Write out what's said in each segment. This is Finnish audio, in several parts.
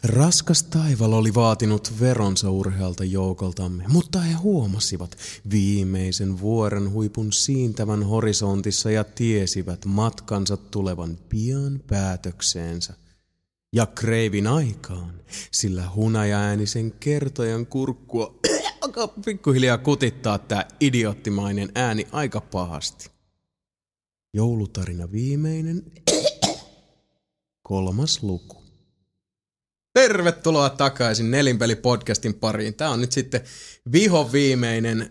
Raskas taival oli vaatinut veronsa urhealta joukoltamme, mutta he huomasivat viimeisen vuoren huipun siintävän horisontissa ja tiesivät matkansa tulevan pian päätökseensä. Ja kreivin aikaan, sillä hunajaäänisen kertojan kurkkua alkaa pikkuhiljaa kutittaa tää idioottimainen ääni aika pahasti. Joulutarina viimeinen, 3. luku. Tervetuloa takaisin Nelinpeli-podcastin pariin. Tää on nyt sitten vihoviimeinen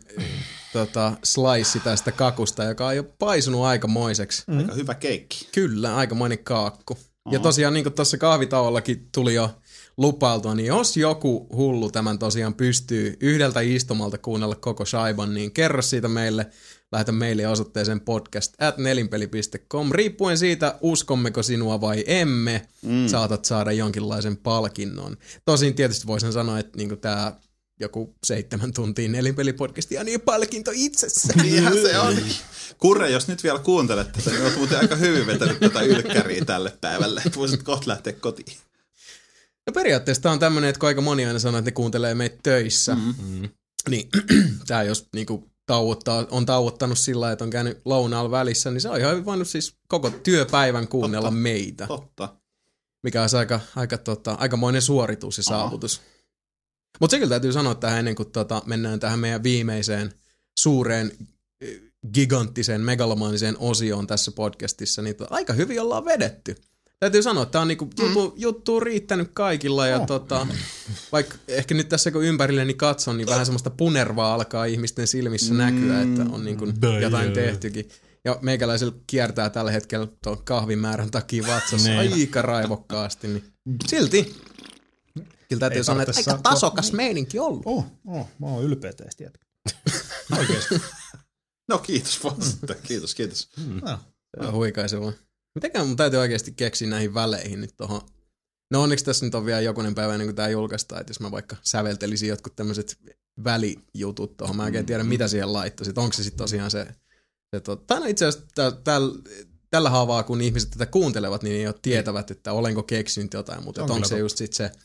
slice tästä kakusta, joka on jo paisunut aikamoiseksi. Aika hyvä keikki. Kyllä, aikamoinen kaakku. Ja tosiaan niin kuin tuossa kahvitauollakin tuli jo lupailtua, niin jos joku hullu tämän tosiaan pystyy yhdeltä istumalta kuunnella koko shaiban, niin kerro siitä meille. Lähetä meille osoitteeseen podcast@nelinpeli.com. Riippuen siitä, uskommeko sinua vai emme, saatat saada jonkinlaisen palkinnon. Tosin tietysti voisin sanoa, että niinku tämä joku 7 tuntia Nelinpeli-podcastia on niin palkinto itsessään. Niinhän se on. Kurre, jos nyt vielä kuuntelet tätä, niin olet muuten aika hyvin vetänyt tätä ylkkäriä tälle päivälle, että voisit kohta lähteä kotiin. No periaatteessa tämä on tämmöinen, että kun aika moni aina sanoo, että ne kuuntelee meitä töissä, niin tämä jos niinku on tauottanut sillä lailla, että on käynyt lounaalla välissä, niin se on ihan voinut siis koko työpäivän kuunnella meitä. Totta. Mikä olisi aikamoinen suoritus ja saavutus. Mutta se kyllä täytyy sanoa tähän ennen kuin mennään tähän meidän viimeiseen suureen, giganttiseen, megalomaaniseen osioon tässä podcastissa, niin aika hyvin ollaan vedetty. Täytyy sanoa, että tämä on niinku juttu riittänyt kaikilla ja vaikka ehkä nyt tässä kun ympärilleni katson, niin vähän semmoista punervaa alkaa ihmisten silmissä näkyä, että on niinku jotain tehtykin. Ja meikäläisellä kiertää tällä hetkellä tuon kahvimäärän takia vatsassa aika raivokkaasti, niin silti. Kyllä täytyy sanoa, että aika tasokas meininki ollut. Mä oon ylpeä teistä jätkä. Oikeesti. No kiitos vaan. Kiitos. Se on huikaisevaa. Mitenkään mun täytyy oikeasti keksiä näihin väleihin nyt tohon. No onneksi tässä nyt on vielä jokunen päivä ennen kuin tää julkaistaan, että jos mä vaikka säveltelisin jotkut tämmöiset välijutut tohon. Mä en oikein tiedä, mitä siihen laittaisit. Onko se sitten tosiaan se tai no itse asiassa tällä haavaa, kun ihmiset tätä kuuntelevat, niin ei ole tietävät, että olenko keksinyt jotain, mutta onko se just sit se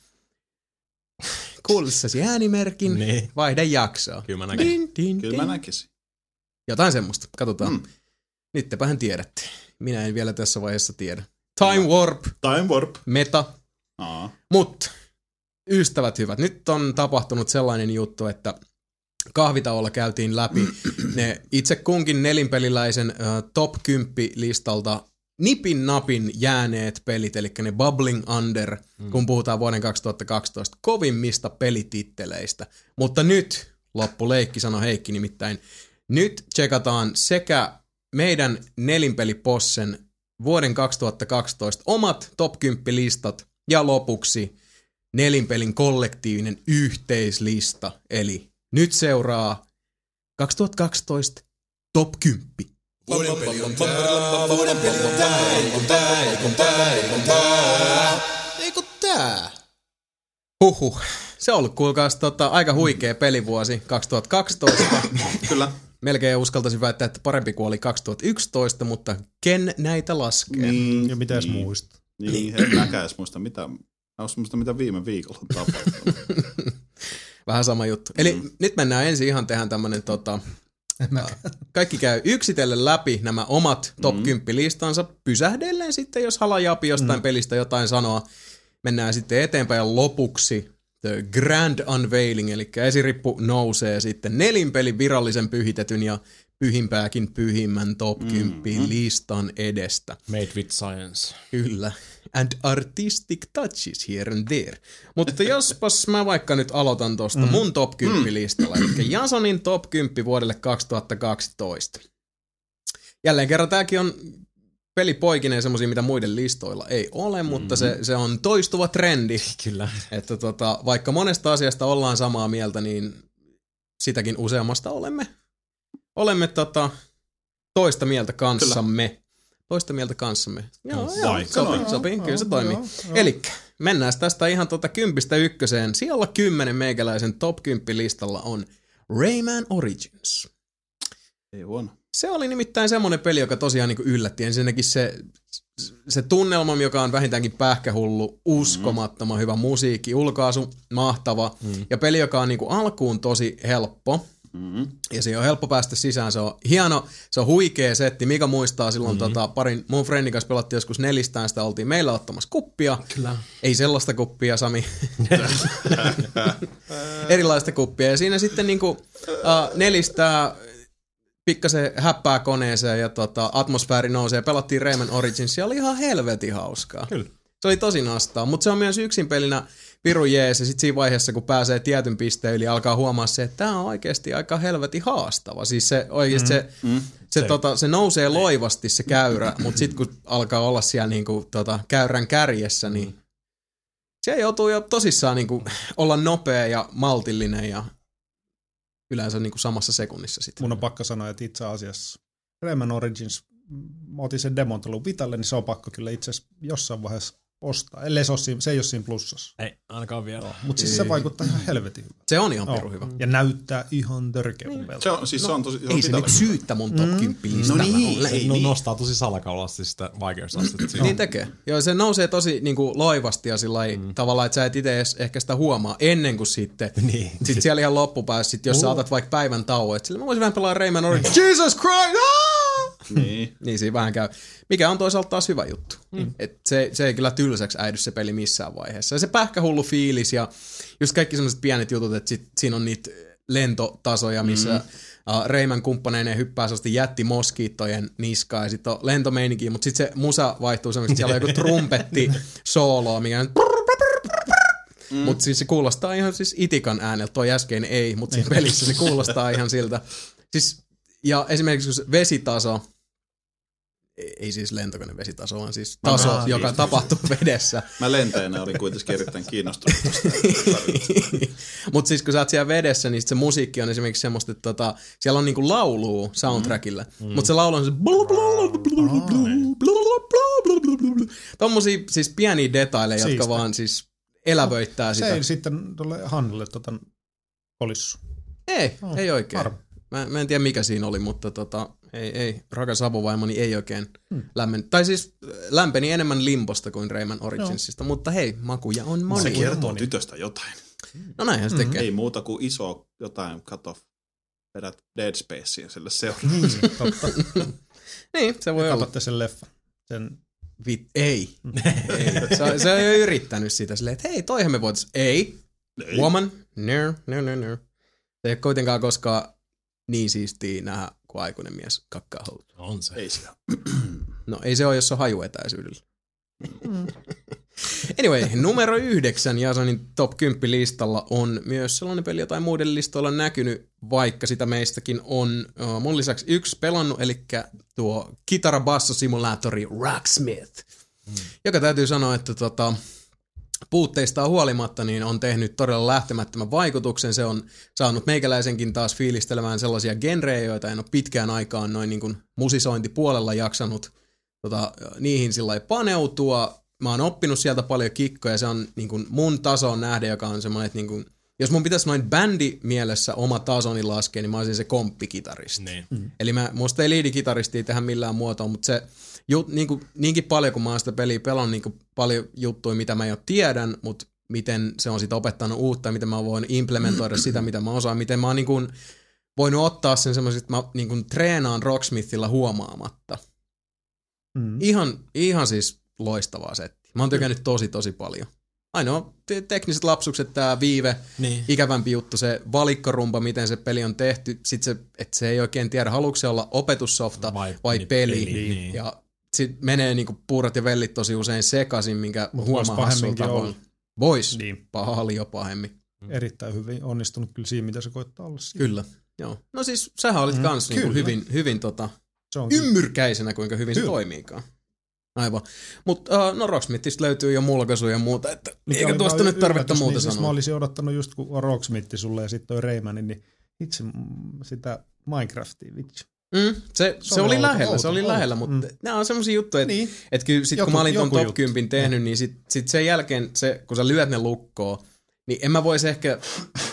kuulissasi äänimerkin, vaihda jaksoa. Kyllä mä näkisin. Jotain semmoista. Katsotaan. Nyt tepähän tiedätte. Minä en vielä tässä vaiheessa tiedä. Time Warp. Meta. Mutta ystävät hyvät, nyt on tapahtunut sellainen juttu, että kahvitauolla käytiin läpi ne itse kunkin nelinpeliläisen top 10 listalta nipin napin jääneet pelit, eli ne Bubbling Under, kun puhutaan vuoden 2012 kovimmista pelititteleistä. Mutta nyt, loppuleikki, sanoi Heikki nimittäin, nyt tsekataan sekä meidän nelinpelipossen vuoden 2012 omat top 10 listat ja lopuksi nelinpelin kollektiivinen yhteislista. Eli nyt seuraa 2012 top 10. Vuoden peli on tää. Vuoden peli on tää. Eikö tää? Huhhuh. Se on ollut kuulkaas aika huikea pelivuosi 2012. Kyllä. Melkein uskaltaisin väittää, että parempi kuin oli 2011, mutta ken näitä laskee? Ja mitä edes muista? Niin, en mäkään edes muista, mitä viime viikolla on tapahtunut. Vähän sama juttu. Eli nyt mennään ensin ihan tehdään tämmönen kaikki käy yksitellen läpi nämä omat top 10 listansa, pysähdelleen sitten, jos halajapi jostain pelistä jotain sanoa. Mennään sitten eteenpäin ja lopuksi the grand unveiling, eli esirippu nousee sitten nelinpelin virallisen pyhitetyn ja pyhimpääkin pyhimmän top 10 listan edestä. Made with science. Kyllä. And artistic touches here and there. Mutta jospas mä vaikka nyt aloitan tosta mun top 10 listalla, eli Jasonin top 10 vuodelle 2012. Jälleen kerran tääkin on pelipoikineen semmosia, mitä muiden listoilla ei ole, mutta se on toistuva trendi. Kyllä. Että vaikka monesta asiasta ollaan samaa mieltä, niin sitäkin useammasta olemme toista mieltä kanssamme. Kyllä. Toista mieltä kanssamme. Joo, sopii. Kyllä se toimii. Elikkä mennään tästä ihan 10-1. Siellä 10 meikäläisen top 10 listalla on Rayman Origins. Ei huono. Se oli nimittäin semmoinen peli, joka tosiaan niin kuin yllätti. Ensinnäkin se tunnelma, joka on vähintäänkin pähkähullu, uskomattoman hyvä musiikki, ulkaisu, mahtava. Ja peli, joka on niin kuin alkuun tosi helppo. Ja se on helppo päästä sisään, se on hieno, se on huikea setti. Mika muistaa silloin parin mun friendin kanssa pelattiin joskus 4, sitä oltiin meillä ottamassa kuppia. Kyllä. Ei sellaista kuppia, Sami. Erilaista kuppia. Ja siinä sitten niinku 4 pikkasen häppää koneeseen ja atmosfääri nousee ja pelattiin Rayman Origins ja oli ihan helvetin hauskaa. Kyllä. Se oli tosi nastaa, mutta se on myös yksin pelinä piru jees ja sitten siinä vaiheessa, kun pääsee tietyn pisteen yli, alkaa huomaa se, että tämä on oikeasti aika helvetin haastava. Siis se oikeasti se nousee loivasti se käyrä, mutta sitten kun alkaa olla siellä niinku, käyrän kärjessä, niin se joutuu jo tosissaan niinku, olla nopea ja maltillinen ja yleensä niinku samassa sekunnissa sitten. Mun on pakko sanoa, että itse asiassa Rayman Origins, mä otin sen demon tullut Vitalle, niin se on pakko kyllä itse asiassa jossain vaiheessa ostaa. Ellei se ei ole siinä plussassa. Ei, ainakaan vielä. Mutta siis se vaikuttaa ihan helvetin hyvä. Se on ihan pirun hyvä. Ja näyttää ihan törkeä hyvältä. Se on tosi... Ei se nyt syyttä mun top 10 listalla. No nostaa tosi salakaulasti sitä vaikeusastetta. Niin tekee. Joo, se nousee tosi niinku loivasti ja sillai tavallaan, että sä et itse edes ehkä sitä huomaa ennen kuin sitten. Niin. Sitten siellä ihan loppupäässä, jos sä otat vaikka päivän tauon, että sillä mä voisin vähän pelaa Rayman Origins. Jesus Christ! Niin siinä vähän käy. Mikä on toisaalta taas hyvä juttu. Et se ei kyllä tylsäksi äidy se peli missään vaiheessa. Ja se pähkähullu fiilis ja just kaikki sellaiset pienet jutut, että siinä on niitä lentotasoja, missä Rayman kumppaneineen hyppää sellaisten jättimoskiittojen niskaan ja sitten on lentomeininki, mutta sitten se musa vaihtuu semmoista, siellä on joku trumpetti sooloa, mikä on mutta siis se kuulostaa ihan siis itikan ääneltä, toi äskeinen ei, mutta siinä pelissä se kuulostaa ihan siltä. Siis, ja esimerkiksi kun vesitaso, ei siis lentokone vesitaso, vaan siis taso, joka tapahtuu vedessä. Mä lentäjänä olin kuitenkin erittäin kiinnostunut tästä. Mutta siis kun sä oot siellä vedessä, niin se musiikki on esimerkiksi semmoista, että siellä on niinku laulua soundtrackilla, mutta se laulu on se tommosia siis pieniä detaileja, jotka vaan siis elävöittää sitä. Se ei sitten tuolle Hannelle kolissu. Ei oikein. Mä en tiedä mikä siinä oli, mutta ei rakas avovaimoni ei oikein tai siis lämpeni enemmän Limbosta kuin Rayman Originsista, mutta hei, makuja on monia. Se kertoo tytöstä jotain. No näinhän se tekee. Ei muuta kuin iso jotain, kato, vedät Dead Spaceen sille seuraavaksi. Totta. Niin, se voi olla. Katsotte sen leffan. Ei. Se on jo yrittänyt sitä silleen, että hei, toihan me voitais. Ei. Woman. No. Se ei ole kuitenkaan koskaan niin siistiä nähdä, kun aikuinen mies kakkaa houtua. On se. Ei se. No ei se ole, jos on hajuetäisyydellä. Anyway, numero 9 Jasonin top 10 listalla on myös sellainen peli, jota muiden listoilla on näkynyt, vaikka sitä meistäkin on mun lisäksi yksi pelannut, eli tuo kitara-basso-simulaattori Rocksmith, joka täytyy sanoa, että puutteistaan huolimatta niin on tehnyt todella lähtemättömän vaikutuksen. Se on saanut meikäläisenkin taas fiilistelemään sellaisia genrejä, joita en ole pitkään aikaan noin niin kuin musisointipuolella jaksanut niihin sillä paneutua. Mä oon oppinut sieltä paljon kikkoja. Se on niin kuin mun tasoon nähden, joka on semmoinen, että niin kuin, jos mun pitäisi noin bändi-mielessä oma tasoni laskea, niin mä olisin se komppikitaristi. Niin. Eli musta ei liidikitaristia tehdä millään muotoa, mutta se niinkin paljon, kun mä oon sitä peliä pelannut, niin paljon juttuja, mitä mä jo tiedän, mutta miten se on sit opettanut uutta, miten mä voin implementoida sitä, mitä mä osaan, miten mä oon niin kuin voinut ottaa sen semmoisen, että mä niin kuin treenaan Rocksmithilla huomaamatta. Ihan siis loistavaa setti. Mä oon tykännyt tosi paljon. Ainoa tekniset lapsukset, tää viive, ikävämpi juttu, se valikkorumpa, miten se peli on tehty, sit että se ei oikein tiedä, haluatko se olla opetussofta vai peli. Niin. Ja sit menee niinku puurat ja vellit tosi usein sekaisin, minkä huomaa hassulta. Vois paljon pahemmin. Erittäin hyvin onnistunut kyllä siinä, mitä se koittaa olla siinä. Kyllä, joo. No siis sähän olit kans niinku hyvin ymmyrkäisenä, kuinka hyvin se toimiikaan. Aivan. Mutta Rocksmithista löytyy jo mulkaisuja ja muuta, että eikä tuosta nyt tarvetta muuta niin, sanoa. Siis mä olisin odottanut just kun Rocksmith sulle ja sitten toi Rayman, niin itse sitä Minecraftia, vitsi. Se oli lähellä, mutta nämä on semmosia juttuja, että et kyllä sit kun mä olin ton top 10 tehnyt, niin sit sen jälkeen, kun sä lyöt ne lukkoon, niin en mä vois ehkä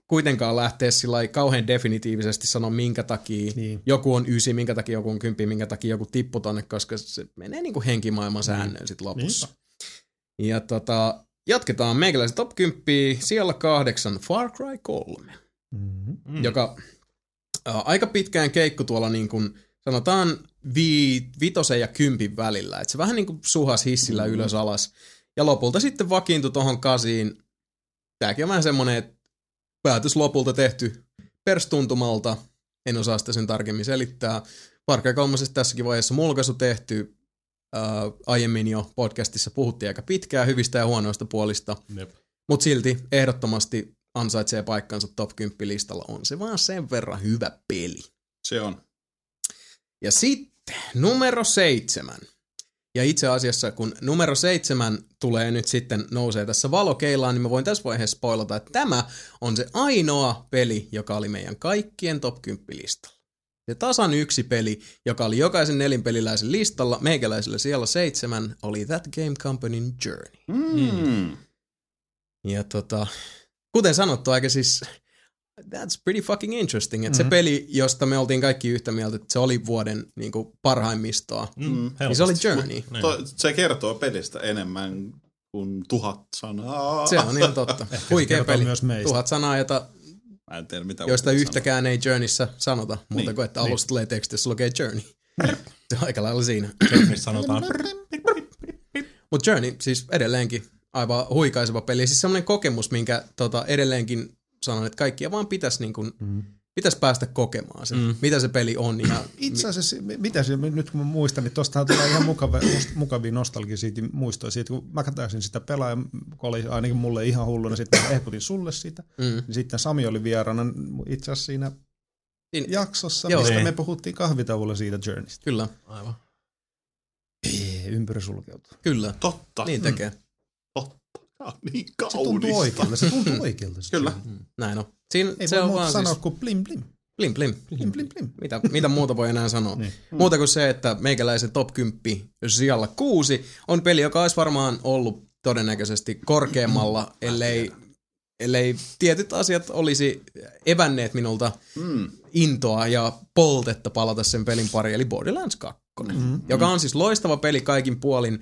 kuitenkaan lähteä sillä kauhean definitiivisesti sanoa, minkä takia joku on 9, minkä takia joku on 10, minkä takia joku tippui tonne, koska se menee niin kuin henkimaailman säännöön sit lopussa. Ja jatketaan meikäläisen top 10, siellä 8 Far Cry 3, joka aika pitkään keikku tuolla niin kuin, sanotaan 5 ja 10 välillä, että se vähän niin kuin suhas hissillä ylös alas, ja lopulta sitten vakiintui tohon 8. Tääkin on vähän semmonen, että päätös lopulta tehty perstuntumalta, en osaa sitä sen tarkemmin selittää. Far Cry 3 tässäkin vaiheessa mulkaisu tehty, aiemmin jo podcastissa puhuttiin aika pitkään hyvistä ja huonoista puolista, mutta silti ehdottomasti ansaitsee paikkansa top 10 listalla, on se vaan sen verran hyvä peli. Se on. Ja sitten numero 7. Ja itse asiassa, kun numero 7 tulee nyt sitten nousee tässä valokeilaan, niin mä voin tässä vaiheessa spoilata, että tämä on se ainoa peli, joka oli meidän kaikkien top 10 listalla. Se tasan yksi peli, joka oli jokaisen nelinpeliläisen listalla, meikäläisellä siellä 7, oli That Game Companyn Journey. Ja kuten sanottu, aika siis that's pretty fucking interesting, että se peli, josta me oltiin kaikki yhtä mieltä, että se oli vuoden niin kuin parhaimmistoa, niin se oli Journey. Se kertoo pelistä enemmän kuin 1000 sanaa. Se on ihan totta. Huikea peli. 1000 sanaa, mä en tiedä, mitä joista yhtäkään ei Journeyssä sanota, muuta kuin että alusta tulee teksti, jossa lukee Journey. Se on aika lailla siinä. Sanotaan. Mutta Journey siis edelleenkin aivan huikaiseva peli. Siis semmoinen kokemus, minkä edelleenkin sanon, että kaikkia vaan pitäisi niin kuin, pitäisi päästä kokemaan sen, mitä se peli on. Ja itse asiassa, mitä se, nyt kun mä muistan, niin tostahan tulee ihan mukavia nostalgisia muistoja siitä, kun mä katsoin sitä pelaa, kun oli ainakin mulle ihan hulluna, sitten mä ehkutin sulle sitä, niin sitten Sami oli vieraana itse asiassa siinä jaksossa, mistä me puhuttiin kahvitauolla siitä Journeystä. Kyllä, aivan. Ympyrä sulkeutuu. Kyllä, totta. Niin tekee. Totta. Niin kaunista. Se tuntuu oikealta. Kyllä. Näin on. Siinä, ei se voi on muuta vaan sanoa siis kuin blim blim. Blim blim. Blim blim blim. Mitä muuta voi enää sanoa? Niin. Muuta kuin se, että meikäläisen top 10 siellä 6 on peli, joka olisi varmaan ollut todennäköisesti korkeammalla, ellei tietyt asiat olisi evänneet minulta intoa ja poltetta palata sen pelin pariin, eli Borderlands 2, joka on siis loistava peli kaikin puolin,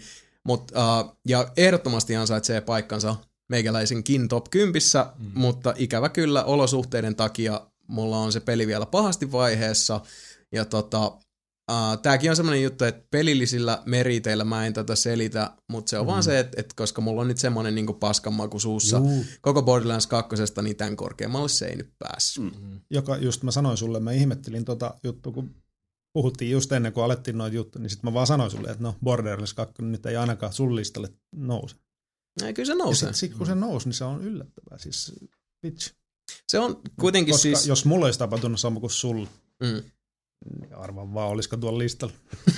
ja ehdottomasti ansaitsee paikkansa meikäläisenkin top 10, mutta ikävä kyllä olosuhteiden takia mulla on se peli vielä pahasti vaiheessa, ja tääkin on semmoinen juttu, että pelillisillä meriteillä mä en tätä selitä, mutta se on vaan se, että koska mulla on nyt semmoinen niinku paskanmaku suussa koko Borderlands 2, niin tämän korkeammalle se ei nyt päässyt. Joka just mä sanoin sulle, mä ihmettelin juttua, kun puhuttiin just ennen kuin alettiin noita juttuja, niin sitten mä vaan sanoin sulle, että no Borderlands 2 nyt ei ainakaan sun listalle nouse. Ei, kyllä se nousee. Ja sitten kun se nousi, niin se on yllättävää. Siis vitsi. Se on kuitenkin koska siis jos mulla olisi tapahtunut sama kuin sulla, niin arvaan vaan, olisiko tuolla listalla.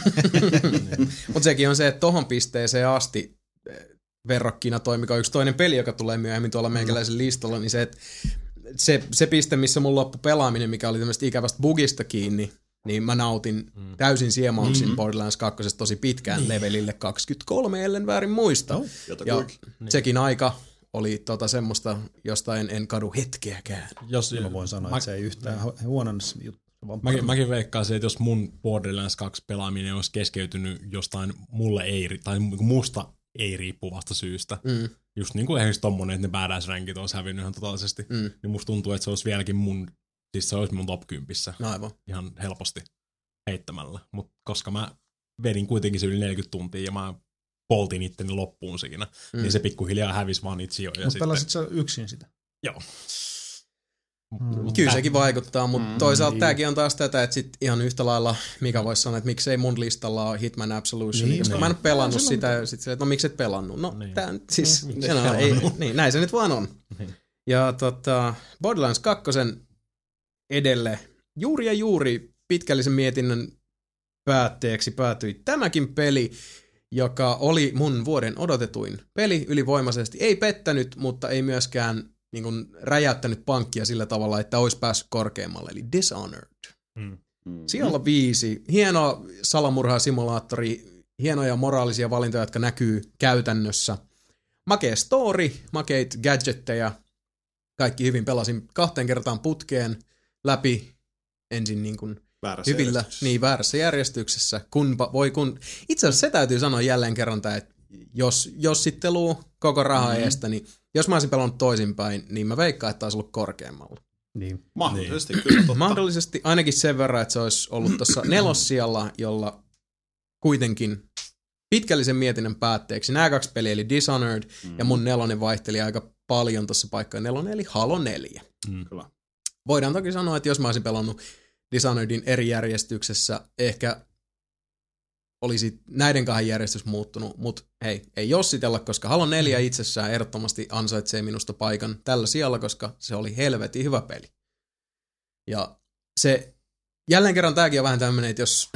Mutta sekin on se, että tohon pisteeseen asti verrokkina toi, mikä on yksi toinen peli, joka tulee myöhemmin tuolla meikäläisen listalla, niin se, että se piste, missä mun loppui pelaaminen, mikä oli tämmöistä ikävästä bugista kiinni, niin mä nautin täysin siemauksin Borderlands 2 tosi pitkään levelille 23, ellen väärin muista. Ja sekin aika oli semmoista, josta en kadu hetkeäkään. Mä voin sanoa, että se ei yhtään huononnut juttu. Mäkin veikkaisin, että jos mun Borderlands 2 pelaaminen olisi keskeytynyt jostain musta ei riippuvasta syystä, just niin kuin esimerkiksi tommonen, että ne badass-rankit olisi hävinnyt ihan totaalisesti, niin musta tuntuu, että se olisi vieläkin se olisi mun top 10. No aivan. Ihan helposti heittämällä. Mutta koska mä vedin kuitenkin se yli 40 tuntia ja mä poltin itteni loppuun siinä, niin se pikkuhiljaa hävisi vaan niitä sijoja. Mutta pelasit sä yksin sitä? Joo. Kyllä sekin vaikuttaa, mutta toisaalta tämäkin on taas tätä, että sit ihan yhtä lailla Mika voisi sanoa, että miksei mun listalla ole Hitman Absolution, koska mä en ole pelannut sitä, ja sit silleen, että no mikset pelannut? No, siis, näin se nyt vaan on. Ja Borderlands 2 edelle juuri pitkällisen mietinnön päätteeksi päätyi tämäkin peli, joka oli mun vuoden odotetuin peli ylivoimaisesti. Ei pettänyt, mutta ei myöskään niin kuin räjäyttänyt pankkia sillä tavalla, että olisi päässyt korkeammalle, eli Dishonored. Siellä 5. Hieno salamurha-simulaattori, hienoja moraalisia valintoja, jotka näkyy käytännössä. Makea story, makeit gadgetteja, kaikki hyvin. Pelasin 2 kertaan putkeen läpi ensin niin kuin hyvillä, väärässä järjestyksessä. Itse asiassa se täytyy sanoa jälleen kerran, että jos sitten luu koko raha eestä, niin jos mä olisin pelannut toisinpäin, niin mä veikkaan, että taisi ollut korkeammalla. Niin. Mahdollisesti kyllä totta. Mahdollisesti ainakin sen verran, että se olisi ollut tuossa 4. sijalla, jolla kuitenkin pitkällisen mietinnän päätteeksi nämä 2 peliä, eli Dishonored ja mun 4 vaihteli aika paljon tuossa paikkaan 4, eli Halo 4. Kyllä. Voidaan toki sanoa, että jos mä olisin pelannut Dishonoredin eri järjestyksessä, ehkä olisi näiden 2 järjestys muuttunut, mutta hei, ei jossitella, koska Halo 4 itsessään ehdottomasti ansaitsee minusta paikan tällä sijalla, koska se oli helvetin hyvä peli. Ja se, jälleen kerran tämäkin on vähän tämmöinen, että jos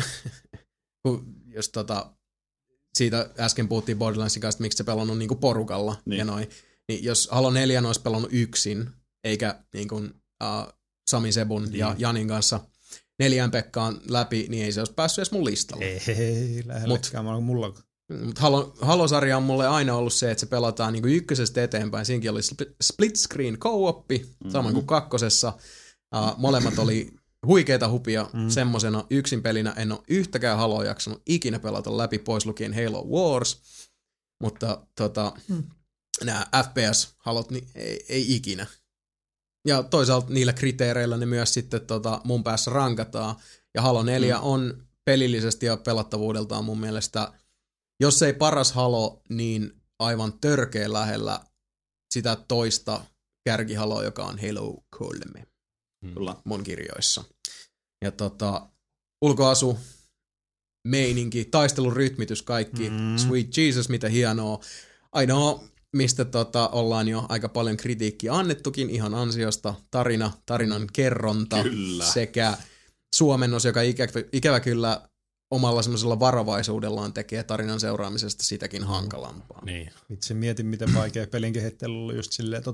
siitä äsken puhuttiin Borderlandsin kanssa, miksi se pelannut niinku porukalla ja noin, niin jos Halo 4 olisi pelannut yksin, eikä niin kuin, Sami Sebun ja Janin kanssa 4 Pekkaan läpi, niin ei se olisi päässyt edes mun listalle. Ei lähellekään, mulla. Mutta Halo-sarja on mulle aina ollut se, että se pelataan niinku 1 eteenpäin. Siinäkin oli split screen co-oppi, samoin kuin 2. Molemmat oli huikeita hupia semmosena. Yksin pelinä en ole yhtäkään Haloa jaksanut ikinä pelata läpi, pois lukien Halo Wars. Mutta nämä FPS-halot niin ei ikinä. Ja toisaalta niillä kriteereillä ne myös sitten mun päässä rankataan. Ja Halo 4 on pelillisesti ja pelattavuudeltaan mun mielestä, jos ei paras Halo, niin aivan törkeä lähellä sitä toista kärkihaloa, joka on Halo 3 mun kirjoissa. Ja ulkoasu, meininki, taistelun rytmitys, kaikki, sweet Jesus, mitä hienoa. Ainoa, mistä ollaan jo aika paljon kritiikkiä annettukin ihan ansiosta, tarinan kerronta sekä suomennos, joka ikävä kyllä omalla semmoisella varovaisuudellaan tekee tarinan seuraamisesta sitäkin hankalampaa. Niin. Itse mietin, miten vaikea pelin kehittely oli just silleen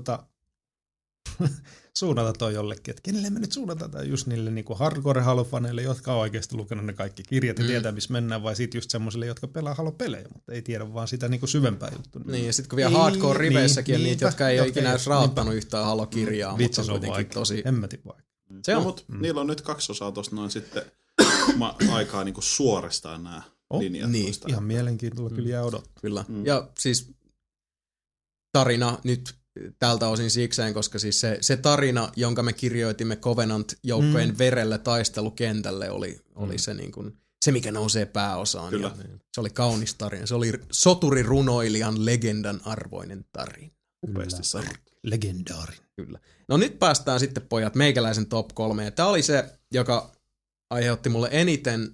suunnata toi jollekin, että kenelle me nyt suunnataan just niille niinku hardcore Halo-faneille, jotka on oikeasti lukenut ne kaikki kirjat ja tietää, missä mennään, vai sitten just semmoisille, jotka pelaa Halo-pelejä, mutta ei tiedä vaan sitä niinku syvempää juttua. Niin, ja sitten kun vielä hardcore-riveissäkin on niitä, jotka ei ole ikinä edes raottanut yhtään Halo-kirjaa, mutta se on kuitenkin tosi... Hemmetin vaikea. Se on, mutta niillä on nyt 2 osaa tuossa noin sitten aikaa niinku suoristaa nämä linjat. Niin, ihan mielenkiintoilla kyllä jää odottaa. Kyllä, ja siis tarina nyt tältä osin sikseen, koska siis se tarina, jonka me kirjoitimme Covenant-joukkojen verellä taistelukentälle, oli se, niin kuin, se, mikä nousee pääosaan. Ja se oli kaunis tarina. Se oli soturirunoilijan legendan arvoinen tarina. Upeasti sanottu. Legendaarinen. Kyllä. No nyt päästään sitten, pojat, meikäläisen top 3. Ja tämä oli se, joka aiheutti mulle eniten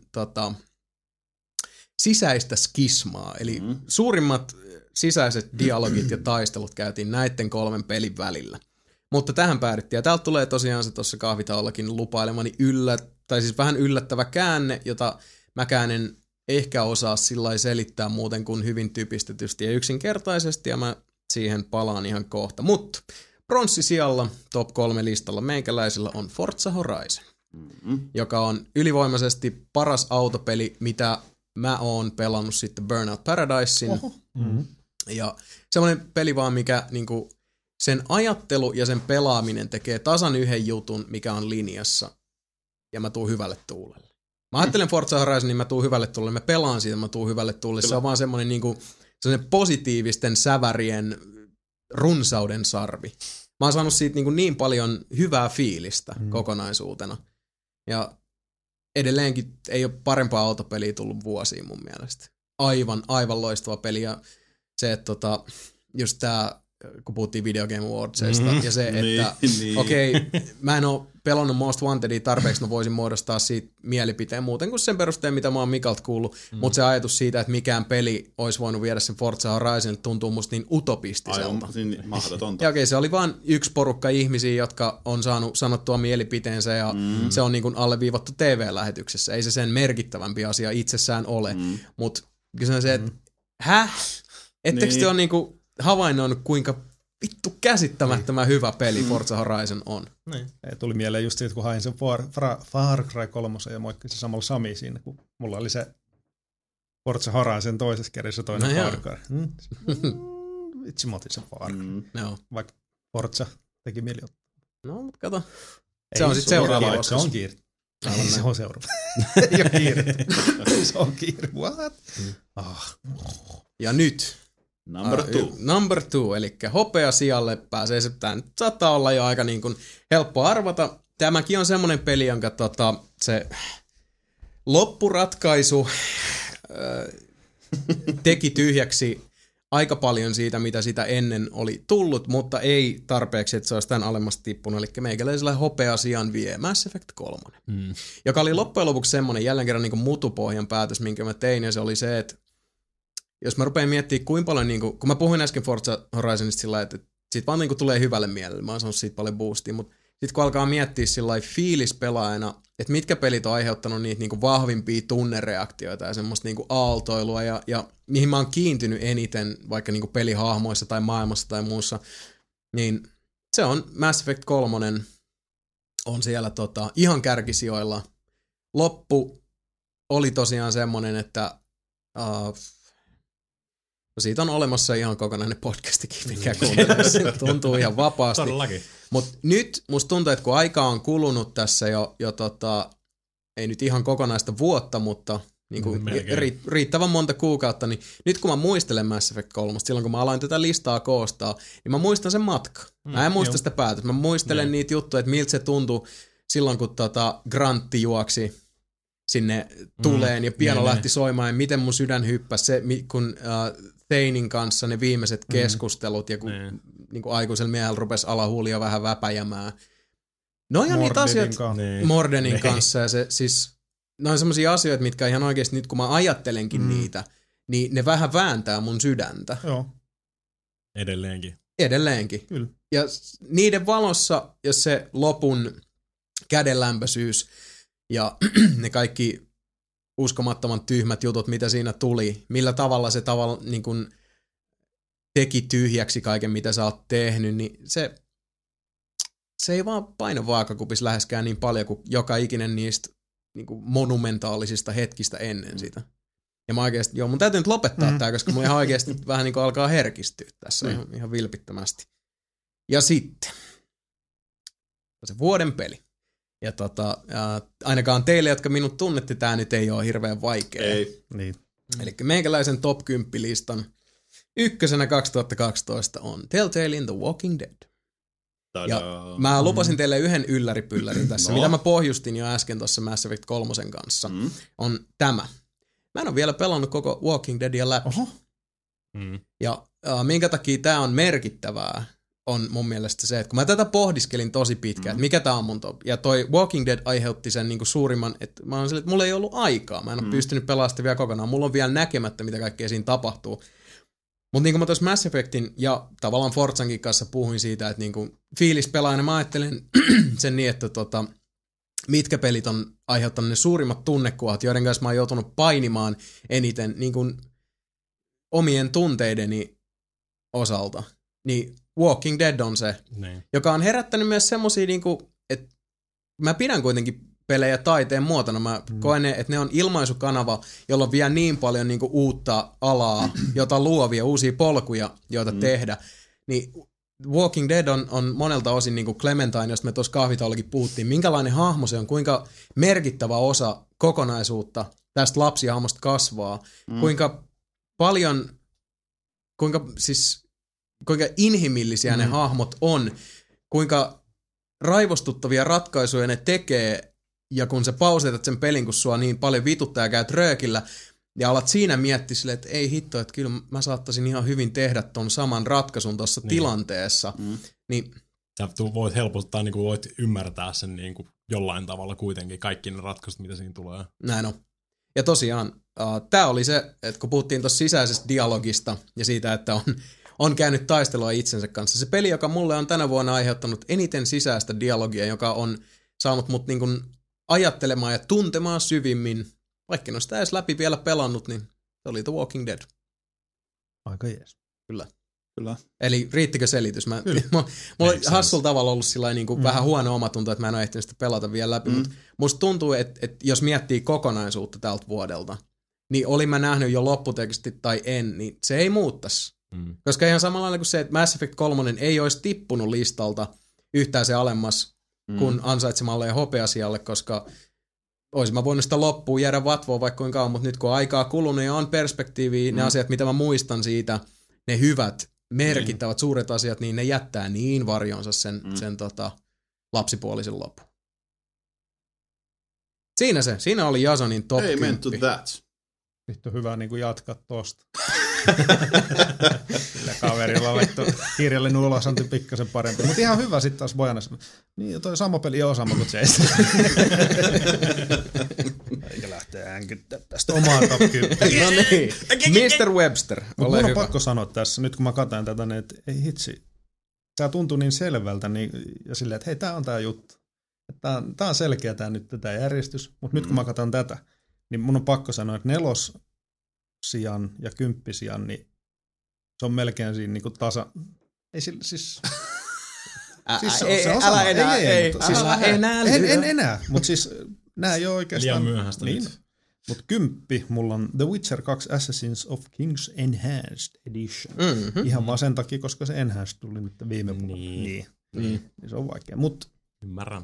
sisäistä skismaa. Eli suurimmat sisäiset dialogit ja taistelut käytiin näiden 3 pelin välillä. Mutta tähän päädyttiin. Ja täältä tulee tosiaan se tuossa kahvitaollakin lupailemani vähän yllättävä käänne, jota mäkään en ehkä osaa sillä selittää muuten kuin hyvin typistetysti ja yksinkertaisesti, ja mä siihen palaan ihan kohta. Mutta pronssisijalla top 3 listalla meikäläisillä on Forza Horizon, joka on ylivoimaisesti paras autopeli, mitä mä oon pelannut sitten Burnout Paradisein. Ja semmoinen peli vaan, mikä niinku, sen ajattelu ja sen pelaaminen tekee tasan yhden jutun, mikä on linjassa. Ja mä tuun hyvälle tuulelle. Mä ajattelen Forza Horizon, niin mä tuun hyvälle tuulelle. Mä pelaan siitä, mä tuun hyvälle tuulelle. Se on vaan semmoinen niinku, positiivisten sävärien runsauden sarvi. Mä oon saanut siitä niin paljon hyvää fiilistä kokonaisuutena. Ja edelleenkin ei ole parempaa autopeliä tullut vuosiin mun mielestä. Aivan loistava peli. Ja se, että just tää, kun puhuttiin Video Game Awardsista, ja se, että okei, mä en oo pelannut Most Wantedia tarpeeksi, mä voisin muodostaa siitä mielipiteen muuten kuin sen perusteen, mitä mä oon Mikalta kuullut, mutta se ajatus siitä, että mikään peli olisi voinut viedä sen Forza Horizonille, tuntuu musta niin utopistiselta. Aivan, mahdotonta. Ja okei, se oli vaan yksi porukka ihmisiä, jotka on saanut sanottua mielipiteensä, ja se on niin kuin alleviivattu TV-lähetyksessä. Ei se sen merkittävämpi asia itsessään ole, mutta kyllä se, että ettekö te ole niinku havainnoinut, kuinka vittu käsittämättömän hyvä peli Forza Horizon on? Niin. Tuli mieleen just siitä, kun hain sen Far Cry 3 ja moikkasin samalla Sami siinä, kun mulla oli se Forza Horizon toisessa kädessä toinen Far Cry. Vitsi, mä otin sen Far Cry. Vaikka Forza Teki mieli ottaa. No, mutta kato. Se on sitten seuraava vuosi. Se on kiire. Se on seuraava. Ei ole kiire. Se on kiire. What? Ja nyt. Number two, eli hopea sijalle pääsee se. Tämä nyt saattaa olla jo aika niin kuin helppo arvata. Tämäkin on semmoinen peli, jonka se loppuratkaisu teki tyhjäksi aika paljon siitä, mitä sitä ennen oli tullut, mutta ei tarpeeksi, että se olisi tämän alemmasta tippunut. Eli meikäläisellä hopea sijan vie Mass Effect 3, joka oli loppujen lopuksi semmoinen jälleen kerran niin kuin mutupohjan päätös, minkä mä tein, ja se oli se, että jos mä rupean miettimään, kuinka paljon, niin kuin, kun mä puhuin äsken Forza Horizonista sillä että siitä vaan niin kuin tulee hyvälle mielelle, mä oon saanut siitä paljon boostia, mutta sitten kun alkaa miettiä sillä fiilispelaajana, että mitkä pelit on aiheuttanut niitä niin kuin vahvimpia tunnereaktioita ja semmoista niin kuin aaltoilua ja mihin mä oon kiintynyt eniten vaikka niin kuin pelihahmoissa tai maailmassa tai muussa, niin se on Mass Effect 3 on siellä ihan kärkisijoilla. Loppu oli tosiaan semmoinen, että siitä on olemassa ihan kokonainen podcastikin, mikä kuuntelee. Se tuntuu ihan vapaasti. Todellakin. Mutta nyt musta tuntuu, että kun aika on kulunut tässä jo ei nyt ihan kokonaista vuotta, mutta niin kuin riittävän monta kuukautta, niin nyt kun mä muistelen Mass Effect 3, silloin kun mä aloin tätä listaa koostaa, niin mä muistan sen matka. Mä en muista sitä päätöstä. Mä muistelen niitä juttuja, että miltä se tuntui silloin, kun Grantti juoksi sinne tuleen ja piano lähti soimaan ja miten mun sydän hyppäsi se, kun Thanein kanssa ne viimeiset keskustelut ja kun niin kuin aikuisella miehellä rupesi alahuulia vähän väpäjämään. No ja niitä asioita Mordenin kanssa ja se siis, ne on semmosia asioita, mitkä ihan oikeasti nyt kun mä ajattelenkin niitä, niin ne vähän vääntää mun sydäntä. Joo. Edelleenkin. Kyllä. Ja niiden valossa, jos se lopun kädenlämpöisyys ja ne kaikki uskomattoman tyhmät jutut, mitä siinä tuli, millä tavalla se niin kuin teki tyhjäksi kaiken, mitä sä oot tehnyt, niin se ei vaan paina vaakakupissa läheskään niin paljon kuin joka ikinen niistä niin kuin monumentaalisista hetkistä ennen sitä. Ja mä oikeasti, mun täytyy nyt lopettaa tää, koska mun ihan oikeasti vähän niin kuin alkaa herkistyä tässä ihan vilpittömästi. Ja sitten se vuoden peli. Ja ainakaan teille, jotka minut tunnette, tää nyt ei ole hirveän vaikea. Ei. Niin. Eli meikäläisen top 10-listan ykkösenä 2012 on Telltale in the Walking Dead. Ja mä lupasin teille yhden ylläripyllärin tässä, mitä mä pohjustin jo äsken tuossa Mass Effect 3 kanssa, on tämä. Mä en ole vielä pelannut koko Walking Deadia läpi. Ja minkä takia tää on merkittävää, on mun mielestä se, että kun mä tätä pohdiskelin tosi pitkään, että mikä tää on mun top. Ja toi Walking Dead aiheutti sen niinku suurimman, että mä oon sille, että mulla ei ollut aikaa. Mä en ole pystynyt pelaamaan vielä kokonaan. Mulla on vielä näkemättä, mitä kaikkea siinä tapahtuu. Mutta niin kuin mä tuossa Mass Effectin ja tavallaan Forzankin kanssa puhuin siitä, että niinku fiilispelaajana mä ajattelen sen niin, että mitkä pelit on aiheuttanut ne suurimmat tunnekuvat, joiden kanssa mä oon joutunut painimaan eniten niin kuin omien tunteideni osalta. Niin Walking Dead on se, joka on herättänyt myös semmosia, niinku, että mä pidän kuitenkin pelejä taiteen muotona. Mä koen, että ne on ilmaisukanava, jolla on vielä niin paljon niinku uutta alaa, jota luovia, uusia polkuja, joita tehdä. Niin Walking Dead on monelta osin niin kuin Clementine, josta me tuossa kahvitaulullakin puhuttiin, minkälainen hahmo se on, kuinka merkittävä osa kokonaisuutta tästä lapsihahmosta kasvaa, kuinka paljon, kuinka inhimillisiä ne hahmot on, kuinka raivostuttavia ratkaisuja ne tekee, ja kun sä pausetat sen pelin, kun sua niin paljon vituttaa ja käyt röökillä, ja alat siinä miettiä silleen, että ei hitto, että kyllä mä saattaisin ihan hyvin tehdä ton saman ratkaisun tuossa tilanteessa. Niin, sä voit helpottaa, niin kuin voit ymmärtää sen niin kuin jollain tavalla kuitenkin, kaikki ne ratkaisut, mitä siinä tulee. Näin on. Ja tosiaan, tää oli se, että kun puhuttiin tuossa sisäisestä dialogista ja siitä, että on käynyt taistelua itsensä kanssa. Se peli, joka mulle on tänä vuonna aiheuttanut eniten sisäistä dialogia, joka on saanut mut niin kuin ajattelemaan ja tuntemaan syvimmin, vaikka en ole sitä edes läpi vielä pelannut, niin se oli The Walking Dead. Aika jees. Kyllä. Kyllä. Eli riittikö selitys? Mulla on hassulla tavalla ollut niin kuin vähän huono omatunto, että mä en ole ehtinyt sitä pelata vielä läpi, mutta musta tuntuu, että jos miettii kokonaisuutta tältä vuodelta, niin olin mä nähnyt jo lopputekstit tai en, niin se ei muuttaisi. Koska ihan samalla lailla kuin se, että Mass Effect 3 ei olisi tippunut listalta, yhtään se alemmas kuin ansaitsemalleen hopeasijalle, koska olisin mä voinut sitä loppuun jäädä vatvoon vaikka kuinka kauan, mutta nyt kun aikaa kulunut ja on perspektiiviä, ne asiat, mitä mä muistan siitä, ne hyvät, merkittävät, suuret asiat, niin ne jättää niin varjonsa sen lapsipuolisen lopun. Siinä oli Jasonin top 10. Amen to that. Nyt on hyvä niin kuin jatkaa tosta. Sillä kaverilla on laittu kirjallinen ulosanti pikkasen parempi. Mutta ihan hyvä sitten taas Bojanassa. Niin toi sama peli on sama kuin Chase. Eikä lähteä hänkyttää tästä omaa top 10. No niin. Mr. Webster, ole hyvä. On pakko sanoa tässä, nyt kun mä katsoin tätä, niin että ei hitsi. Tää tuntui niin selvältä niin, ja silleen, että hei, tää on tää juttu. Tää on selkeä tää nyt tätä järjestys. Mutta nyt kun mä katson tätä, niin mun on pakko sanoa, että 4. ja 10. niin se on melkein siinä niinku tasa. Ei siis se on sama. En enää, mutta siis nää ei ole oikeastaan. Liian myöhäistä niin. nyt. Mutta 10. mulla on The Witcher 2 Assassins of Kings Enhanced Edition. Ihan vaan sen takia, koska se Enhanced tuli nyt viime vuonna. Niin se on vaikea. Mut ymmärrän.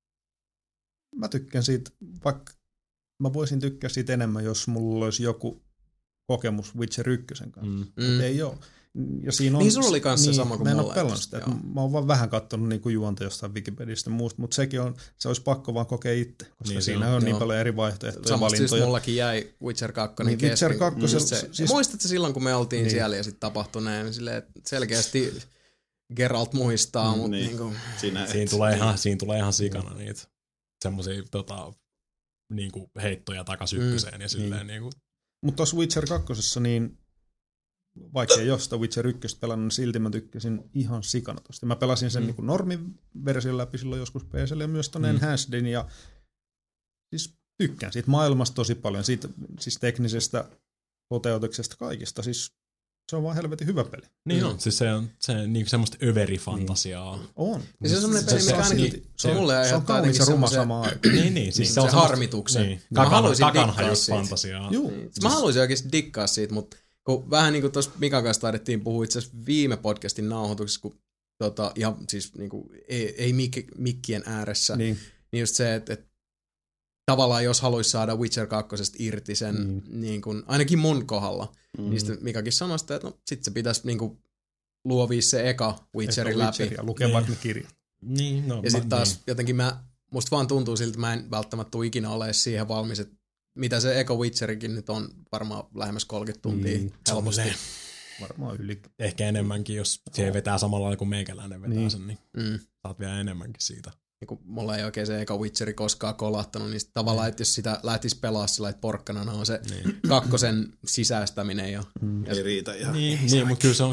Mä tykkään siitä, vaikka mä voisin tykkää siitä enemmän, jos mulla olisi joku kokemus Witcher 1 kanssa. Mutta ei ole. Ja siinä on, niin sulla oli kanssa sama kuin mulla. Mä en ole pelannut sitä. Mä oon vaan vähän katsonut niinku juonta jostain Wikipediasta ja muusta, mutta se olisi pakko vaan kokea itse, koska niin siinä on niin paljon eri vaihtoehtoja ja valintoja. Samasta mullakin jäi Witcher 2 niin kesken. Witcher 2 siis, muistatko silloin, kun me oltiin siellä ja sitten tapahtui näin, silleen, selkeästi Geralt muistaa, mutta niinku siinä tulee ihan sikana niitä semmosia niinku heittoja takas ykköseen ja silleen niinku. Mutta tuossa Witcher 2, niin vaikka ei ole sitä Witcher 1 pelannut, niin silti mä tykkäsin ihan sikana tosta. Mä pelasin sen niinku normiversion läpi silloin joskus PC:lle ja myös ton Enhancedin ja siis tykkään siitä maailmasta tosi paljon, siitä siis teknisestä toteutuksesta kaikista. Siis se on vaan helvetin hyvä peli. Niin on, siis se on niinku semmoista överifantasiaa. On. Ja se on semmoinen peli, mikä ainakin mulle aiheuttaa jotenkin semmoinen. Se on kaunis ja ruma samaan aikaan. Niin, siis se on harmituksen. Niin, takanhajusfantasiaa. Mä haluaisin oikeasti dikkaa siitä, mutta kun vähän niin kuin tuossa Mikan kanssa taidettiin puhua itse asiassa viime podcastin nauhoituksessa, kun ihan siis niin kuin, ei mikkien ääressä, niin just se, että tavallaan jos haluaisi saada Witcher 2 irti sen, niin kuin, ainakin mun kohdalla, niin sitten Mikakin sanoi sitä, että no sit se pitäisi niin kuin luovia se eka Witcherin läpi. Ja lukea vaikka ne kirjat. Niin, no, ja sitten taas jotenkin musta vaan tuntuu siltä, että mä en välttämättä tule ikinä ole siihen valmis, että mitä se eka Witcherikin nyt on varmaan lähemmäs 30 tuntia helposti. Varmaan yli. Ehkä enemmänkin, jos se vetää samalla lailla kuin meikäläinen vetää sen, niin saat vielä enemmänkin siitä. Ja kun mulla ei oikein se eka Witcheri koskaan kolahtanut, niin tavallaan, että jos sitä lähtisi pelaa sillä, että porkkanana on se 2 sisäistäminen jo. Ei riitä ihan. Niin mutta kyllä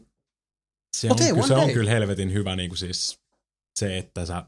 se on kyllä helvetin hyvä niin kuin siis se, että sä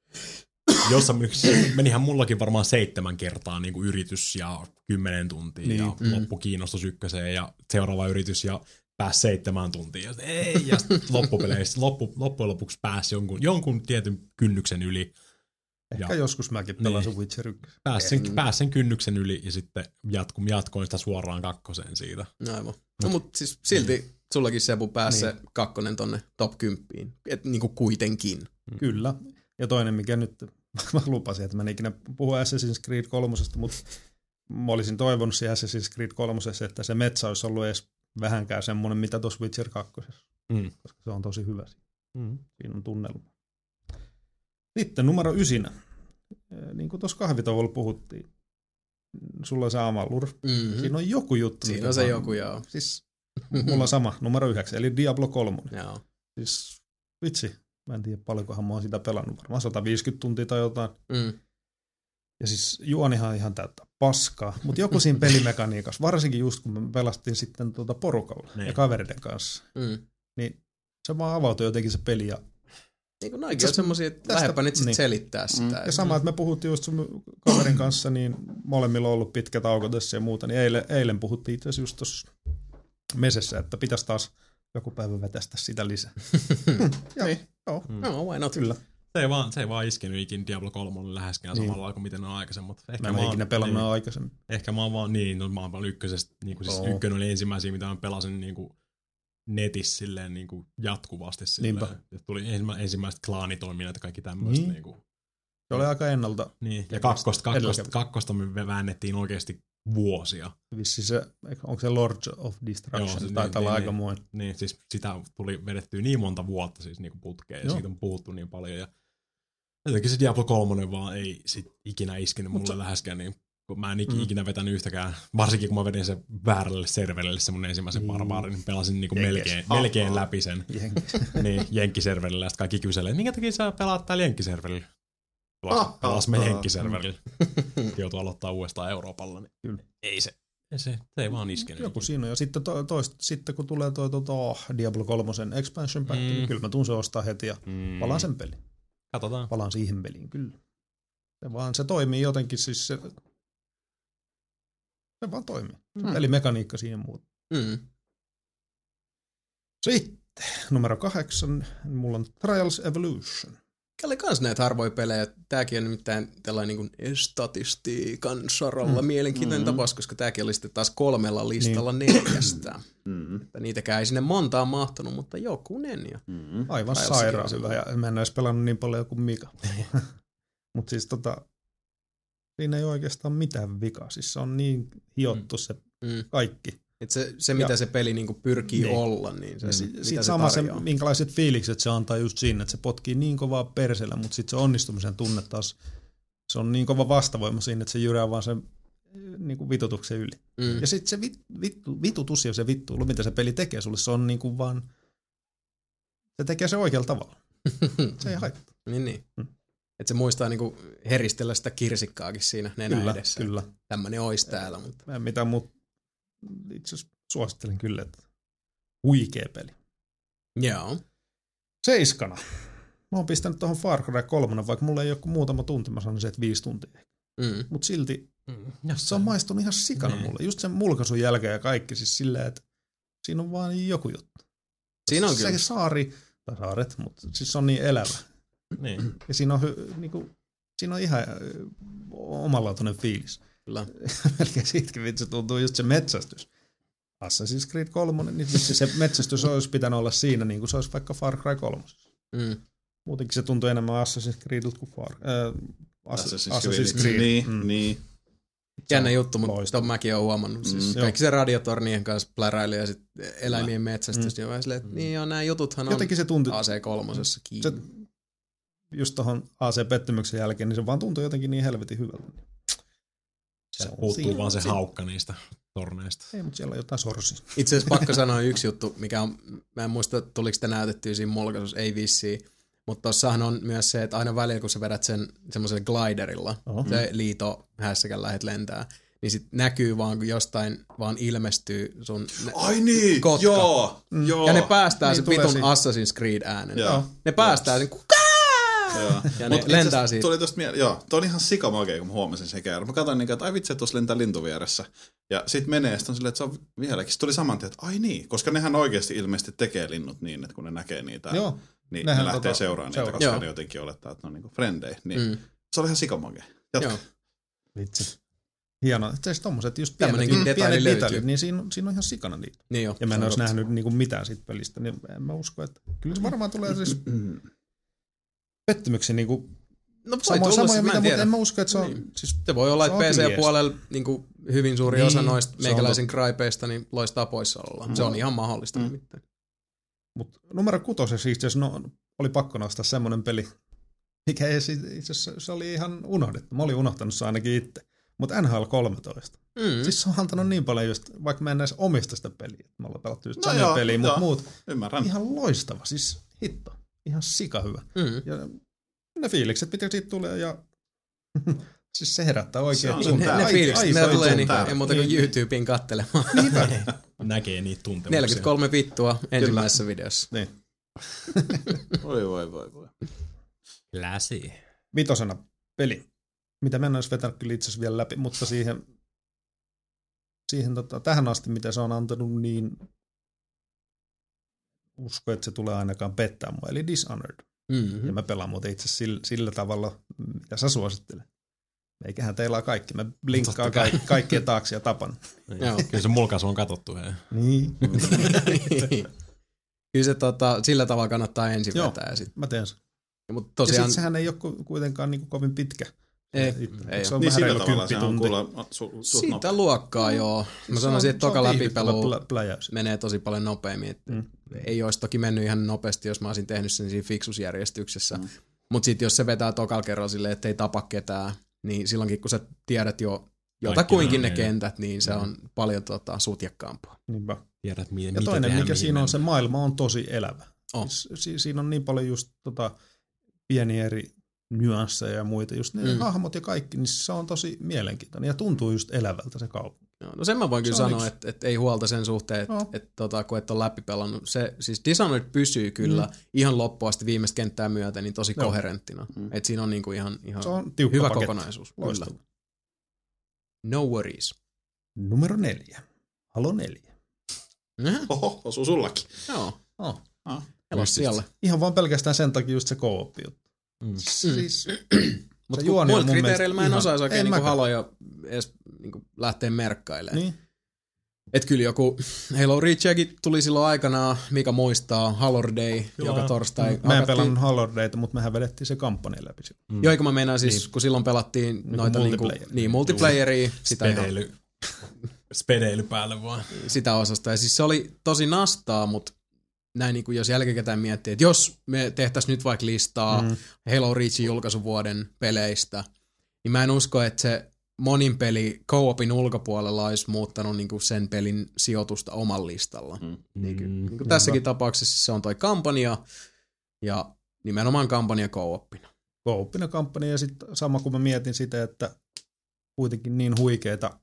menihän mullakin varmaan 7 kertaa niin kuin yritys ja 10 tuntia ja loppu kiinnostus ykköseen ja seuraava yritys ja pääsi 7 tuntia. Ja loppupeleissä loppujen lopuksi pääsi jonkun tietyn kynnyksen yli. Ehkä joskus mäkin pelasin Witcher 1. Pääsi sen kynnyksen yli ja sitten jatkoin sitä suoraan 2 siitä. Aivan. No mutta siis silti sullakin Sebu pääsi se 2 tonne top 10. Et niinku kuitenkin. Kyllä. Ja toinen, mikä nyt mä lupasin, että mä en ikinä puhu Assassin's Creed 3, mutta mä olisin toivonut siinä Assassin's Creed 3, että se metsä olisi ollut edes vähänkään semmoinen, mitä tuossa Witcher 2. Koska se on tosi hyvä. Siinä on tunnelma. Sitten numero 9. Niin kuin tuossa kahvitauolla puhuttiin. Sulla on se Amalur. Siinä on joku juttu. Siinä on se joku, joo. Siis mulla on sama, numero 9, eli Diablo 3. Joo. Siis vitsi. Mä en tiedä paljonkohan mä oon sitä pelannut, varmaan 150 tuntia tai jotain. Ja siis juonihan on ihan täyttä paskaa, mutta joku siinä pelimekaniikassa, varsinkin just kun me pelastiin sitten porukalla ja kaveriden kanssa, niin se vaan avautui jotenkin se peli. Ja niin kuin noikin on semmosia, että lähdepä nyt sitten selittää sitä. Ja sama, että me puhuttiin just sun kaverin kanssa, niin molemmilla on ollut pitkä tauko tässä ja muuta, niin eilen puhuttiin itse asiassa just tuossa mesessä, että pitäisi taas joku päivä vetästä sitä lisää. No, why not? Kyllä. Se ei vaan iskenyt ikin Diablo 3 läheskään samalla lailla kuin miten ne on aikaisemmin. Mä en ikinä pelannut aikaisemmin. Ehkä mä oon vaan ykkösestä, niin kuin siis ykkönen oli ensimmäisiä, mitä mä pelasin niin kuin netissä silleen niin kuin jatkuvasti silleen. Tuli ensimmäiset klaanitoiminnat ja kaikki tämmöistä. Niin. Se oli aika ennalta. Niin, ja kakkosta me väännettiin oikeasti vuosia. Vissi se, onko se Lords of Destruction? Joo, taitaa olla aika muun. Niin, siis sitä tuli vedettyä niin monta vuotta siis niin kuin putkeen, ja siitä on puhuttu niin paljon. Ja jotenkin se Diablo 3 vaan ei sit ikinä iskenyt mulle läheskään, niin kun mä en ikinä vetänyt yhtäkään, varsinkin kun mä vedin sen väärälle serverille se mun ensimmäisen barbaarin, niin pelasin niinku melkein läpi sen. Niin, jenkkiserverille, ja sitten kaikki kyselee, minkä takia sä pelaat täällä jenkkiserverille? Pelas me jenkkiserverille. Joutuu aloittaa uudestaan Euroopalla, niin kyllä. Se ei vaan iskenyt. Joku siinä, ja sitten kun tulee Diablo 3 expansion pack, niin kyllä mä tuun se ostaa heti ja palaan sen pelin. Katsotaan. Palaan siihen peliin, kyllä. Se toimii jotenkin, siis se vaan toimii. Eli mekaniikka siihen muuta. Sitten numero 8, mulla on Trials Evolution. Oli kans näitä harvoja pelejä. Tääkin on nimittäin tällainen niin kuin statistiikan saralla mielenkiintoinen tapaus, koska tääkin oli sitten taas 3 listalla 4. Niitäkään ei sinne montaan mahtunut, mutta jokunen. Ja aivan sairaan hyvä. Ja mä en edes pelannut niin paljon kuin Mika. Mutta siis siinä ei oikeastaan mitään vikaa. Siis se on niin hiottu se kaikki. Et se mitä se peli niinku pyrkii olla, niin se, sitten sama se, minkälaiset fiilikset se antaa just siinä, että se potkii niin kovaa persellä, mutta sitten se onnistumisen tunne taas, se on niin kova vastavoima siinä, että se jyrää vaan sen niinku vitutuksen yli. Ja sitten se vitutus ja se vittuilu, mitä se peli tekee sulle, se on niinku vaan, se tekee se oikealla tavalla. Se ei haittaa. Niin. Että se muistaa niinku heristellä sitä kirsikkaakin siinä nenä edessä. Kyllä. Tämmöinen olisi täällä. Mutta mitään muuta. Itse asiassa suosittelen kyllä, että huikea peli. Joo. 7. Mä oon pistänyt tuohon Far Cry 3, vaikka mulla ei ole muutama tunti, mä sanoisin, että 5 tuntia. Mutta silti se on maistunut ihan sikana mulle. Just sen mulkaisun jälkeen ja kaikki siis silleen, että siinä on vaan joku juttu. Siinä on se kyllä. Saaret, mutta siis se on niin elävä. Niin. Ja siinä on ihan omanlaatuinen fiilis. Kyllä. Melkein siitäkin vitsi tuntuu just se metsästys. Assassin's Creed 3, niin se metsästys olisi pitänyt olla siinä, niin kuin se olisi vaikka Far Cry 3. Muutenkin se tuntuu enemmän Assassin's Creedilta kuin Assassin's Creed. Niin. Jännä juttu, mutta mäkin olen huomannut. Siis kaikki se radiotornien kanssa pläräili ja sitten eläimien metsästys. Niin on silleen, että niin joo, nämä jututhan on AC3 kiinni. Just tuohon AC-pettymyksen jälkeen, niin se vaan tuntuu jotenkin niin helvetin hyvältä. Se puuttuu vaan se haukka niistä torneista. Ei, mutta siellä on jotain sorsia. Itse asiassa pakko sanoa yksi juttu, mikä on, mä en muista, tuliko sitä näytettyä siinä mulkaisussa, ei vissiin. Mutta tossahan on myös se, että aina välillä, kun sä vedät sen semmoisella gliderilla, se liito hässäkään lähet lentää, niin sit näkyy vaan, kun jostain vaan ilmestyy sun kotka. Joo. Ja ne päästää niin sen vitun Assassin's Creed äänen. Ne päästää sen ja ne lentää siitä. Tuli tosta toi on ihan sikamakea, kun mä huomasin sen kerran. Mä katsoin niin, että ai vitsi, että tuossa lentää lintu vieressä. Ja sit menee, sit on silleen, että se on vieläkin. Sitten tuli saman tien, että ai niin, koska nehän oikeasti ilmeisesti tekee linnut niin, että kun ne näkee niitä, niin ne lähtee seuraamaan niitä, koska ne jotenkin olettaa, että ne on niinku frendejä. Niin se oli ihan sikamakea. Jatka. Vitsi. Hienoa. Siis tommoset just pienet detailit, niin siinä on ihan sikana niitä. Niin jo, ja mä en olisi nähnyt niinku mitään siitä pelistä, niin en mä usko, että kyllä se varmaan tulee siis pettymyksiä niinku samoja mitä, mutta en mä usko, että se on siis se voi olla, että PC-puolella niinku hyvin suuri osa noista meikäläisen graipeista niin loistaa poissaolollaan. Se on ihan mahdollista nimittäin. Mutta numero 6 itse asiassa oli pakko nostaa semmoinen peli, mikä ei itse asiassa se oli ihan unohdettu. Mä olin unohtanut se ainakin itse. Mutta NHL 13. Siis se on antanut niin paljon just, vaikka mä en edes omista sitä peliä. Me ollaan pelattu just samoja peliä, mutta muut. Ymmärrän. Ihan loistava. Siis hitto. Ihan sika hyvä. Ja ne fiilikset, mitä siitä tulee ja siis se herättää oikein. Ne fiilikset, ne tulee niin, ei muuta kuin YouTubeen katselemaan. Näkee niitä tuntemuksia. 43 vittua ensimmäisessä videossa. Niin. Voi. Läsi. 5. peli. Mitä mä en olisi vetänyt kyllä itse asiassa vielä läpi, mutta siihen tähän asti, mitä se on antanut, niin usko, että se tulee ainakaan pettää mua, eli Dishonored. Ja mä pelaan muuten itse sillä tavalla, mitä sä suosittelet. Eiköhän teillä ole kaikki. Mä blinkkaan kaikkien taakse ja tapan. Kyllä se mulkaisu on katsottu. Niin. Kyllä se sillä tavalla kannattaa ensin vetää. Mä teen sen. Mutta tosiaan... Ja sit sehän ei ole kuitenkaan niin kovin pitkä. Ei se on niin vähän reilu 10 tuntia. Siitä luokkaa, joo. Mä sanoisin, että toka läpipelu menee tosi paljon nopeammin. Ei olisi toki mennyt ihan nopeasti, jos mä olisin tehnyt sen siinä fiksusjärjestyksessä. Mutta sitten jos se vetää tokalla kerralla silleen, ettei tapa ketään, niin silloinkin kun sä tiedät jo jotakuinkin ne kentät, niin se on paljon sutjakkaampaa. Niinpä. Tiedät, ja toinen, mikä siinä on, se maailma on tosi elävä. Siinä on niin paljon just pieniä eri nyansseja ja muita, just ne hahmot ja kaikki, niin se on tosi mielenkiintoinen ja tuntuu just elävältä se kaupunki. No sen mä voin kyllä sanoa, että ei huolta sen suhteen, että kun et ole läpipelannut. Se, siis Dishonored pysyy kyllä ihan loppuun asti viimeistä kenttää myöten niin tosi koherenttina. Että siinä on niinku ihan hyvä kokonaisuus. Kyllä. No worries. Numero 4. Halo 4. Oho, osuu sullakin. Joo. Elas siellä. Ihan vaan pelkästään sen takia just se co-op juttu. Siis... Mutta muilla kriteereillä mä en osaisi oikein niinku Haloja edes niinku lähteä merkkailemaan. Niin. Että kyllä joku Halo Reachiakin tuli silloin aikanaan, mikä muistaa, Halor Day, joka torstai. Mä en pelannut Halor Dayta, mutta mehän vedettiin se kampanja läpi. Joo, eikö mä meinaan siis, kun silloin pelattiin noita multiplayeria. Spedeily päälle vaan. Sitä osasta. Ja siis se oli tosi nastaa, mutta näin niin kuin jos jälkikäteen miettii, että jos me tehtäisiin nyt vaikka listaa Halo Reachin julkaisuvuoden peleistä, niin mä en usko, että se monin peli co-opin ulkopuolella olisi muuttanut niin kuin sen pelin sijoitusta oman listalla. Niin kuin tässäkin tapauksessa se on toi kampanja ja nimenomaan kampanja co-opina. Co-opina kampanja ja sitten sama kuin mä mietin sitä, että kuitenkin niin huikeeta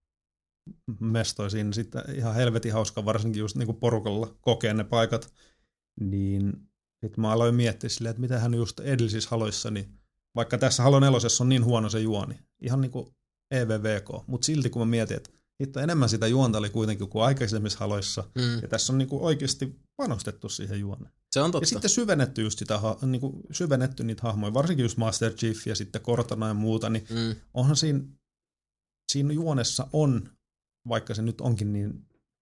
mestoi siinä sitten ihan helvetin hauska, varsinkin just niinku porukalla kokea ne paikat, niin sitten mä aloin miettiä silleen, että mitähän just edellisissä Haloissa, niin vaikka tässä Halo 4 on niin huono se juoni, ihan niinku EVVK, mutta silti kun mä mietin, että enemmän sitä juonta oli kuitenkin kuin aikaisemmissa Haloissa, ja tässä on niinku oikeasti panostettu siihen juoneen. Se on totta. Ja sitten syvennetty just sitä, niinku syvennetty niitä hahmoja, varsinkin just Master Chief ja sitten Cortana ja muuta, niin onhan siinä juonessa on, vaikka se nyt onkin niin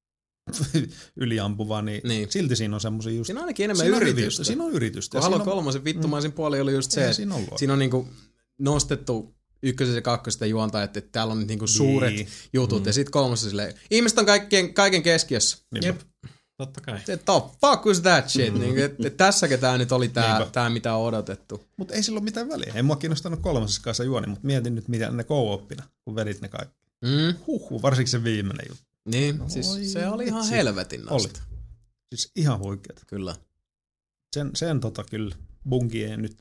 yliampuva, niin silti siinä on semmosia just... Siinä on ainakin enemmän yritystä. Siinä on yritystä. Kun Halo 3 vittumaisin puoli oli just se, että siinä on niinku nostettu ykkösessä ja kakkosesta juonta, että täällä on niinku suuret jutut, ja sitten kolmosessa silleen, ihmiset on kaiken keskiössä. Jep. Totta kai. The fuck was that shit? Tässäkö tää nyt oli tää mitä on odotettu? Mutta ei sillä ole mitään väliä. Ei mua kiinnostanut kolmosessa kanssa juoni, mutta mietin nyt miten ne co-opina, kun vedit ne kaikki. Varsinkin se viimeinen juttu. Niin, siis se oli ihan helvetin nasta. Siis ihan huikeeta. Kyllä. Sen kyllä Bungie nyt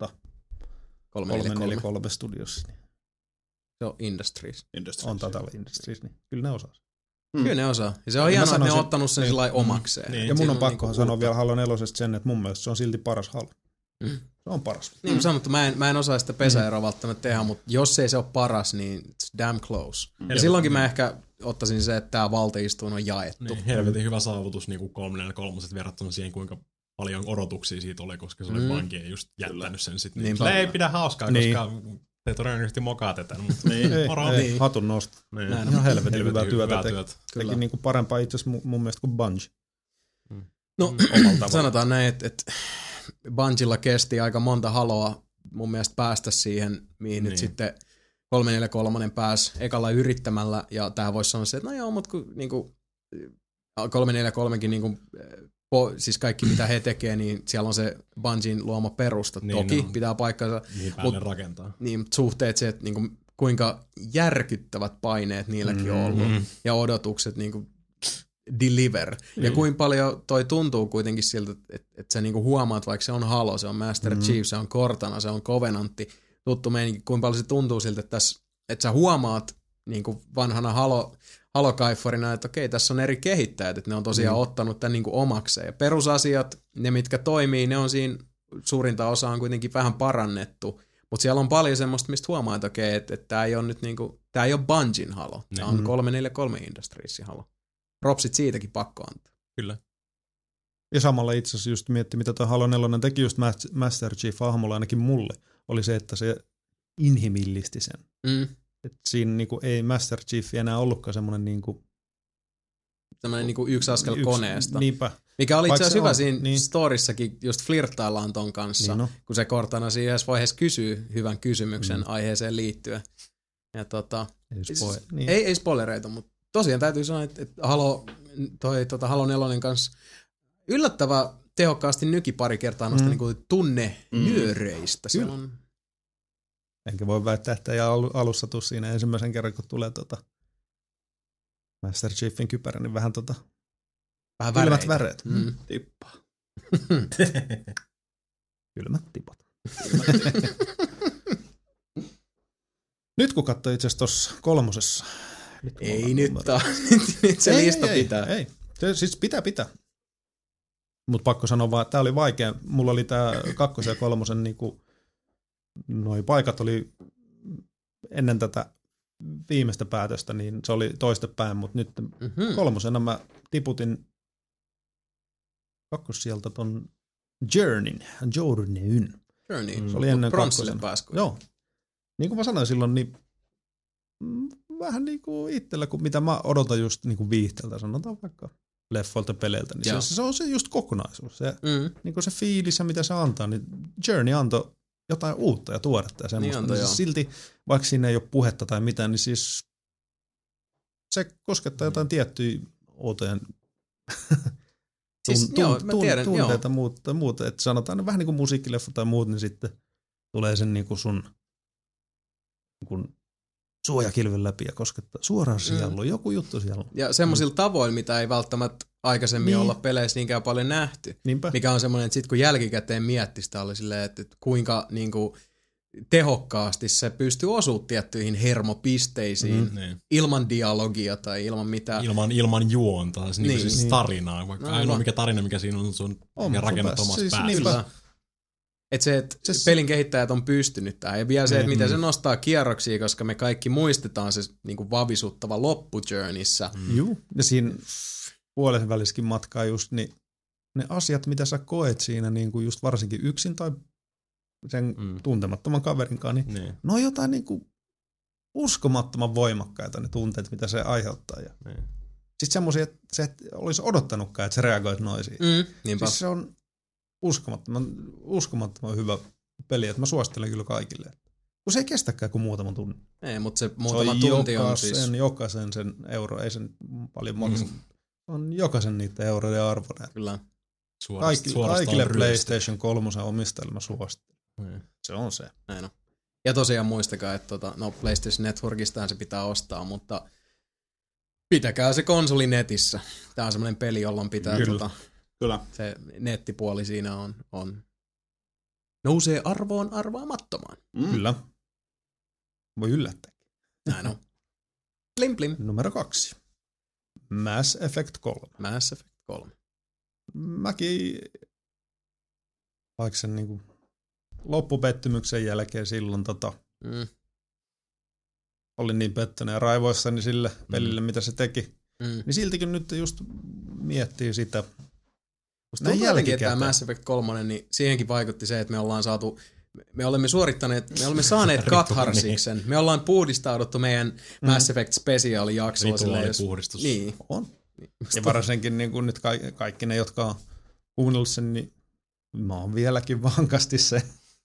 343 Studiossa. Niin. Se on Industries. On Total Industries, niin kyllä ne osaa. Kyllä ne osaa. Ja se on hienoa, että ne on ottanut sen sillä omakseen. Niin. Ja mun on pakkohan sanoa vielä Halo 4 sen, että mun mielestä se on silti paras Halo. Se on paras. Niin kuin sanottu, mä en osaa sitä pesäeroa välttämättä tehdä, mutta jos ei se ole paras, niin it's damn close. Ja silloinkin mä ehkä ottaisin se, että tämä valtaistuin on jaettu. Niin, helvetin hyvä saavutus niin kuin 343 verrattuna siihen, kuinka paljon odotuksia siitä oli, koska se oli Bungie just jättänyt sen sitten. Niin, ei pidä hauskaa, koska te todennäköisesti mokaa tätä. Niin, hatun nosto. Ihan helvetin hyvää työtä. Teki niin kuin parempaa itse asiassa mun mielestä kuin Bungie. No, sanotaan näin, että Bungiella kesti aika monta Haloa mun mielestä päästä siihen, mihin nyt sitten 343 pääsi ekalla yrittämällä, ja tähän voisi sanoa se, että no joo, mutta kun niinku 343kin niinku, siis kaikki mitä he tekee, niin siellä on se Bungien luoma perusta. Niin, toki pitää paikkansa. Niin päälle rakentaa. Niin, mutta suhteet se, että niinku, kuinka järkyttävät paineet niilläkin on ollut, ja odotukset niinku deliver. Ja kuinka paljon toi tuntuu kuitenkin siltä, että sä niinku huomaat, vaikka se on Halo, se on Master Chief, se on Cortana, se on Covenantti, tuttu meininki, kuinka paljon se tuntuu siltä, että sä huomaat niinku vanhana Halo-kaiffarina, että okei, tässä on eri kehittäjät, että ne on tosiaan ottanut tämän niinku omakseen. Ja perusasiat, ne mitkä toimii, ne on siinä suurinta osaa on kuitenkin vähän parannettu, mutta siellä on paljon semmoista, mistä huomaa, että okei, että tää ei ole nyt niinku, tää ei ole Bungien Halo, tää on 343 Industriesin Halo. Propsit siitäkin pakko antaa. Kyllä. Ja samalla itse asiassa just mietti, mitä tuo Halo 4 teki just Master Chief-hahmolla ainakin mulle, oli se, että se inhimillisti sen. Että siinä niinku ei Master Chief enää ollutkaan semmoinen niinku... Semmoinen niinku yksi askel koneesta. Niinpä. Mikä oli itse asiassa hyvä siinä storissakin, just flirttaillaan ton kanssa, kun se Cortana siinä yhdessä vaiheessa kysyy hyvän kysymyksen aiheeseen liittyen. Ja ei spoilereita, mutta tosiaan täytyy sanoa, että Halo 4 kanssa yllättävän tehokkaasti nyki pari kertaa noista niinku tunnenyöreistä. Enkä voi väittää, että ei alussa tuu siinä ensimmäisen kerran, kun tulee Master Chiefin kypärä, niin vähän kylmät väreet. Tippaa. Kylmät tipot. Nyt kun katsoi itse asiassa tuossa 3. Ei nyt nyt se lista pitää. Ei. Siis pitää. Mutta pakko sanoa vaan, että tämä oli vaikea. Mulla oli tämä 2. ja 3. niinku, noi paikat oli ennen tätä viimeistä päätöstä, niin se oli toistepäin, mutta nyt 3. mä tiputin 2. sieltä ton Journeyn. Se oli ennen 2. Joo. Niin kuin mä sanoin silloin, niin vähän niin kuin itsellä, mitä mä odotan just niin kuin viihteeltä, sanotaan vaikka leffoilta peleiltä, niin se on se just kokonaisuus. Se, niin kuin se fiilis ja mitä se antaa, niin Journey antoi jotain uutta ja tuoretta ja semmoista. Niin siis silti, vaikka siinä ei ole puhetta tai mitään, niin siis se koskettaa jotain tiettyjä outoja tunteita muuta. Että sanotaan vähän niin kuin musiikkileffa tai muut, niin sitten tulee sen niin kuin sun niin kuin suojakilven läpi ja koskettaa suoraan sielua, joku juttu siellä. Ja semmoisilla tavoilla, mitä ei välttämättä aikaisemmin olla peleissä niinkään paljon nähty. Niinpä. Mikä on semmoinen, että sit kun jälkikäteen mietti sitä, oli silleen, että kuinka niinku tehokkaasti se pystyy osumaan tiettyihin hermopisteisiin ilman dialogia tai ilman mitään. Ilman juonta, siis tarinaa. Vaikka ainoa mikä tarina, mikä siinä on sun rakennat omassa päässä. Että se, että pelin kehittäjät on pystynyt tähän. Ja vielä se, että miten se nostaa kierroksia, koska me kaikki muistetaan se niin kuin vavisuttava loppu Journeyssä. Joo, ja siinä puolen välissäkin matkaa just niin ne asiat, mitä sä koet siinä niin kuin just varsinkin yksin tai sen tuntemattoman kaverinkaan, niin ne on jotain niin kuin uskomattoman voimakkaita ne tunteet, mitä se aiheuttaa. Ja sitten semmoisia, että se et olisi odottanutkaan, että se reagoisi noisiin. Siis se on uskomattoman hyvä peli, että mä suosittelen kyllä kaikille. Kun se ei kestäkään kuin muutaman tunnin. Ei, mutta se muutama tunti on siis... Jokaisen sen euro, ei sen paljon maksa. On jokaisen niitä euroja arvoinen. Kyllä. Kaikille PlayStation 3 omistajille mä suosittelen. Se on se. Näin on. Ja tosiaan muistakaa, että PlayStation Networkistahan se pitää ostaa, mutta pitäkää se konsoli netissä. Tää on semmoinen peli, jolloin pitää Kyllä. Se nettipuoli siinä on nousee arvoon arvaamattomaan. Kyllä. Voi yllättää. Näin on. Plim plim. Numero 2. Mass Effect 3. Mass Effect 3. Mäkin, vaikka sen niinku loppupettymyksen jälkeen silloin olin niin pettynyt ja raivoissani sille pelille, mitä se teki, niin siltikin nyt just miettii sitä. Tuntuu jotenkin, että tämä Mass Effect 3, niin siihenkin vaikutti se, että me olemme saaneet katharsiksen. Me ollaan puhdistauduttu meidän Mass Effect Special-jaksolla. Rituaalipuhdistus. Niin. On. Ja varsinkin niin kuin nyt kaikki ne, jotka on kuunnellut sen, niin mä oon vieläkin vankasti sen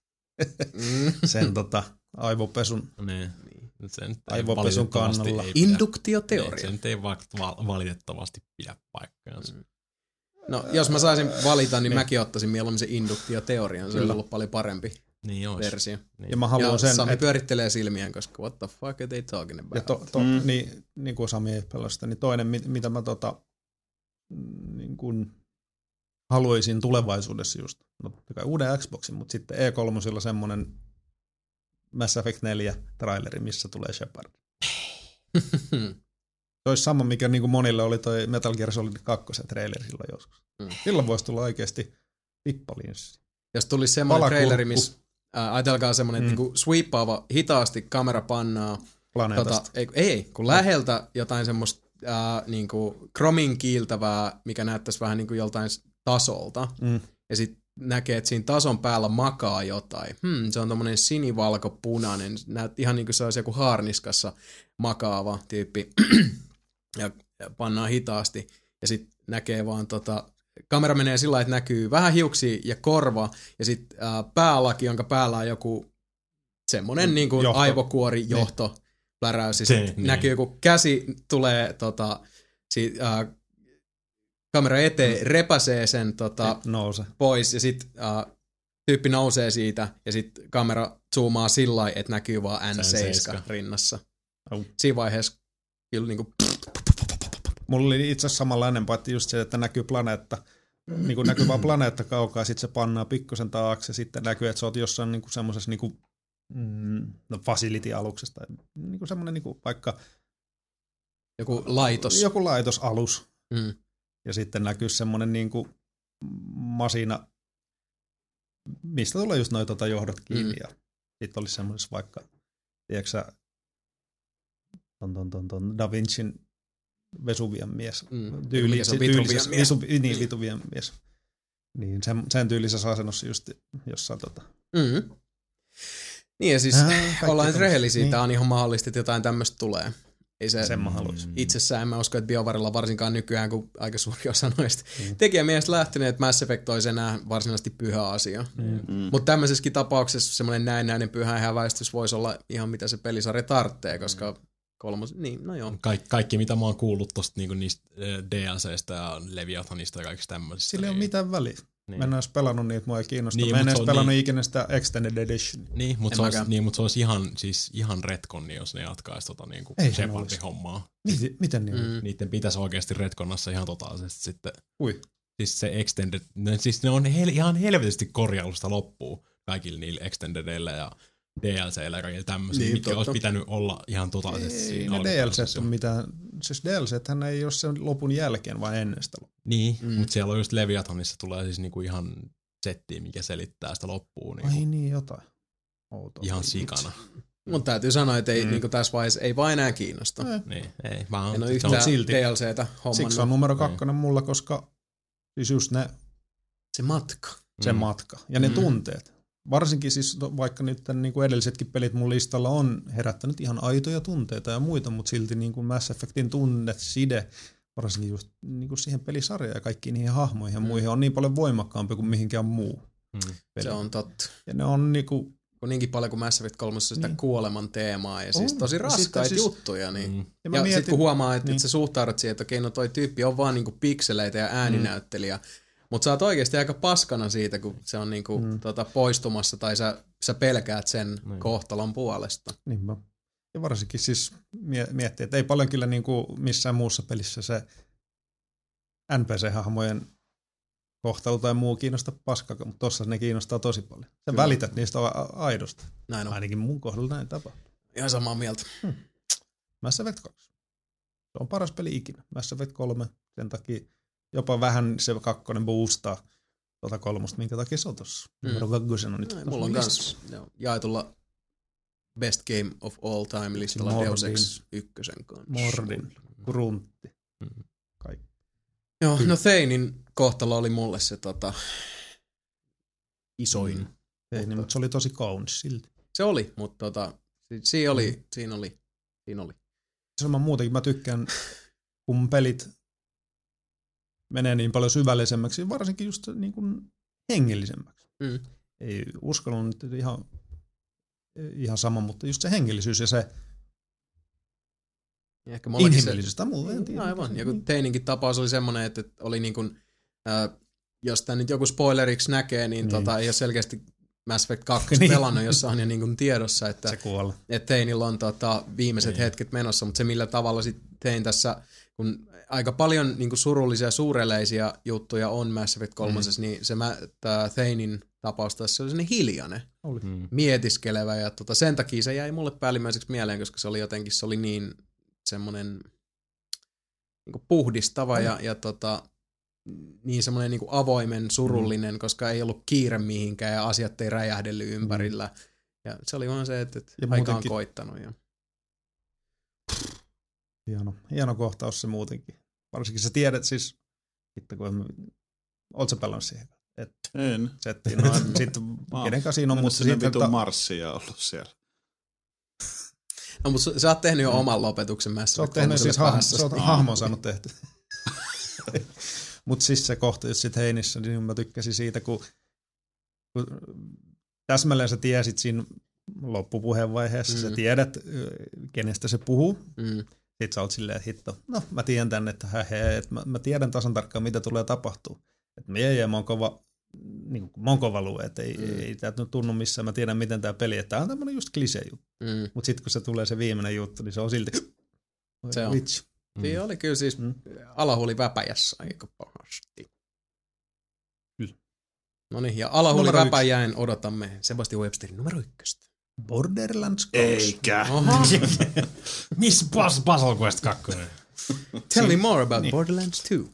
aivopesun. Aivopesun kannalla. Induktioteoria. Se nyt ei valitettavasti pidä paikkaansa. No, jos mä saisin valita, niin mäkin ottaisin mieluummin se induktioteorian. Se on ollut paljon parempi versio. Niin. Ja mä haluan sen, Sami pyörittelee silmiään, koska what the fuck are they talking about? Ja niin kuin Sami ei pelaa sitä, niin toinen, mitä mä niin kuin haluaisin tulevaisuudessa just, uuden Xboxin, mutta sitten E3 semmoinen Mass Effect 4 traileri, missä tulee Shepard. Se olisi sama, mikä niin kuin monille oli toi Metal Gear Solid 2 traileri silloin joskus. Silloin voisi tulla oikeasti pippalinssi. Jos tulisi semmoinen traileri, missä ajatelkaa semmoinen niin kuin sweepaava hitaasti kamera pannaa. Kun läheltä jotain semmoista niin kuin kromin kiiltävää, mikä näyttäisi vähän niin kuin joltain tasolta. Ja sitten näkee, että siinä tason päällä makaa jotain. Se on tommonen sinivalkopunainen. Näyttää ihan niin kuin se olisi joku haarniskassa makaava tyyppi. ja pannaan hitaasti. Ja sitten näkee vaan kamera menee sillä lailla, että näkyy vähän hiuksia ja korva, ja sitten päälaki, jonka päällä on joku semmoinen niin kuin aivokuori johto pläräys, ja sitten näkyy, kun käsi tulee kamera eteen, repäsee sen pois, ja sitten tyyppi nousee siitä, ja sitten kamera zoomaa sillä lailla, että näkyy vaan N7 rinnassa. Siinä vaiheessa kyllä niinku... Mulla oli itse asiassa samanlainen paatti just se, että näkyy planeetta, niin kuin näkyy vaan planeetta kaukaa, sitten se pannaa pikkusen taakse, sitten näkyy, että sä oot jossain niin semmoisessa niin facility-aluksesta, niin kuin semmoinen niin vaikka... Joku laitos. Joku laitosalus. Ja sitten näkyy semmoinen niin kuin masina, mistä tulee just noita johdot kiinni. Ja sitten olisi semmoisessa vaikka, tiedätkö sä, ton Da Vincin Vesuvian mies. Vitruvian mies. Niin sen tyylisessä asennossa just jossain Niin ja siis ollaan nyt rehellisiä, niin. Tää on ihan mahdollista, että jotain tämmöistä tulee. Ei se itsessään, en mä usko, että BioWarella varsinkaan nykyään, kun aika suuri osa noista tekijämiestä lähteneet, että Mass Effect olisi enää varsinaisesti pyhä asia. Mutta tämmöisessäkin tapauksessa semmoinen näennäinen pyhä häväistys voisi olla ihan mitä se pelisarja tarvitsee, koska niin, no joo. Kaikki mitä mä oon kuullut tosta niinku niistä DLCstä ja Leviathanista ja kaikista tämmöisistä. Sillä ei ole mitään väliä. Mä en olisi pelannut niitä, mua ei kiinnosta. Mä en edes pelannut ikinä sitä Extended Edition. Niin, mutta se olisi ihan retconni, jos ne jatkaisi niinku Shepardin-hommaa. Miten niin? Niiden pitäisi oikeasti retkonnassa ihan totaalisesti sitten. Siis se Extended, siis ne on ihan helvetisti korjausta loppuun kaikille niille Extendedeille ja DLCillä ja kaikille tämmöisiä, mitkä olisi pitänyt olla ihan totaalisesti siinä. Ei ne DLCt on mitään, siis DLCthän ei ole sen lopun jälkeen, vaan ennen sitä loppuun. Niin, mutta siellä on just Leviathanissa tulee siis niinku ihan settiä, mikä selittää sitä loppuun. Niinku, ai niin, jotain. Outoa. Ihan sikana. Mutta täytyy sanoa, että ei, niinku tässä vaiheessa ei vaan enää kiinnosta. Niin, ei vaan. En ole yhtään DLCtä hommannut. Siksi on numero 2 mulla, koska siis just ne... Se matka. Se matka. Ja ne tunteet. Varsinkin siis vaikka nyt niin kuin edellisetkin pelit mun listalla on herättänyt ihan aitoja tunteita ja muita, mutta silti niin kuin Mass Effectin tunnet, side, varsinkin just niin kuin siihen pelisarjaan ja kaikkiin niihin hahmoihin ja muihin on niin paljon voimakkaampi kuin mihinkään muu. Se on totta. Ja ne on niinku... Niinkin paljon kuin Mass Effect 3 sitä kuoleman teemaa ja siis tosi raskaita juttuja. Niin. Ja sitten kun huomaa, että sä suhtaudut siihen, että okei, no toi tyyppi on vaan niinku pikseleitä ja ääninäyttelijä, mutta sä oot oikeasti aika paskana siitä, kun se on niinku, poistumassa tai sä pelkäät sen kohtalon puolesta. Niinpä. Ja varsinkin siis miettii, että ei paljon kyllä niinku missään muussa pelissä se NPC-hahmojen kohtelu tai muu kiinnosta paskaa, mutta tossa ne kiinnostaa tosi paljon. Sä välität niistä aidosta. Näin on. Ainakin mun kohdalla näin tapahtuu. Ihan samaa mieltä. Mass Effect 2. Se on paras peli ikinä. Mass Effect 3, sen takia jopa vähän se 2 boostaa tuota 3, minkä takia se on tossa. Numero 2 on nyt. Mulla on kans jaetulla Best Game of All Time listalla Deus Ex 1 kanssa. Mordin, Gruntti. Kaikki. Joo, no Thanein kohtalo oli mulle se isoin. Mutta se oli tosi kaunis silti. Se oli, mutta siinä oli. Se on muutenkin, mä tykkään, kun pelit menee niin paljon syvällisemmäksi, varsinkin just niin kuin hengellisemmäksi. Ei uskonut nyt ihan sama, mutta just se hengellisyys ja se inhimillisyys tai muu, en tiedä. Aivan, ja kun Thaininkin tapaus oli semmoinen, että oli niin kuin, jos tämä nyt joku spoileriksi näkee, niin ei ole selkeästi Mass Effect 2 pelannut, jossa on jo niin kuin tiedossa, että Thainilla on viimeiset hetket menossa, mutta se millä tavalla sitten Thain tässä, kun aika paljon niin kuin surullisia, suureleisia juttuja on Mass Effect 3, niin se Thainin tapaus tässä oli sellainen hiljainen, mietiskelevä, ja sen takia se jäi mulle päällimmäiseksi mieleen, koska se oli jotenkin, se oli niin semmoinen niin puhdistava ja niin semmoinen niin avoimen, surullinen, koska ei ollut kiire mihinkään ja asiat ei räjähdellyt ympärillä. Ja se oli vaan se, että aika on koittanut. Ja... Hieno kohtaus se muutenkin. Varsinkin sä tiedät siis, ootko sä pelannut siihen? En. Sitten kenenkään siinä on, mutta sitten vitun marssia ollut siellä. No, mutta sä oot tehnyt jo oman lopetuksen Mass Effect 3 siis hahmo on saanut tehty. Mut siis se kohta, jos sit Heinissä, niin mä tykkäsin siitä, kun täsmälleen sä tiesit siinä loppupuheenvaiheessa, sä tiedät, kenestä se puhuu. Sitten sä oot silleen, että hitto, no mä tiedän tänne, että mä tiedän tasan tarkkaan, mitä tulee tapahtua. Että mä oon kova, niin kuin mä oon kova lue, että ei tää nyt tunnu missään, mä tiedän miten tää peli, että tää on tämmönen just klisee-juttu. Mutta sitten kun se tulee se viimeinen juttu, niin se on silti, se on. vitsi. Siinä oli kyllä siis alahuuli väpäjässä aika pahasti. Kyllä. No niin, ja alahuuli väpäjäin odotamme Sebastian Websterin numero 1. Borderlands 2. Eikä. Miss Puzzle Quest 2? Tell me more about Borderlands 2.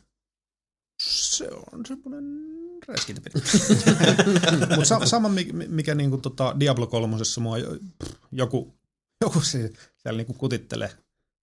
Se on semmoinen räiskintäpeli. Mutta sama mikä niinku Diablo 3:ssa mua joku siellä niinku kutittelee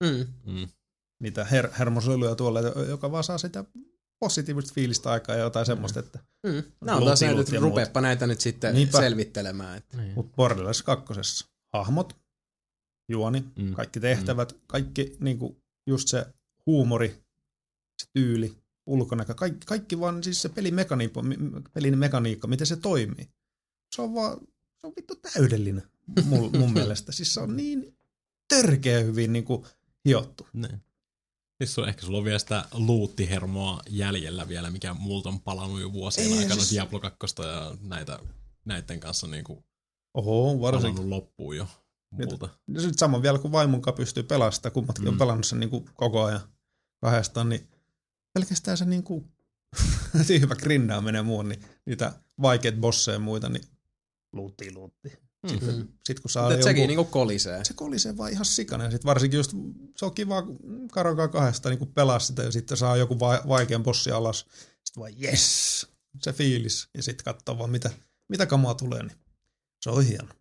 niitä hermosölyjä tuolla, joka vaan saa sitä positiivista fiilistä aikaa ja jotain semmoista, että nämä on taas näitä, että rupeepa näitä nyt sitten selvittelemään. Että. Mutta Borderlands 2. hahmot, juoni, kaikki tehtävät, kaikki niinku just se huumori, se tyyli, ulkonäkö, kaikki vaan siis se pelin mekaniikka, miten se toimii. Se on vittu täydellinen mun mielestä. Siis se on niin törkeä hyvin niinku hiottu. Siis ehkä sulla on vielä sitä luuttihermoa jäljellä vielä, mikä multa on palannut jo vuosien aikana Diablo 2 ja näiden kanssa niinku palannut loppuun jo multa. Ja sitten sama vielä, kun vaimonkaan pystyy pelaamaan sitä, kummatkin on pelannut sen niinku koko ajan kahdestaan, niin pelkästään se niinku hyvä grindaaminen muun, niin niitä vaikeita bosseja ja muita, niin luutti. Sitten kun saa sekin niinku kolisee. Se kolisee vaan ihan sikana. Ja sitten varsinkin just, se on kiva Karonkaan kahdesta niinku pelaa sitä ja sitten saa joku vaikean bossi alas. Sitten vaan yes, se fiilis. Ja sitten katsoo vaan mitä kamaa tulee, niin se on hieno.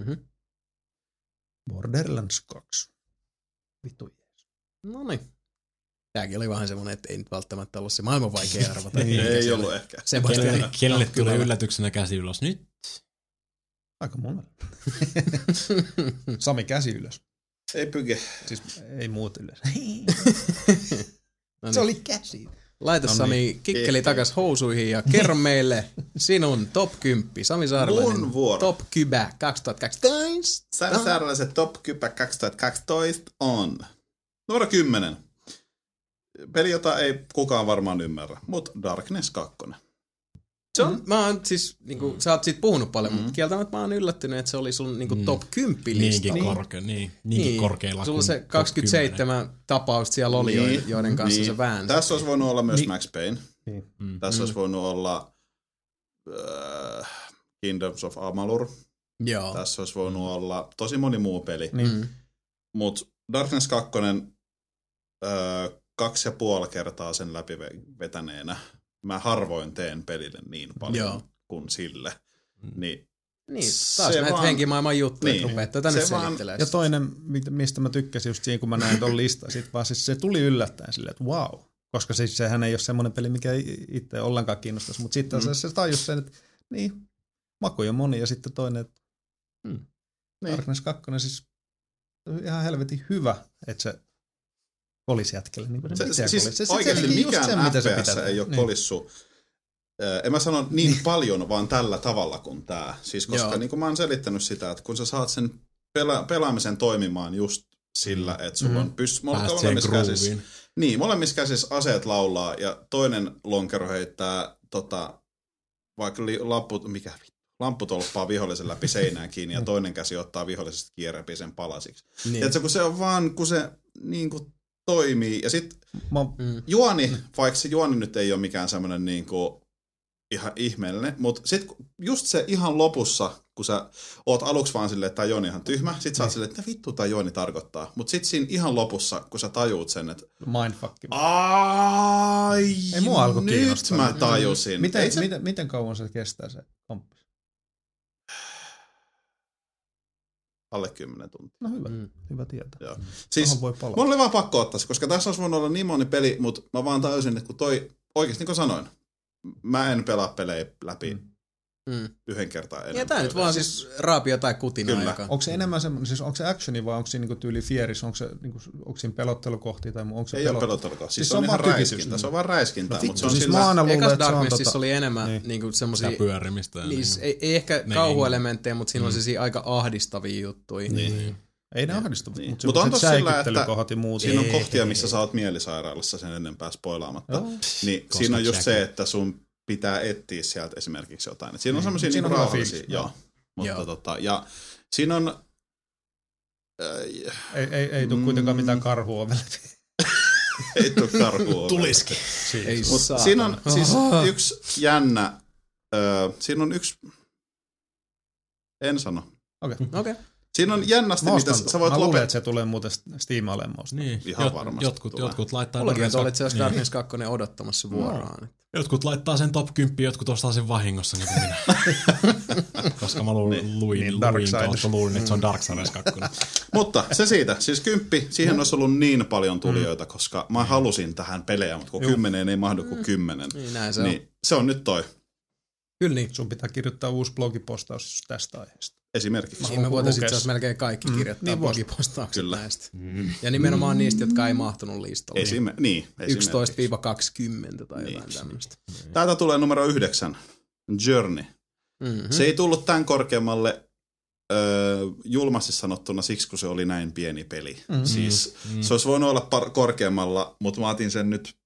Borderlands 2. Vittu jees. Noniin. Tämäkin oli vähän semmoinen, että ei nyt välttämättä ollut se maailman vaikea arvata. Ei ollut ehkä. Kenelle tuli yllätyksenä käsi ylös nyt? Aika monella. Sami käsi ylös. Ei pyke. Siis ei muut ylös. No se oli käsi. Laita Sami kikkeli takas housuihin ja kerro meille sinun top 10. Sami Saarelainen. Mun vuoro. Top 10 2012. Sami Saarelaisen top 10 2012 on numero 10. Peli, jota ei kukaan varmaan ymmärrä, mutta Darkness 2. Se on, mä oon siis, niinku, sä oot siitä puhunut paljon, mutta kieltämättä mä oon yllättynyt, että se oli sun niinku, top 10 listalla. Niinkin korkeilla. Sulla se 27 tapausta siellä oli, joiden kanssa se väänsi. Tässä olisi voinut olla myös Max Payne. Tässä olisi voinut olla Kingdoms of Amalur. Joo. Tässä olisi voinut olla tosi moni muu peli. Mutta Darkness 2 2,5 kertaa sen läpi vetäneenä. Mä harvoin teen pelille niin paljon kuin sille. Niin taas näitä henkimaailman juttuja, että rupeat tätä nyt selittelemään. Ja toinen, mistä mä tykkäsin just siinä, kun mä näin ton listan, sit vaan siis se tuli yllättäen silleen, että wow. Koska siis sehän ei ole semmoinen peli, mikä itse ollenkaan kiinnostaisi. Mutta sitten se tajus sen, että niin, makuja moni ja sitten toinen, että Darkness 2 siis ihan helvetin hyvä, että se kolisi jätkelle. Niin siis oikeasti mikään FPS ei ole kolissu. En mä sano niin paljon, vaan tällä tavalla kuin tää. Siis koska niin kuin mä oon selittänyt sitä, että kun sä saat sen pelaamisen toimimaan just sillä, että sulla on molemmissa käsissä. Niin, molemmissa käsissä aseet laulaa ja toinen lonkero heittää vaikka lampputolppaa vihollisen läpi seinään kiinni ja toinen käsi ottaa vihollisesta kierrepii sen palasiksi. Niin. Että kun se on vaan, kun se niin kuin toimii. Ja sit juoni, vaikka se juoni nyt ei ole mikään semmoinen niinku ihan ihmeellinen, mutta sit just se ihan lopussa, kun sä oot aluksi vaan silleen, että tää juoni ihan tyhmä, sit sä oot silleen, että vittu tää juoni tarkoittaa. Mut sit siinä ihan lopussa, kun sä tajuut sen, että mindfuck. Ei mua alkoi nyt kiinnostaa. mä tajusin. Miten kauan se kestää se komppis? Alle 10 tuntia. No hyvä, hyvä tietää. Joo. Siis mun oli vaan pakko ottaa se, koska tässä olisi voinut olla niin moni peli, mutta mä vaan tajusin, että kun toi, oikeasti niin kuin sanoin, mä en pelaa pelejä läpi yhden kertaa enemmän. Ja tää nyt vaan siis raapia tai kutinaa. Joka... Onko se enemmän semmoinen, siis onko se actioni vai onko siinä niinku tyyli fieris, onko siinä pelottelukohtia tai onko se ei ole pelottelukohtia, siis on ihan räiskintä, se on vaan räiskintää. Mutta se on siis mä aina luulen, että se on oli enemmän niinku semmosia... pyörimistä. Ei ehkä kauhuelementtejä, mutta siinä on sellaisia aika ahdistavia juttuja. Ei ne ahdistu, mutta on tossa sillä, että siinä on kohtia, missä sä oot mielisairaalassa sen ennen spojlaamatta. Niin siinä on just se, että sun pitää etsiä sieltä esimerkiksi jotain. Et siinä on semmosia niinku rauhallisia. Joo. Mutta ja siinä on... Ei tule kuitenkaan mitään karhua ovelle. Ei tule karhua ovelle. Tulisikin. Mutta siinä on siis yksi jännä... siinä on yksi... En sano. Okei. Siinä on jännästi, mitä sä voit lopettaa. Mä luulen, että se tulee muuten Steam-alemmoista. Niin. Ihan varmasti Jotkut laittaa... Mullakin on itse asiassa Darkness 2 odottamassa vuoroaan. Jotkut laittaa sen top 10, jotkut ostaa sen vahingossa, niin kuin minä. Koska mä luin, että se on Darksiders 2. Mutta se siitä. Siis 10, siihen olisi ollut niin paljon tulijoita, koska mä halusin tähän pelejä, mutta kun 10 ei mahdu kuin 10. Niin näin se on. Niin se on nyt toi. Kyllä niin. Sun pitää kirjoittaa uusi blogipostaus tästä aiheesta. Esimerkiksi. Niin me voitaisiin itse asiassa melkein kaikki kirjoittaa blogipostaukset näistä. Ja nimenomaan niistä, jotka ei mahtunut listalle. 11-20 tai jotain tämmöistä. Täältä tulee numero 9. Journey. Se ei tullut tämän korkeammalle julmasti sanottuna siksi, kun se oli näin pieni peli. Siis se olisi voinut olla korkeammalla, mutta mä otin sen nyt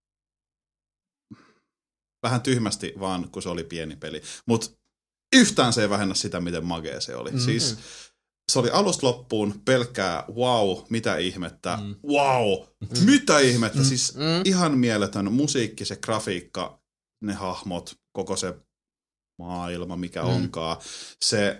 vähän tyhmästi vaan, kun se oli pieni peli. Mutta yhtään se ei vähennä sitä, miten magea se oli. Siis se oli alusta loppuun pelkkää wow, mitä ihmettä, mitä ihmettä. Siis ihan mieletön musiikki, se grafiikka, ne hahmot, koko se maailma, mikä onkaan. Se,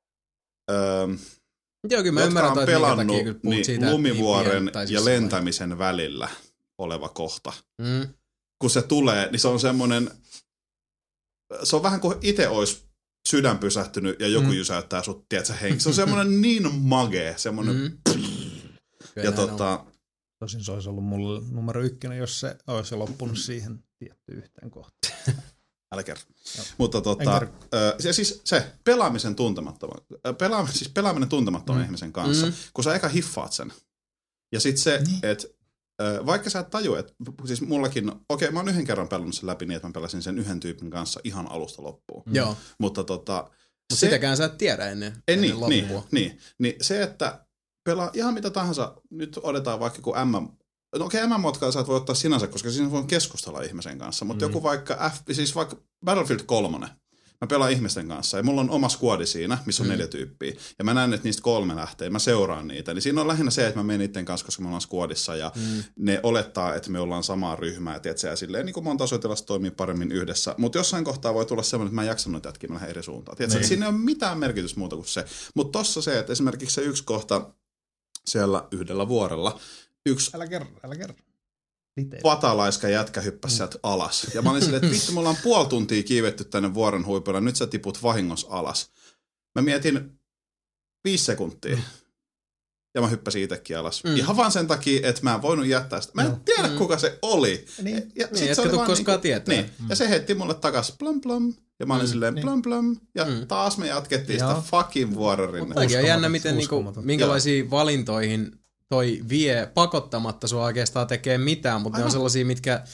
jotka on pelannut niin lumivuoren ja lentämisen välillä oleva kohta. Kun se tulee, niin se on semmoinen, se on vähän kuin itse olisi sydän pysähtynyt ja joku jysäyttää sut, tiedätkö, henki. Se on semmoinen niin magee, semmoinen ja Tosin se olisi ollut mulle numero 1, jos se olisi loppunut siihen tiettyyn yhteen kohtaan. Älä kerro. Mutta siis se pelaaminen tuntemattoman ihmisen kanssa, kun sä eka hiffaat sen. Ja sit se, että vaikka sä et tajua, että siis mullakin, mä oon yhden kerran pelannut sen läpi niin, että mä pelasin sen yhden tyypin kanssa ihan alusta loppuun. Joo. Mutta sitäkään sä et tiedä ennen loppua. Niin se, että pelaa ihan mitä tahansa, nyt otetaan vaikka kun MM-motkaa sä et voi ottaa sinänsä, koska siinä voi keskustella ihmisen kanssa, mutta joku vaikka Battlefield 3, mä pelaan ihmisten kanssa ja mulla on oma squadi siinä, missä on 4 tyyppiä. Ja mä näen, että niistä 3 lähtee, mä seuraan niitä. Niin siinä on lähinnä se, että mä menen niiden kanssa, koska me ollaan squadissa ja ne olettaa, että me ollaan samaa ryhmää. Ja silleen, niin kuin monta sotilasta toimii paremmin yhdessä. Mutta jossain kohtaa voi tulla semmoinen, että mä en jaksa noita jätkiä, mä lähden eri suuntaan. Tiedätkö, että siinä ei ole mitään merkitystä muuta kuin se. Mutta tossa se, että esimerkiksi se yksi kohta siellä yhdellä vuorella, Älä kerro. Patalaiska jätkä hyppäsi sieltä alas. Ja mä olin silleen, että vittu, me ollaan puoli tuntia kiivetty tänne vuoren huipulle, nyt sä tiput vahingossa alas. Mä mietin 5 sekuntia. Ja mä hyppäsin itsekin alas. Ihan vaan sen takia, että mä en voinut jättää sitä. Mä en tiedä, kuka se oli. Ja sit se oli vaan koskaan tietää. Niin. Ja se heitti mulle takas plum plum. Ja mä olin silleen plum plum. Ja taas me jatkettiin sitä fucking vuorenrinnettä. Mutta on jännä, miten minkälaisiin valintoihin toi vie pakottamatta sua oikeastaan tekee mitään, mutta ne on sellaisia, mitkä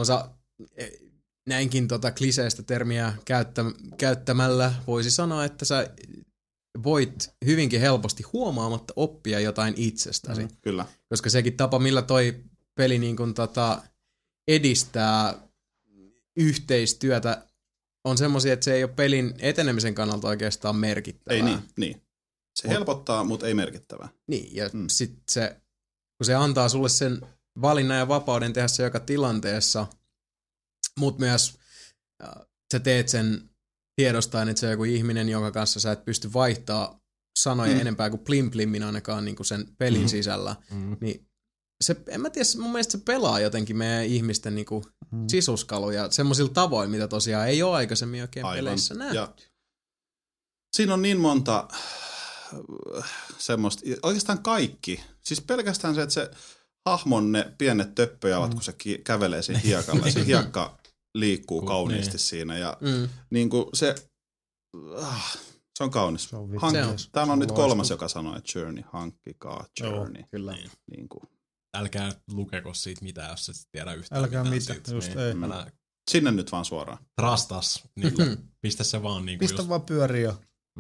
näinkin kliseistä termiä käyttämällä voisi sanoa, että sä voit hyvinkin helposti huomaamatta oppia jotain itsestäsi. Kyllä. Koska sekin tapa, millä toi peli niin kun edistää yhteistyötä, on semmoisia, että se ei ole pelin etenemisen kannalta oikeastaan merkittävää. Ei niin. Se helpottaa, mutta ei merkittävää. Niin, ja sitten se, kun se antaa sulle sen valinnan ja vapauden tehdä se joka tilanteessa, mutta myös sä teet sen tiedostaen, että se on joku ihminen, jonka kanssa sä et pysty vaihtaa sanoja enempää kuin plim-plimmin ainakaan niin kuin sen pelin sisällä. Niin se, en mä tiedä, mun mielestä se pelaa jotenkin meidän ihmisten niin kuin sisuskaluja semmoisilla tavoin, mitä tosiaan ei ole aikaisemmin oikein peleissä nähty. Ja siinä on niin monta semmoista, oikeastaan kaikki. Siis pelkästään se, että se hahmon ne pienet töppöjalat, kun se kävelee siinä hiekalla ja se hiekka liikkuu kauniisti siinä. Ja niin kuin se Se on kaunis. Täällä on nyt 3, joka sanoo, että Journey, hankkikaa Journey. Joo, kyllä. Niin kuin. Älkää lukeko siitä mitään, jos et tiedä yhtään älkää mitään. Just niin, ei. Sinne nyt vaan suoraan. Rastas. Niin, pistä se vaan niin kuin pistä vaan pyöriä.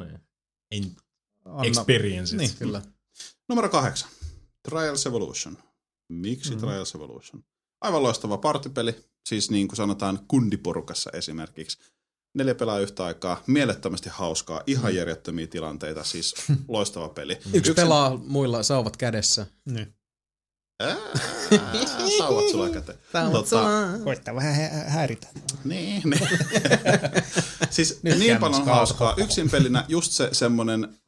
Experiences. Niin, kyllä. Numero 8. Trials Evolution. Miksi Trials Evolution? Aivan loistava partypeli. Siis niin kuin sanotaan kundiporukassa esimerkiksi. 4 pelaa yhtä aikaa, mielettömästi hauskaa, ihan järjettömiä tilanteita, siis loistava peli. Yksi pelaa, muilla sauvat kädessä. Niin. Sauvat sulla käteen. Koittaa vähän häiritä. Niin. Siis niin paljon hauskaa. Yksin pelinä just se semmonen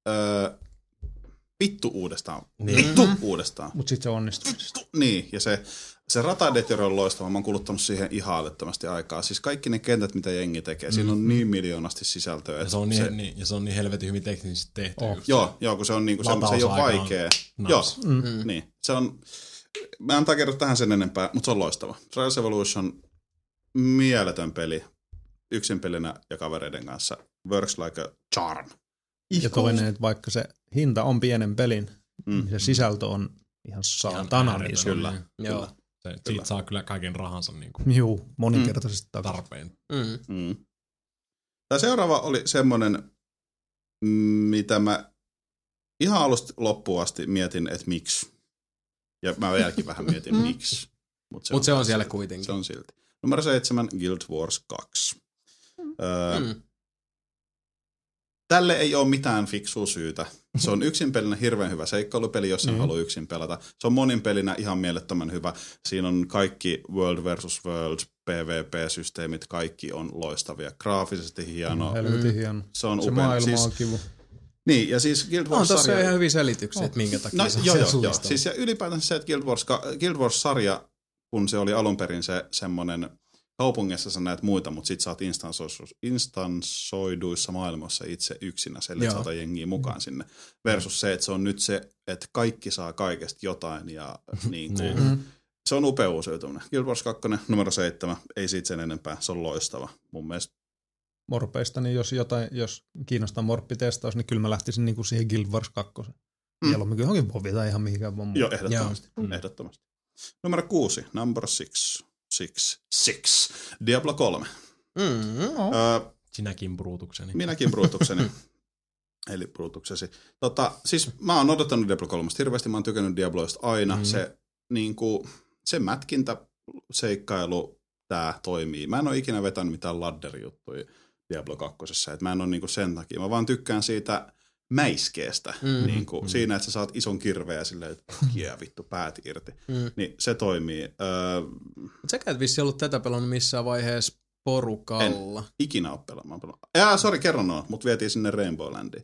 vittu uudestaan. Vittu uudestaan. Mut sit se onnistuu. Niin, ja se ratadetjeri on loistava. Mä oon kuluttanut siihen ihan älyttömästi aikaa. Siis kaikki ne kentät, mitä jengi tekee, siinä on niin miljoonasti sisältöä. Ja se on niin helvetin hyvin teknisesti tehty. Joo, kun se on niinku, se ei ole vaikea. Joo, niin. Se on, mä en takerro tähän sen enempää, mutta se on loistava. Trials Evolution, mieletön peli. Yksin pelinä ja kavereiden kanssa. Works like a charm. Ja toinen, että vaikka se hinta on pienen pelin, niin se sisältö on ihan saatana iso. Kyllä. Joo. Siitä saa kyllä kaiken rahansa niin kuin Juu, moninkertaisesti tarpeen. Tämä seuraava oli semmoinen, mitä mä ihan alusta loppuun asti mietin, että miksi. Ja mä vieläkin vähän mietin miksi. Mutta se on siellä kuitenkin. Se on silti. Numero 7, Guild Wars 2. Tälle ei ole mitään fiksua syytä. Se on yksin pelinä hirveän hyvä seikkailupeli, jos sen haluaa yksin pelata. Se on monin pelinä ihan mielettömän hyvä. Siinä on kaikki World versus World, PvP-systeemit, kaikki on loistavia. Graafisesti hieno. Helvetin hieno. Se on se upea. maailma on kivu. Niin, ja siis Guild Wars-sarja... On tossa ihan hyviä selityksiä, että minkä takia se on joo. Siis ja ylipäätään se, että Guild Wars-sarja, kun se oli alun perin se semmoinen... Kaupungissa sä näet muita, mutta sit sä oot instansoiduissa maailmassa itse yksinä, sille et saata jengiä mukaan sinne. Versus se, että se on nyt se, että kaikki saa kaikesta jotain ja niin kuin, se on upea uusiutuminen. Guild Wars 2, numero 7, ei siitä sen enempää, se on loistava mun mielestä. Morpeista, niin jos kiinnostaa morppitestaus, niin kyllä mä lähtisin niinku siihen Guild Wars 2. Mieluummin kyllä johonkin Vovi tai ihan mihinkään vaan muu. Joo, ehdottomasti. Numero 6, number 6. Diablo 3. Sinäkin Brutukseni. Minäkin Brutukseni. Eli Brutuksesi. Siis mä oon odottanut Diablo 3 hirveästi, mä oon tykännyt Diabloista aina. Se mätkintä, seikkailu, tää toimii. Mä en oo ikinä vetänyt mitään ladder-juttuja Diablo 2. Et mä en oo niinku sen takia. Mä vaan tykkään siitä mäiskeestä. Siinä, että sä saat ison kirveen ja silleen, että vittu, päät irti. Niin se toimii. Säkä et vissi ollut tätä pelannut missään vaiheessa porukalla. En ikinä ole pelannut. Kerran on, mut vietiin sinne Rainbow Landiin.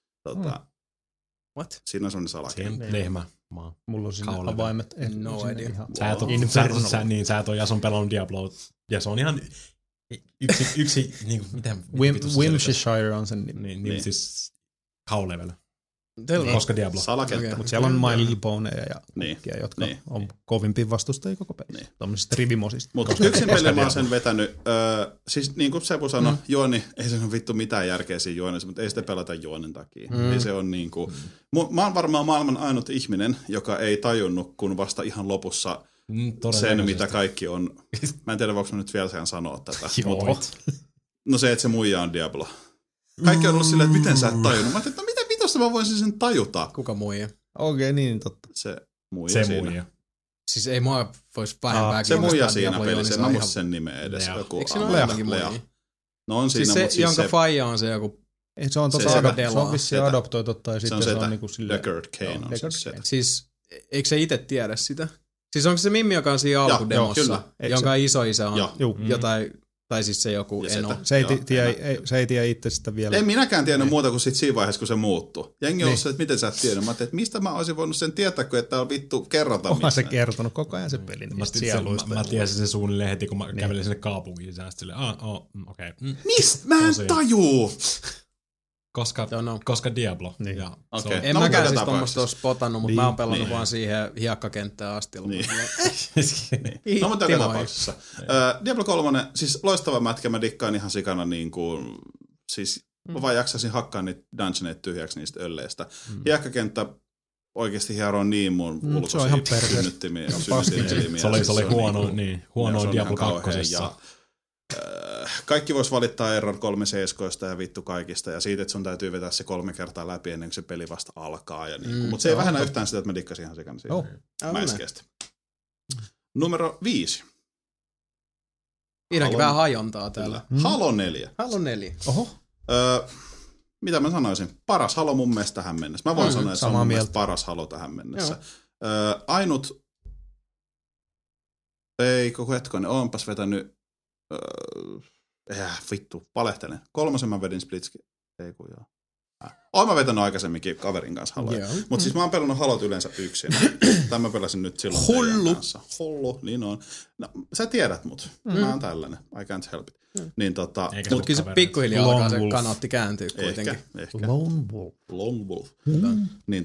What? Siinä on sellainen salake. Lehmä. Mulla on sinne avaimet. No idea. Sä et ole Jason pelannut Diabloa. Ja se on ihan yksi niinku, miten Wimshire on sen nimi. Niin. Siis cow-level. Koska Diablo. Salaketta. Okay. Mutta siellä on My Little Ponyja ja kaikkia, jotka on kovimpia vastustajia koko pelissä. Tuollaisista rivimosista. Mutta yksin pelin mä oon sen vetänyt. Siis niin kuin Sepu sanoi, juoni, ei se ole vittu mitään järkeä siinä juonessa, mutta ei sitä pelata juonen takia. Niin se on niin kuin, mä oon varmaan maailman ainut ihminen, joka ei tajunnut, kun vasta ihan lopussa sen, mitä kaikki on. Mä en tiedä, voiko mä nyt vielä sen sanoa tätä. No se, että se muija on Diablo. Kaikki on ollut silleen, että miten sä et tajunnut. Mä ajattelin, että miten vitosta mä voisin sen tajuta. Kuka muija? Okei, niin totta. Se muija siinä. Siis ei mua vois vähempää se muija siinä pelissä. Mä muistin sen nimeä edes. Eikö siinä ole jotakin muija? No on siinä, siis se, jonka faija on se joku... Se on vissiin adoptoitu tai sitten se on niinku silleen... Deckard Cain on se setä. Siis eikö se itse tiedä sitä? Siis onko se Mimmi, joka on siinä alkudemossa, jonka isoisä on jotain... Tai siis se joku eno. Se ei tiedä itse sitä vielä. En minäkään tiennyt muuta kuin sit siinä vaiheessa, kun se muuttui. Jengi on ollut se, että miten sä et tiennyt. Mä ajattelin, että mistä mä olisin voinut sen tietää, kun että on vittu kerrota missään. Onhan se kertonut koko ajan se pelin. Mä tiesin sen suunnilleen heti, kun mä kävelin sinne kaupunkiin. Silleen, okei. Mistä? Mä en tajuu! Koska Diablo. Niin. En mäkään siis tuommoista ole spotannut, mutta mä oon pelannut vaan siihen hiekkakenttään asti. No mutta joka tapauksessa. Diablo 3, siis loistava mätkä, mä dikkaan ihan sikana niin kuin, siis Mä vaan jaksaisin hakkaa niitä dungeoneita tyhjäksi niistä ölleistä. Hiekkakenttä oikeasti hieroo niin mun ulkoisia synnyttimiä. Se oli huono Diablo 2. Kaikki vois valittaa Error 3 seiskoista ja vittu kaikista ja siitä, että sun täytyy vetää se 3 kertaa läpi ennen kuin se peli vasta alkaa. Mutta se ei vähennä yhtään sitä, että mä dikkasin ihan sikana siitä. Mäiskeestä. Numero 5. Vihdoinkin vähän hajontaa täällä. Halo 4. Halo 4. Oho. Mitä mä sanoisin? Paras Halo mun mielestä tähän mennessä. Mä voin sanoa, että se on mun mielestä paras Halo tähän mennessä. Ainut... Ei, koko hetkonen. Oonpas vetänyt... vittu, valehtelen. 3 mä vedin Splitskin. Ei kun joo. Oon mä vetänyt aikaisemminkin kaverin kanssa Haloja. Mutta siis mä oon pelannut Halot yleensä yksin. Tämän mä pelasin nyt silloin teidän kanssa. Hullu, niin on. No, sä tiedät mut. Mä oon tällainen. I can't help it. Niin mut kyllä se pikkuhiljaa alkaa se kanatti kääntyä kuitenkin. Ehkä. Lone Wolf. Niin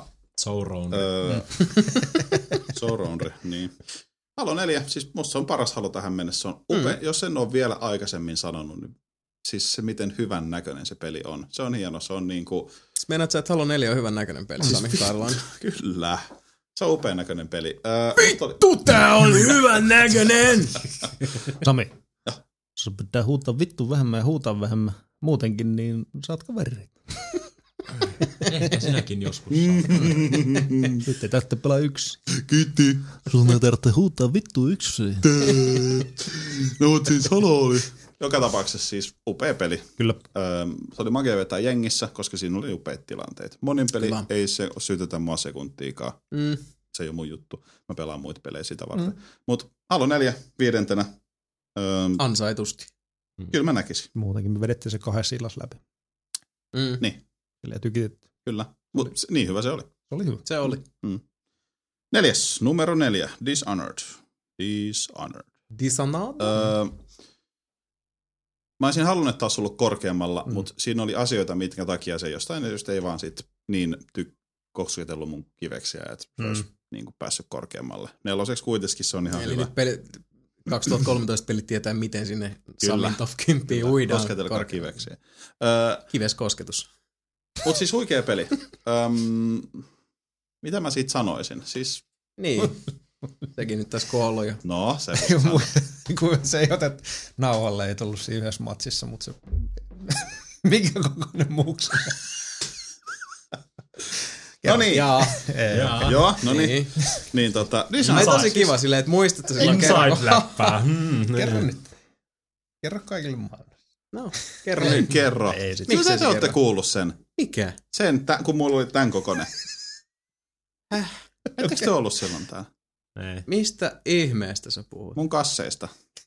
Showrunner, niin. Halo 4, siis musta se on paras Halo tähän mennessä. Se on upea. Jos en ole vielä aikaisemmin sanonut, niin siis se miten hyvän näköinen se peli on. Se on hieno, se on niinku... Meinaat sä, että Halo 4 on hyvän näköinen peli, Sami Karlan? Kyllä. Se on upean näköinen peli. Vittu, tää on hyvän näköinen! Sami, jos pitää huutaa vittu vähemmän ja huutaa vähemmän muutenkin, niin saat kavereita. Ehkä sinäkin joskus Nyt ei tarvitse pelaa yksi. Kiitti. Sun ei tarvitse huutaa vittu yksi. No mut siis Halo oli. Joka tapauksessa siis upea peli. Kyllä. Se oli magia vetää jengissä, koska siinä oli upeat tilanteet. Monin peli ei se sytytä mua sekuntiikaan. Se ei ole mun juttu. Mä pelaan muita pelejä sitä varten. Mut Halo 4 5. Ansaitusti. Kyllä mä näkisin. Muutenkin me vedettiin se 2 illassa läpi. Niin. Silleen tykitetty. Kyllä. Mut niin hyvä se oli. Se oli hyvä. Se oli. 4. Numero 4. Dishonored. Mä olisin halunnut, että taas ollut korkeammalla, mutta siinä oli asioita, mitkä takia se jostain just ei vaan sit niin kosketellut mun kiveksiä, että se olisi niin kuin päässyt korkeammalle. 4 kuitenkin se on ihan eli hyvä. Nyt 2013 pelit tietää, miten sinne Samin top 10 uidaan. Kosketelkaa kiveksiä. Kiveskosketus. Mutta siis huikea peli. Mitä mä siitä sanoisin? Siis... Niin. Sekin nyt tässä kuollut jo. No, se kun se ei otet nauhalle, ei tullut siinä yhdessä matsissa, mutta se... Mikä kokoinen muuksi? No niin. Joo, no niin. Niin Ai tosi kiva silleen, että muistatte silloin Inside-läppää. Kerro nyt. Kerro kaikille maailmassa. No, kerro nyt. Kerro. Miksi te olette kuullut sen? Mikä? Sen, kun mulla oli tän kokoinen. Ettekö te ollut silloin täällä? Ei. Mistä ihmeestä sä puhut? Mun kasseista.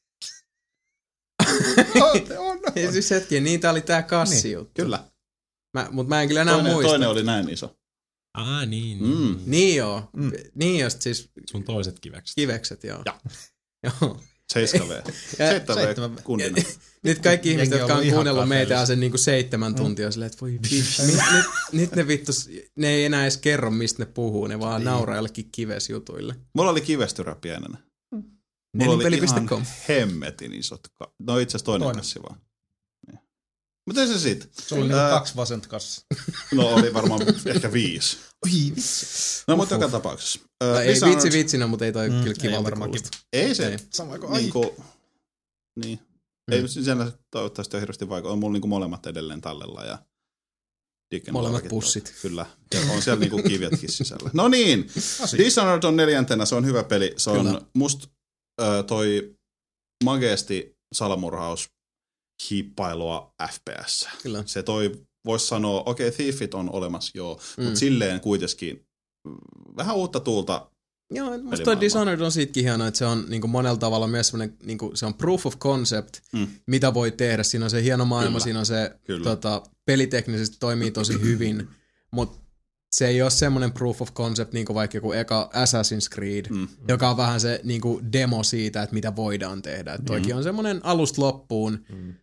Ei siis hetki, niin tää oli tää kassi juttu. Kyllä. Mut mä en kyllä enää muista. Toinen oli näin iso. Niin. Niin joo. Niin jos siis... Sun toiset kivekset. Kivekset, joo. Joo. 7V. 7V kundina. Nyt kaikki ihmiset, jotka on kuunnellut meitä sen niinku 7 tuntia silleen, että voi nyt ne vittus, ne ei enää edes kerro, mistä ne puhuu, ne vaan nauraa jollekin kivesjutuille. Mulla oli kivestyrä pienenä. Mulla oli ihan hemmetin isot. No itse asiassa toinen kassi vaan. Niin. Mutta ei se siitä. Se oli 2 vasenta kassia. No oli varmaan ehkä 5. Oi vitsi. No mutta joka tapauksessa. Ei vitsinä, mutta ei toi kyllä kiva varmaankin. Ei se. Sama kuin niin. Ei siellä toivottavasti ole hirveästi vaikka. On mulla niinku molemmat edelleen tallella ja molemmat pussit. Kyllä. Ja on siellä niinku kivetkin sisällä. No niin. Dishonored on 4. Se on hyvä peli. Se on kyllä. Musta toi mageesti salamurhaus hiippailua FPS. Kyllä. Se toi, vois sanoa, okei, Thiefit on olemassa, joo, mutta silleen kuitenkin vähän uutta tuulta. Joo, musta toi Dishonored on siitäkin hienoa, että se on niinku monella tavalla myös semmoinen, niinku, se on proof of concept, mitä voi tehdä. Siinä on se hieno maailma, kyllä. Siinä on se peliteknisesti toimii tosi hyvin, mutta se ei ole semmoinen proof of concept, niin kuin vaikka joku eka Assassin's Creed, joka on vähän se niin kuin demo siitä, että mitä voidaan tehdä. Toikin on semmoinen alusta loppuun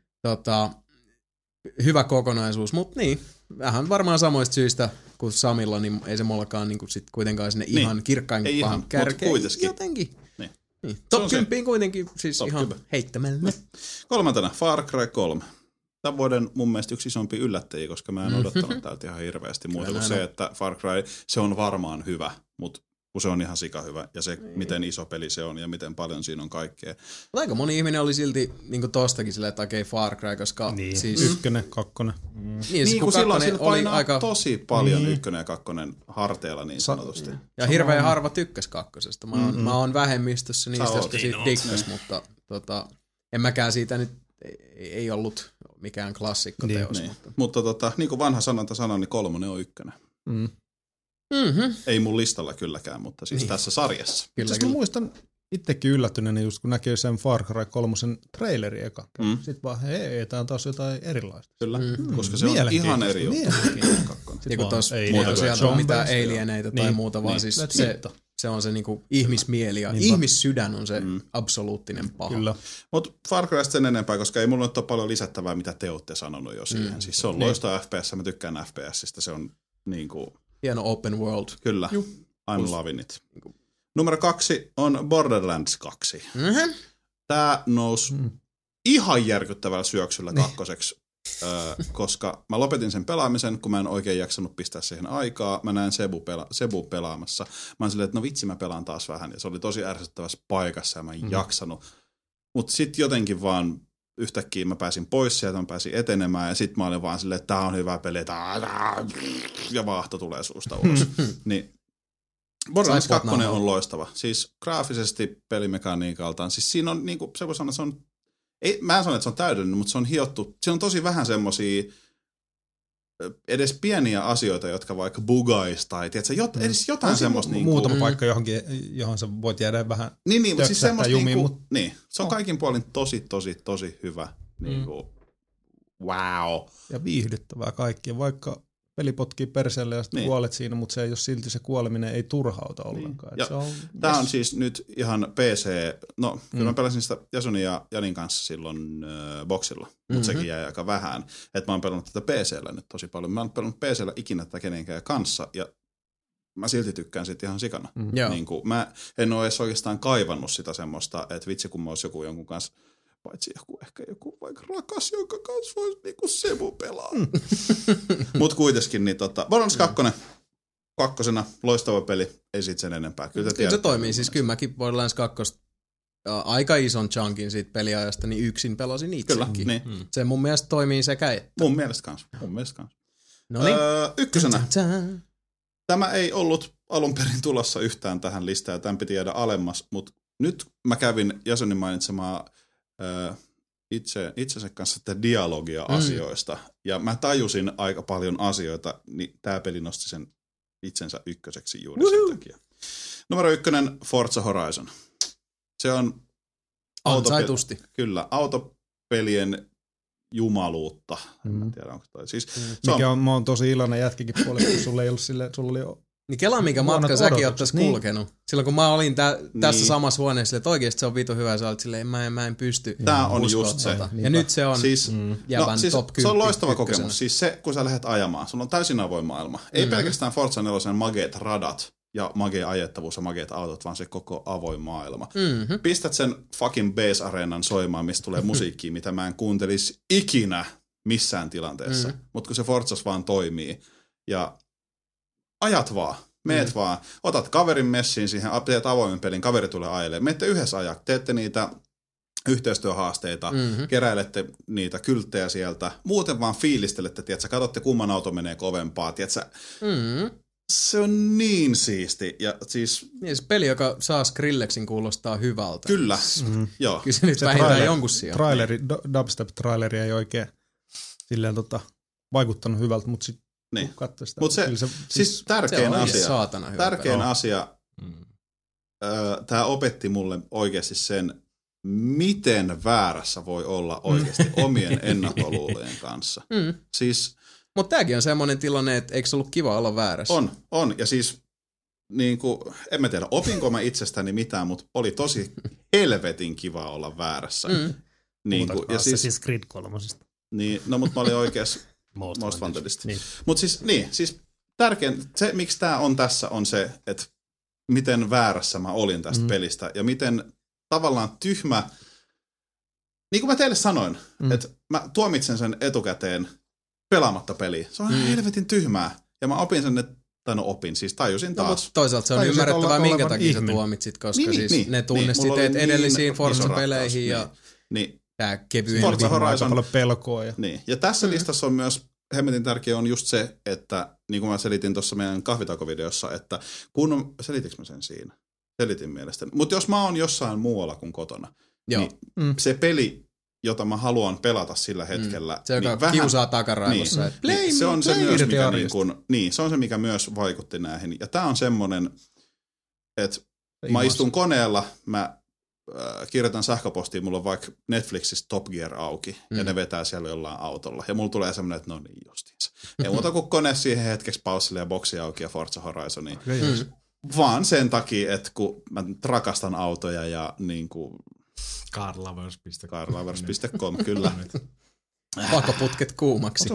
hyvä kokonaisuus, mutta niin, vähän varmaan samoista syistä kuin Samilla, niin ei se mullakaan niin kuin sit kuitenkaan sinne ihan kirkkain pahan kärkeen. Jotenkin. Niin. Top 10 kuitenkin, siis top ihan 10. Heittämällä. 3. Far Cry 3. tämän vuoden mun mielestä yksi isompi yllättäjiä, koska mä en odottanut täältä ihan hirveästi muuta kuin se, että Far Cry, se on varmaan hyvä, mutta kun se on ihan sika hyvä ja se, miten iso peli se on ja miten paljon siinä on kaikkea. Mutta aika moni ihminen oli silti niin tostakin silleen, että okei, Far Cry, koska niin. siis... 1, 2. Niin, kun silloin painaa aika tosi paljon 1 ja 2 harteilla niin sanotusti. Ja hirveän harva tykkäs 2. Mä oon vähemmistössä niistä, jotka siitä dikkas, mutta en mäkään siitä nyt ei ollut mikään klassikkoteos. Niin. Mutta niin kuin vanha sanonta sanoi, niin 3 on 1. Ei mun listalla kylläkään, mutta siis tässä sarjassa. Kyllä. Mä muistan itsekin yllättyneenä just kun näkee sen Far Cry 3 traileri eka. Sitten vaan, hei, tää on taas jotain erilaista. Kyllä, koska se on ihan eri juttu. Ja kun tuossa sieltä on mitään alieneitä tai muuta, vaan siis se on se niinku ihmismieli ja ihmissydän on se absoluuttinen paha. Kyllä. Mutta Far Crysta sen enempää, koska ei mulla ole paljon lisättävää, mitä te olette sanonut jo siihen. Siis se on loistava FPS, mä tykkään FPSistä, se on niinku... Hieno open world. Kyllä, I'm loving it. Numero 2 on Borderlands 2. Tää nousi ihan järkyttävällä syöksyllä 2, koska mä lopetin sen pelaamisen, kun mä en oikein jaksanut pistää siihen aikaa. Mä näin Sebu pelaamassa. Mä oon silleen, että no vitsi, mä pelaan taas vähän. Ja se oli tosi ärsyttävässä paikassa ja mä en jaksanut. Mutta sitten jotenkin vaan yhtäkkiä mä pääsin pois sieltä, mä pääsin etenemään ja sitten mä olin vaan silleen, että tää on hyvä peli, ja vaahto tulee suusta ulos. Niin Borderlands 2 on loistava. Siis graafisesti pelimekaniikaltaan. Siis siinä on, niin kuin se voi sanoa, se on, mä en sano, että se on täydellinen, mutta se on hiottu. Siinä on tosi vähän semmosia edes pieniä asioita, jotka vaikka bugaisi tai tiedätkö, edes jotain semmoista. Muutama paikka johon sä voit jäädä vähän mutta siis semmoista jumiin. Niin, se on kaikin puolin tosi hyvä. Wow. Ja viihdyttävää kaikkia, vaikka peli potkii perseelle ja sitten kuolet siinä, mutta se ei ole silti se kuoleminen ei turhauta ollenkaan. Ja tämä on siis nyt ihan PC, kyllä mä pelasin sitä Jasonin ja Janin kanssa silloin boxilla, mutta sekin jäi aika vähän. Että mä oon pelannut tätä PC:llä nyt tosi paljon. Mä oon pelannut PC:llä ikinä tätä kenenkään kanssa ja mä silti tykkään siitä ihan sikana. Niin kuin, mä en ole edes oikeastaan kaivannut sitä semmoista, että vitsi kun mä ois jonkun kanssa, paitsi ehkä joku vaikka rakas, jonka kanssa voisi niinku Sebu pelaa. Mut kuitenkin, niin Borderlands 2. Loistava peli, ei sit sen enempää. Kyllä se toimii, siis kyllä mäkin Borderlands 2 aika ison chunkin siitä peliajasta, niin yksin pelasin itsekin. Kyllä, niin. Se mun mielestä toimii sekä että. Mun mielestä kans. Noniin. 1. Tämä ei ollut alun perin tulossa yhtään tähän listaan, tämän piti jäädä alemmas, mutta nyt mä kävin Jasonin mainitsemaa itsensä kanssa tätä dialogia asioista, ja mä tajusin aika paljon asioita, niin tää peli nosti sen itsensä ykköseksi juuri sen takia. Numero 1, Forza Horizon. Se on ansaitusti. Kyllä, autopelien jumaluutta. En tiedä, onko toi. Siis, mä oon tosi iloinen jätkikin puolesta, kun sulla ei ollut silleen, sulla oli niin kelaa, minkä matka säkin oot tässä kulkenut. Silloin kun mä olin tässä samassa huoneessa, että oikeesti se on vitu hyvä, sä olit silleen, mä en pysty. Tää on just se. Ja nyt se on jävän top 10. Se on loistava kokemus. Siis se, kun sä lähdet ajamaan, sulla on täysin avoin maailma. Ei pelkästään Forza 4 mageet radat ja magee ajettavuus ja mageet autot, vaan se koko avoin maailma. Pistät sen fucking base-areenan soimaan, mistä tulee musiikkia, mitä mä en kuuntelisi ikinä missään tilanteessa. Mutta kun se Forzas vaan toimii ja ajat vaan, meet vaan, otat kaverin messiin siihen, teet avoimen pelin, kaveri tulee ajelemaan, menette yhdessä ajaa, teette niitä yhteistyöhaasteita, keräilette niitä kylttejä sieltä, muuten vaan fiilistelette, tiedätkö, katsotte kumman auto menee kovempaa, tiedätkö, se on niin siisti. Ja siis niin, se peli, joka saa Skrillexin kuulostaa hyvältä. Kyllä, joo. Kyllä se nyt vähintään jonkun sijaan. Dubstep-traileri ei oikein silleen vaikuttanut hyvältä, mutta sitten niin. Mutta se siis tärkein asia, tämä opetti mulle oikeasti sen, miten väärässä voi olla oikeasti omien ennakkoluulojen kanssa. Siis, mutta tämäkin on semmoinen tilanne, että eikö se ollut kiva olla väärässä? On. Ja siis, niin kuin, en mä tiedä, opinko mä itsestäni mitään, mutta oli tosi helvetin kiva olla väärässä. Niin kuin, ja siis Creed 3. Niin, no mutta mä olin oikeassa Most Wantedista. Niin. Mutta siis tärkein, se miksi tää on tässä on se, että miten väärässä mä olin tästä pelistä ja miten tavallaan tyhmä niin kuin mä teille sanoin, että mä tuomitsen sen etukäteen pelaamatta peliä. Se on helvetin tyhmää. Ja mä opin sen, siis tajusin taas. Toisaalta se on ymmärrettävää, minkä takia sä tuomitsit, koska ne tunnesiteet edellisiin Forza-peleihin ja tää kevyen Forza Horizon pelkoa. Ja tässä listassa on myös hemmetin tärkeä on just se, että niin kuin mä selitin tuossa meidän kahvitakovideossa, että selitikö mä sen siinä? Selitin mielestäni. Mutta jos mä oon jossain muualla kuin kotona, niin se peli, jota mä haluan pelata sillä hetkellä. Se, joka niin kiusaa takaraivossa. Se on se, mikä myös vaikutti näihin. Ja tää on semmonen, että mä istun koneella, mä kirjoitan sähköpostiin, mulla on vaikka Netflixissä Top Gear auki, ja ne vetää siellä jollain autolla. Ja mulla tulee semmoinen, että no niin justiinsa. Ei muuta kuin kone siihen hetkeksi paussille ja boksi auki ja Forza Horizoniin. Vaan sen takia, että kun mä rakastan autoja ja niinku carlovers.com, kyllä. Pakoputket kuumaksi.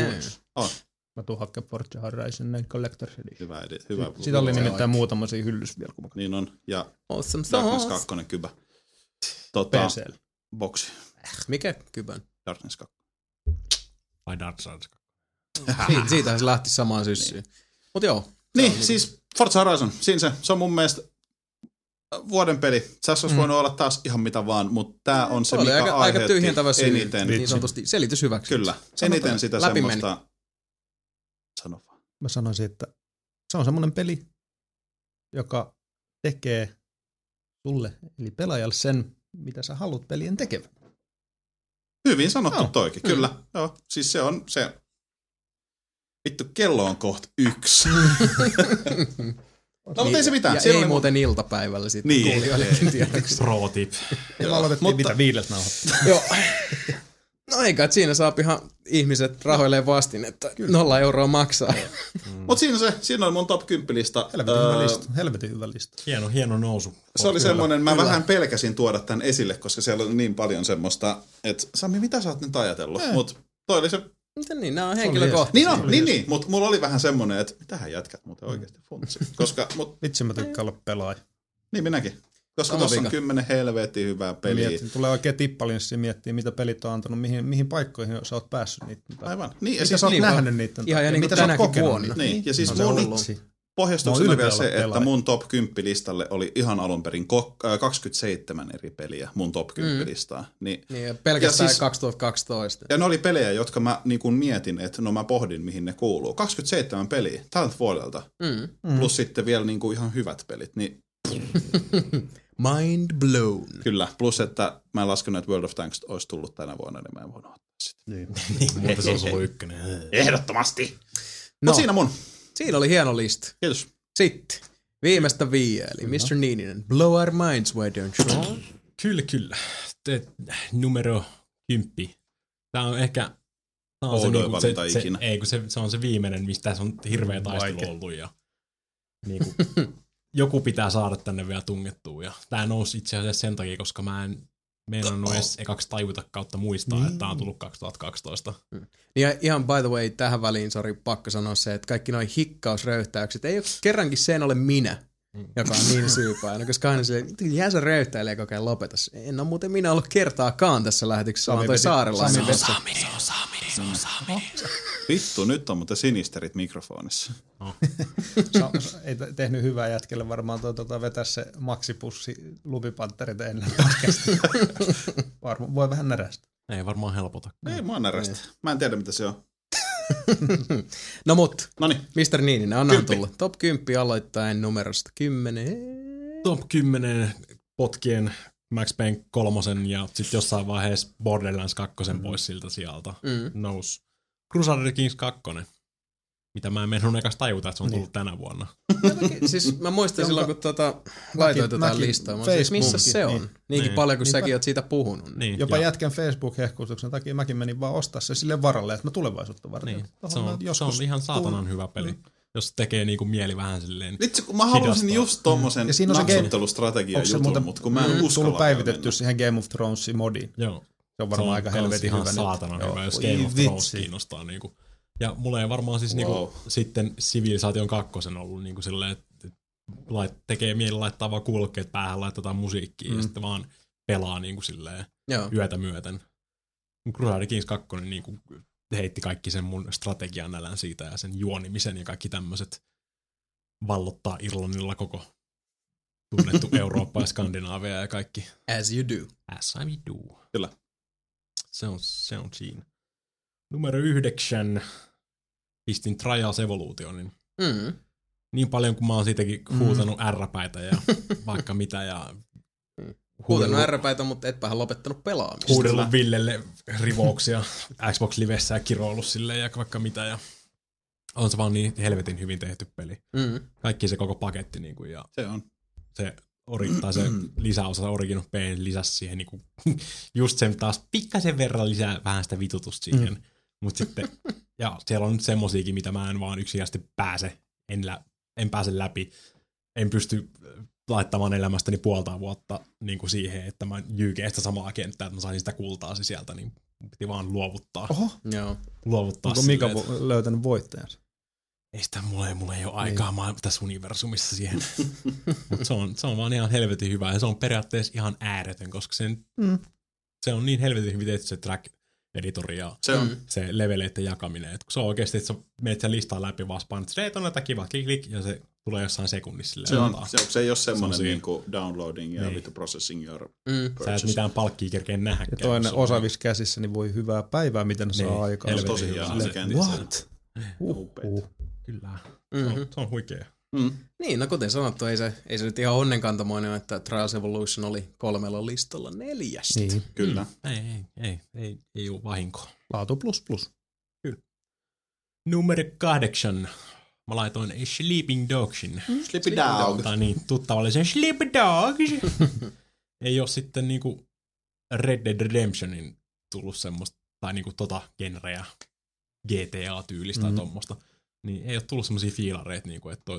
Mä tuun hakemaan Forza Horizon Collector's Edition. Hyvä. Siitä oli nimittäin muutama siinä hyllys vielä. Niin on. Ja awesome Darkness 2 kybä. PC:llä. Boksi. Mikä kybän? Darkness 2. Vai Dark Souls 2. Siitähän se lähti samaan syssyyn. Mut joo. Niin, siis Forza Horizon. Siinä se on mun mielestä vuoden peli. Tässä olisi voinut olla taas ihan mitä vaan, mutta tää on se, mikä aika tyhjentävä syy. Eniten. Niin sanotusti selitys hyväksi. Kyllä. Eniten sitä semmoista. Sano vaan. Mä sanoisin, että se on semmoinen peli, joka tekee sulle, eli pelaajalle sen, mitä sä haluat pelien tekevän. Hyvin sanottu toikin, kyllä. Joo, siis se on se. Vittu, kello on kohta 1. No, mutta ei se mitään. Ja ei muuten iltapäivällä sitten kuulijoillekin tiedoksi. Pro tip. Ja aloitettiin mitä 5 nauhoittaa. Joo. No eikä, että siinä saa ihan ihmiset rahoilleen vastin, että 0 euroa maksaa. Mutta siinä on mun top 10 lista. Helvetin hyvä lista. Hieno nousu. Se oli semmoinen, mä vähän pelkäsin tuoda tämän esille, koska siellä on niin paljon semmoista, että Sami, mitä sä oot nyt ajatellut? Mutta toi oli se. Miten niin? Nämä on henkilökohtaisia. Niin. Mutta mulla oli vähän semmoinen, että mitähän jätkät muuten oikeasti funtsi. Vitsi mä tykkään olla pelaaja. Niin minäkin. Koska tuossa on 10 helvetin hyvää peliä. Tulee oikein tippalinssi miettiä, mitä pelit on antanut, mihin paikkoihin sä oot päässyt niitä. Aivan. Niin, mitä sä oot nähnyt niitä. Ihan ja mitä sä oot kokenut. Niin, ja siis mun pohjastuksena vielä se, että mun top 10 listalle oli ihan alun perin 27 eri peliä mun top 10 listaa. Niin, ja pelkästään siis, 2012. Ja ne oli pelejä, jotka mä niin kun mietin, että mä pohdin, mihin ne kuuluu. 27 peliä tältä vuodelta. Plus sitten vielä niin kuin ihan hyvät pelit. Niin mind blown. Kyllä, plus että mä en laskenut, että World of Tanks olisi tullut tänä vuonna, niin mä en voinut ottaa sitä. Niin, mutta se on ollut ykkönen. Ehdottomasti. No siinä mun. Siinä oli hieno lista. Kiitos. Sitten viimeistä eli Mr. Niininen. Blow our minds, why don't you? Kyllä. Numero 10. Tää on ehkä se on se viimeinen, mistä tässä on hirveä taistelu ollut. Ja, niin kuin, joku pitää saada tänne vielä tungettua. Ja tää nousi itse asiassa sen takia, koska mä en meinannut edes ekaksi tajuta kautta muistaa, että tää on tullut 2012. Ja ihan by the way, tähän väliin, pakko sanoa se, että kaikki noi hikkausröyhtäykset, ei ole kerrankin sen ole minä, joka on niin syypäinen, koska aina silleen, jää se röyhtäilee koko ajan lopeta. En ole muuten minä ollut kertaakaan tässä lähetyksessä, vaan toi saarelainen. Se on Sami. Vittu, nyt on muuten sinisterit mikrofonissa. Ei tehnyt hyvää jätkelle varmaan vetää se maksipussi Lupipanterit ennen podcastia. Voi vähän närästä. Ei varmaan helpota. Ei mua närästä. Mä en tiedä mitä se on. No mut, Noniin. Mr. Niininen, annahan tulla. Top 10 aloittain numerosta 10. Top 10 potkien Max Payne 3 ja sitten jossain vaiheessa Borderlands 2 pois siltä sieltä. Nousi Crusader Kings 2. Mitä mä en mennyt ekas tajuta, että se on tullut tänä vuonna. Siis mä muistan silloin, kun laitoin tätä listaa. Siis missä se on? Niinkin paljon, kun säkin oot siitä puhunut. Niin. Jopa jätkän Facebook-hehkutuksen takia mäkin menin vaan ostaa se sille varalle, että mä tulevaisuutta varten. Niin. Se on ihan saatanan hyvä peli. Jos tekee niinku mieli vähän silleen. Vitsi, kun mä halusin just tommosen naksuttelustrategian jutun, mutta kun mä en uskalla. Tullut päivitetty siihen Game of Thronesin modiin. Joo. Se on varmaan aika helvetin hyvä. Se on saatanan hyvä, jos Game of Thrones kiinnostaa. Niinku. Ja mulla ei varmaan siis niinku, sitten Civilization 2 ollut niinku silleen, että tekee mieli laittaa vaan kuulokkeet päähän, laittaa musiikkiin ja sitten vaan pelaa niin kuin silleen Joo. yötä myöten. Crusader Kings 2 niin kuin heitti kaikki sen mun strategian nälän siitä ja sen juonimisen ja kaikki tämmöiset vallottaa Irlannilla koko tunnettu Eurooppa ja Skandinaavia ja kaikki. As you do. As I do. Kyllä. Se on siinä. Numero 9. Pistin Trials Evolutionin. Niin paljon kuin mä oon siitäkin huutanut R-päitä ja vaikka mitä ja huutanut R-päitä, mutta etpähän lopettanut pelaamista. Huudellut Villelle rivouksia Xbox Livessä ja kiroillut silleen ja vaikka mitä. Ja on se vaan niin helvetin hyvin tehty peli. Kaikki se koko paketti. Niin kuin, ja se on. Se lisäosa Origin of Pain lisäsi siihen niin kuin, just sen taas pikkasen verran lisää vähän sitä vitutusta siihen. Mutta sitten, ja siellä on nyt semmosiakin, mitä mä en vaan yksinkertaisesti pääse. En pääse läpi. En pysty laittamaan elämästäni puolta vuotta niin kuin siihen, että mä jyykeen sitä samaa kenttää, että mä saisin sitä kultaasi sieltä, niin piti vaan luovuttaa. Oho. Joo. Luovuttaa onko Mika löytänyt voittajansa? Ei sitä, mulla ei ole aikaa tässä universumissa siihen. Mutta se on vaan ihan helvetin hyvä, ja se on periaatteessa ihan ääretön, koska se on niin helvetin hyvin tehty se track-editori ja se leveleiden jakaminen. Et kun se on oikeasti, että sä menet sen listaa läpi, vaan painat, että on näitä kiva, klik, ja se tulee jossain sekunnissa. Se ei ole semmoinen niin kuin downloading ja processing your purchase. Sä et mitään palkkia kerkeä nähdä. Ja toinen osaavissa käsissä, niin voi hyvää päivää, miten saa aikaa. Se on tosi hyvä. What? Kyllä. Se on huikea. Niin, no kuten sanottu, ei se nyt ihan onnenkantamoinen, että Trials Evolution oli 3 listalla 4. Niin. Kyllä. Ei ole vahinko. Laatu plus. Kyllä. Numero 8. Mä laitoin Sleeping Dogsin. Sleepy Dog. Tai niin, tuttavallisen Sleepy Dogs. Ei ole sitten niinku Red Dead Redemptionin tullut semmoista, tai niinku genreä, GTA-tyylistä tai tommoista. Niin ei ole tullut semmosia fiilareita, niinku, että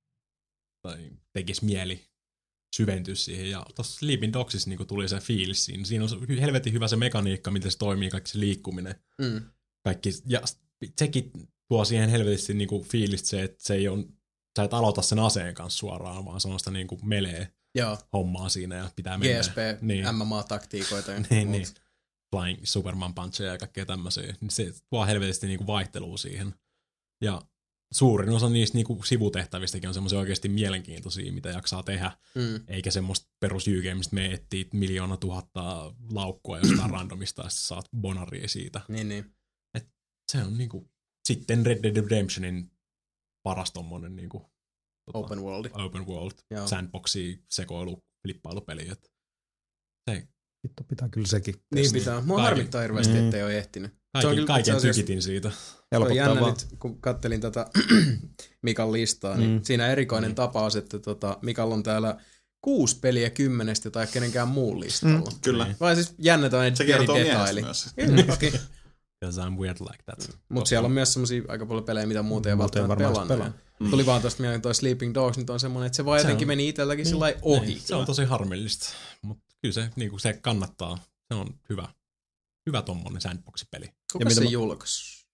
tekisi mieli syventyä siihen. Ja tuossa Sleeping Dogsissa niinku tuli se fiilis siinä. Siinä on helvetin hyvä se mekaniikka, miten se toimii, kaikki se liikkuminen. Kaikki, ja sekin tuo siihen helvetisti niinku fiilistä se, että se ei ole, sä et aloita sen aseen kanssa suoraan, vaan sellaista niinku melee hommaa siinä ja pitää mennä. GSP, MMA-taktiikoita. niin. Flying Superman puncheja ja kaikkea tämmöisiä. Se tuo helvetisti niinku vaihtelua siihen. Ja suurin osa niistä niinku sivutehtävistäkin on semmoisia oikeasti mielenkiintoisia, mitä jaksaa tehdä. Eikä semmoista perusjyykeä, mistä me etsii 1 000 laukkua jostain randomista ja saat bonaria siitä. Niin. Et se on niinku sitten Red Dead Redemptionin paras tommonen niinku Open world. Sandboxi, sekoilu, flippailupeli. Se vittu pitää kyllä sekin. Niin pitää. Mua harmittaa hirveästi, ettei ole ehtinyt. Kaiken tykitin siitä. Se on jännä nyt, kun kattelin tätä Mikan listaa, niin siinä erikoinen tapaus, että Mikalla on täällä 6 peliä 10, jota ei kenenkään muun listalla. Kyllä. Vai siis jännä toinen pieni detaili. Because I'm weird like that. Mutta siellä on myös semmosia aika paljon pelejä, mitä muuten ei välttämättä pelannut. Tuli vaan tosta mieleen toi Sleeping Dogs, nyt on semmoinen, että se vaan jotenkin meni itselläkin sillä lailla ohi. Se on tosi harmillista, mutta kyllä se, niinku, se kannattaa. Se on hyvä tommonen sandbox-peli. Kuka se julkaisi?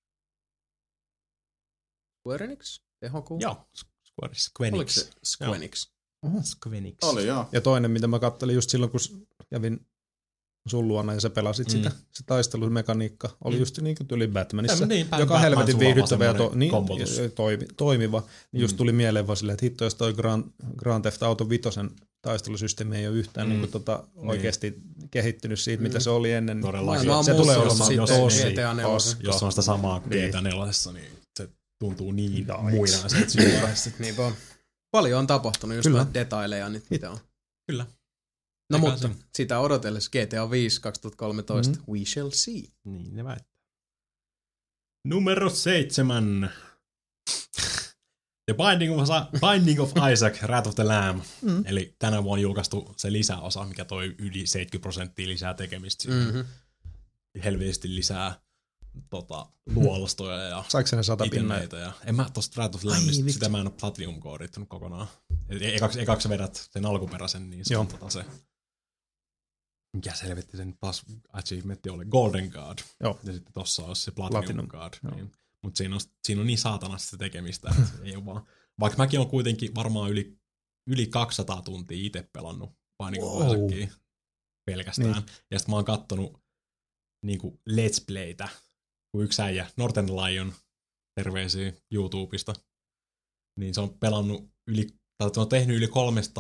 Square Enix? THQ? Joo, Square Enix. Oliko se Square Enix? Square Enix. Oli joo. Ja toinen, mitä mä kattelin just silloin, kun kävin sun luona ja sä pelasit sitä, se taistelumekaniikka oli just niin kuin tuli Batmanissa, joka on helvetin viihdyttävä ja toimiva. Niin just tuli mieleen vaan silleen, että hitto, jos toi Grand Theft Auto 5 taistelusysteemi ei ole yhtään niin kuin oikeasti kehittynyt siitä, mitä se oli ennen. Todellakin. Se tulee olemaan tosi. Jos on sitä samaa kuin GTA 4, niin se tuntuu niin muinaiselta syystä. Niin vaan. Paljon on tapahtunut just noita detaileja nyt, mitä on. Kyllä. No mutta sitä odotellessa GTA 5 2013, we shall see. Niin ne väittää. Numero 7. The Binding of Isaac, Wrath of the Lamb. Eli tänä vuonna julkaistu se lisäosa, mikä toi yli 70% lisää tekemistä. Helvetisti lisää luolastoja ja saiko se ne 100 pinneitä. Ja en mä tosta Wrath of the Lambista, sitä mä en ole Platinum-koorittanut kokonaan. Ekaksi vedät sen alkuperäisen, niin se on se. Mikä se helvetti sen taas achievementti oli? Golden Guard. Joo. Ja sitten tossa olisi se Platinum Guard. Niin. Mutta siinä on niin saatanasti sitä tekemistä, että ei ole vaan. Vaikka mäkin olen kuitenkin varmaan yli 200 tuntia itse pelannut Binding of Isaacia. pelkästään. Niin. Ja sitten mä oon kattonut niinku Let's Playtä, kun yksi äijä, Northern Lion, terveisiä YouTubesta, niin se on pelannut se on tehnyt yli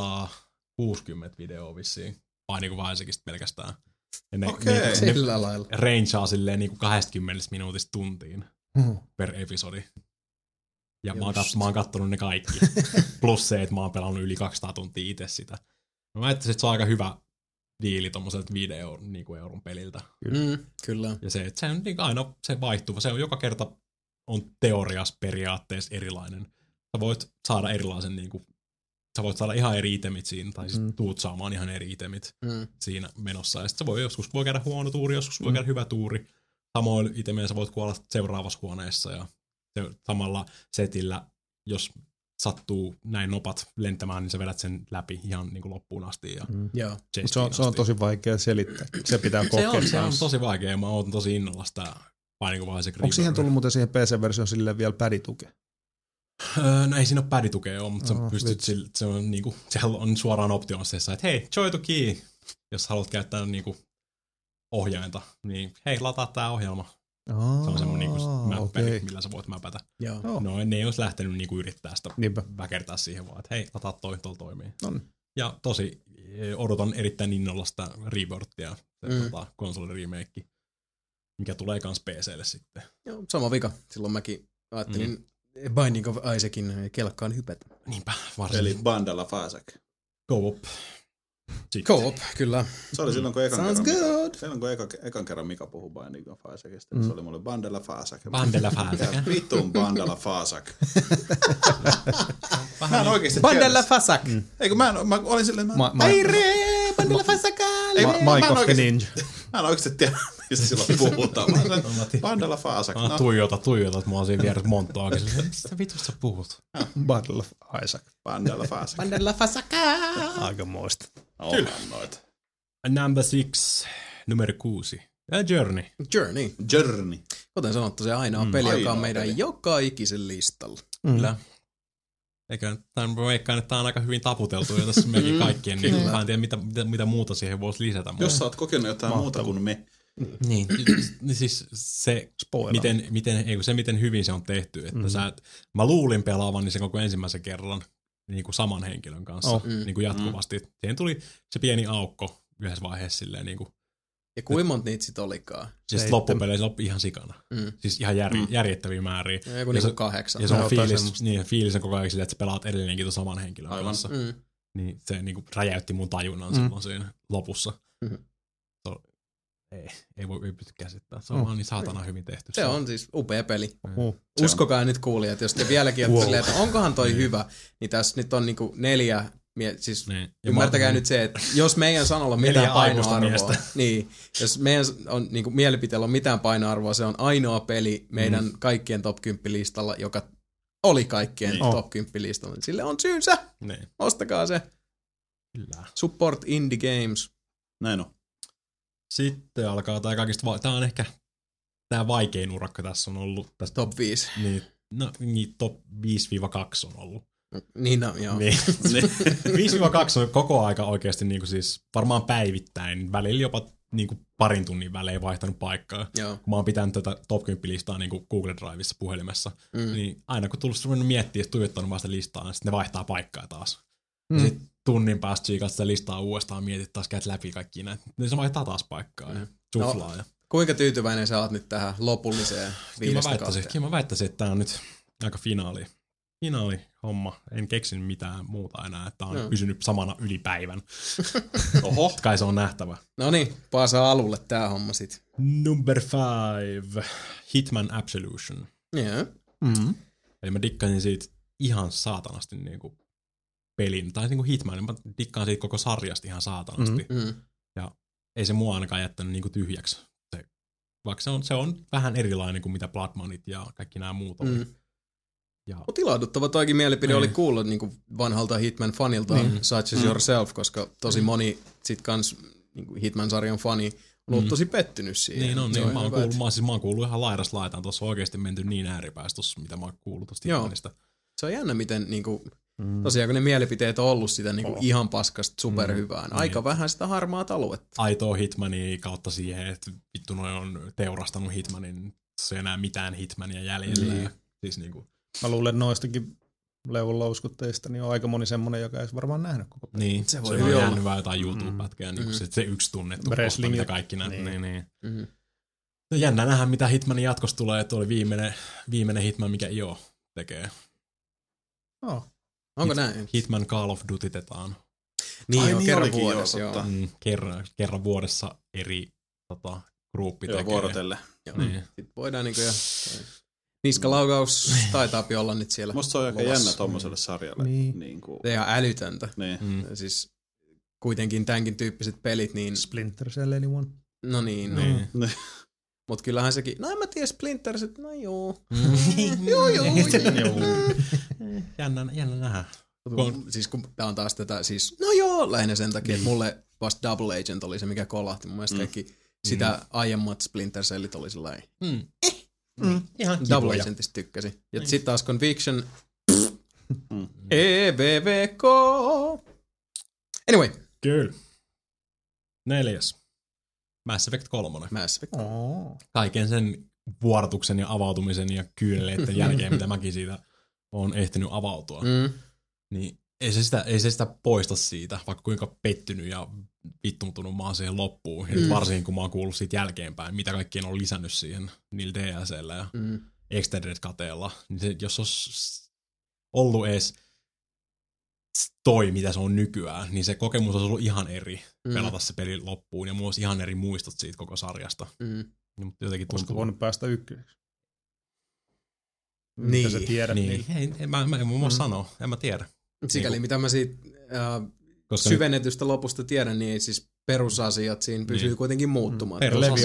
360 videoa vissiin, Binding of Isaacista pelkästään. Okei, sillä lailla. Rangea silleen niinku 20 minuutista tuntiin per episodi. Ja mä oon kattonut ne kaikki. Plus se, että mä oon pelannut yli 200 tuntia itse sitä. Mä väittäisin, että se on aika hyvä diili tommoselta 5 niinku euron peliltä. Kyllä. Ja se, että se on niin aina se vaihtuva. Se on joka kerta on teoriassa periaatteessa erilainen. Sä voit saada erilaisen niinku, sä voit saada ihan eri itemit siinä, tai siis tuut saamaan ihan eri itemit siinä menossa. Ja sit joskus voi käydä huono tuuri, joskus voi käydä hyvä tuuri. Samoin itemeen sä voit kuolla seuraavassa huoneessa ja samalla setillä, jos sattuu näin nopat lentämään, niin sä vedät sen läpi ihan niin kuin loppuun asti. Ja se on tosi vaikea selittää. Se pitää kokea. Se on tosi vaikea. Mä oon tosi innolla sitä Binding of Isaac. Onko siihen tullut muuten siihen PC-versioon silleen vielä päditukea? No ei siinä ole päditukea, mutta sä pystyt se on niinku, siellä on suoraan optioissa, että hei, joy to key, jos haluat käyttää niinku ohjainta, niin hei, lataa tää ohjelma. Se on semmoinen niinku mäppäri, millä sä voit mäpätä. No ne ei olisi lähtenyt niinku yrittää sitä väkertää siihen vaan, että hei, lataa toi, tuolla toimii. Ja tosi odotan erittäin innolla sitä Rebirthia, konsoli-remake, mikä tulee kans PC:lle sitten. Joo, sama vika. Silloin mäkin ajattelin Binding of Isaacin kelkkaan hypätä. Niinpä, varsinkin. Eli Binding of Isaac. Co-op. Co-op, kyllä. Se oli silloin, kun ekan kerran Mika puhui Binding of Isaacista, niin se oli mulle Binding of Isaac. Binding of Isaac. Vittuun Binding of Isaac. Mä en oikeesti Binding of Isaac. Eikö mä olin silleen... Binding of Isaac. Mike of the Ninja. Mä en oikeesti tiedä, mistä silloin puhutaan. Binding of Isaac. Tuijotat mua siinä vieressä monttoa. Mistä vitusta sä puhut? Binding of Isaac. Binding of Isaac. Binding of Isaac. Aika moista. Kyllä. Number 6, numero 6. Journey. Kuten sanottu, se aina on peli, joka on meidän joka ikisen listalla. Kyllä. Eikä tämän veikkaan, että tämä on aika hyvin taputeltu jo tässä meidän kaikkien. Niin, mä en tiedä, mitä muuta siihen voisi lisätä. Jos sä oot kokenut jotain muuta kuin me. Niin siis se, miten hyvin se on tehty. Että mä luulin pelaavani sen koko ensimmäisen kerran niin kuin saman henkilön kanssa niin kuin jatkuvasti. Siihen tuli se pieni aukko yhdessä vaiheessa silleen niin kuin. Ja kuinka monta niitä sit olikaan? Siis loppupeleissä loppi ihan sikana. Siis ihan järjettäviä määriä. Joku niinku 8. Ja se on fiilis on koko ajan silleen, että sä pelaat edelleenkin tuon saman henkilön kanssa. Niin se niinku räjäytti mun tajunnan silloin siinä lopussa. Ei pysty käsittämään. Se on vaan niin saatana hyvin tehty. Se on siis upea peli. Uskokaa nyt kuulijat, jos te vieläkin olette silleen, että onkohan toi hyvä, niin tässä nyt on niinku 4... Siis ymmärtäkää nyt se, että jos meidän sanolla on mitään painoarvoa, niin jos meidän on, niin kuin mielipiteellä on mitään painoarvoa, se on ainoa peli meidän kaikkien top 10 listalla, joka oli kaikkien top 10 listalla. Sille on syynsä. Ostakaa se. Kyllä. Support indie games. Näin on. Sitten alkaa tämä kaikista, tämä on ehkä tämä vaikein urakka tässä on ollut. Tästä, top 5. Niin top 5-2 on ollut. Niin, no, joo. Niin. 5-2 on koko aika oikeasti niin kuin siis varmaan päivittäin, välillä jopa niin kuin parin tunnin välein vaihtanut paikkaa. Joo. Kun mä oon pitänyt tätä top 10 listaa niin kuin Google Drivessa puhelimessa, niin aina kun tullut ruvennut miettiä ja tuijottanut vaan sitä listaa, niin sitten ne vaihtaa paikkaa taas. Ja sitten tunnin päästä tsiikat sitä listaa uudestaan, mietit taas, käyt läpi kaikki näitä. Niin se vaihtaa taas paikkaa ja suflaa. No, kuinka tyytyväinen sä oot nyt tähän lopulliseen 5-2? Kyllä mä väittäisin, että tää on nyt aika finaali homma. En keksinyt mitään muuta enää, että on pysynyt samana yli päivän. Oho. Kai se on nähtävä. No niin, paasaa alulle tää homma sit. Number 5. Hitman Absolution. Yeah. Eli mä dikkasin siitä ihan saatanasti niinku pelin, tai niinku Hitman, mä dikkaan siitä koko sarjasta ihan saatanasti. Ja ei se mua ainakaan jättänyt niinku tyhjäksi. Vaikka se on vähän erilainen kuin mitä Bloodmonit ja kaikki nämä muut oli. Mutta ilahduttava toikin mielipide oli kuulla niin vanhalta Hitman-fanilta Such as Yourself, koska tosi moni sit kans niin Hitman-sarjan fani on ollut tosi pettynyt siihen. Niin on, niin. Mä oon kuullut ihan laidasta laitaan, tuossa on oikeasti menty niin ääripäästä tuossa, mitä mä oon kuullut tuosta Hitmanista. Se on jännä, miten niin Tosiaan kun ne mielipiteet on ollut sitä niin kuin ihan paskasta superhyvää, aika vähän sitä harmaata aluetta. Aitoa Hitmania kautta siihen, että vittu noin on teurastanut Hitmanin, se ei enää mitään Hitmania jäljellä. Siis niinku. Mä luulen noistakin leuvon louskutteista, niin on aika moni semmonen, joka ei varmaan nähnyt koko peli. Niin, se voi olla nähnyt vaan jotain YouTube-pätkää, niin se yksi tunnettu kohta, mitä kaikki nähdään. Niin. No jännä nähdä, mitä Hitmanin jatkossa tulee, että oli viimeinen Hitman, mikä IO tekee. Onko näin? Hitman Call of Dutytetaan. Niin, kerran vuodessa. Kerran vuodessa eri gruppi tekee. Vuorotelle. Niin. Sitten voidaan niinku niskalaukaus taitaa olla nyt siellä. Musta se on aika jännä tommoselle sarjalle. Niin kuin. Se on älytöntä. Niin. Siis kuitenkin tämänkin tyyppiset pelit, niin... Splinter Cell anyone? No niin. Mut kyllähän sekin... No en mä tiedä Splinter Cell, no joo. Joo. Jännä nähdä. Siis kun tää on taas tätä, siis no joo, lähinnä sen takia, että mulle vasta Double Agent oli se, mikä kolahti. Mun mielestä kaikki sitä aiemmat Splinter Cellit oli sellainen... Ihan Double Agentista tykkäsin. Ja sit taas Conviction... EVVK! Anyway. Kyllä. 4. Mass Effect 3. Mass Effect. Kaiken sen vuorotuksen ja avautumisen ja kyyneleiden jälkeen, mitä mäkin siitä on ehtinyt avautua. Niin ei se sitä poista siitä, vaikka kuinka pettynyt ja vittuuntunut mä oon siihen loppuun. Ja nyt varsinkin kun mä oon kuullut siitä jälkeenpäin, mitä kaikkien on lisännyt siihen niillä DLC:llä ja Extended-kateella. Niin se, jos olisi ollut edes toi, mitä se on nykyään, niin se kokemus olisi ollut ihan eri pelata se peli loppuun. Ja mulla olisi ihan eri muistot siitä koko sarjasta. Mutta jotenkin tuntuu. Olisiko voinut päästä ykköneksi? Niin. Mitä sä tiedät? Niin. Mä en muun muassa sanoa. En mä tiedä. Sikäli mitä mä siitä syvennetystä lopusta tiedän, niin siis perusasiat siinä pysyy kuitenkin muuttumaan.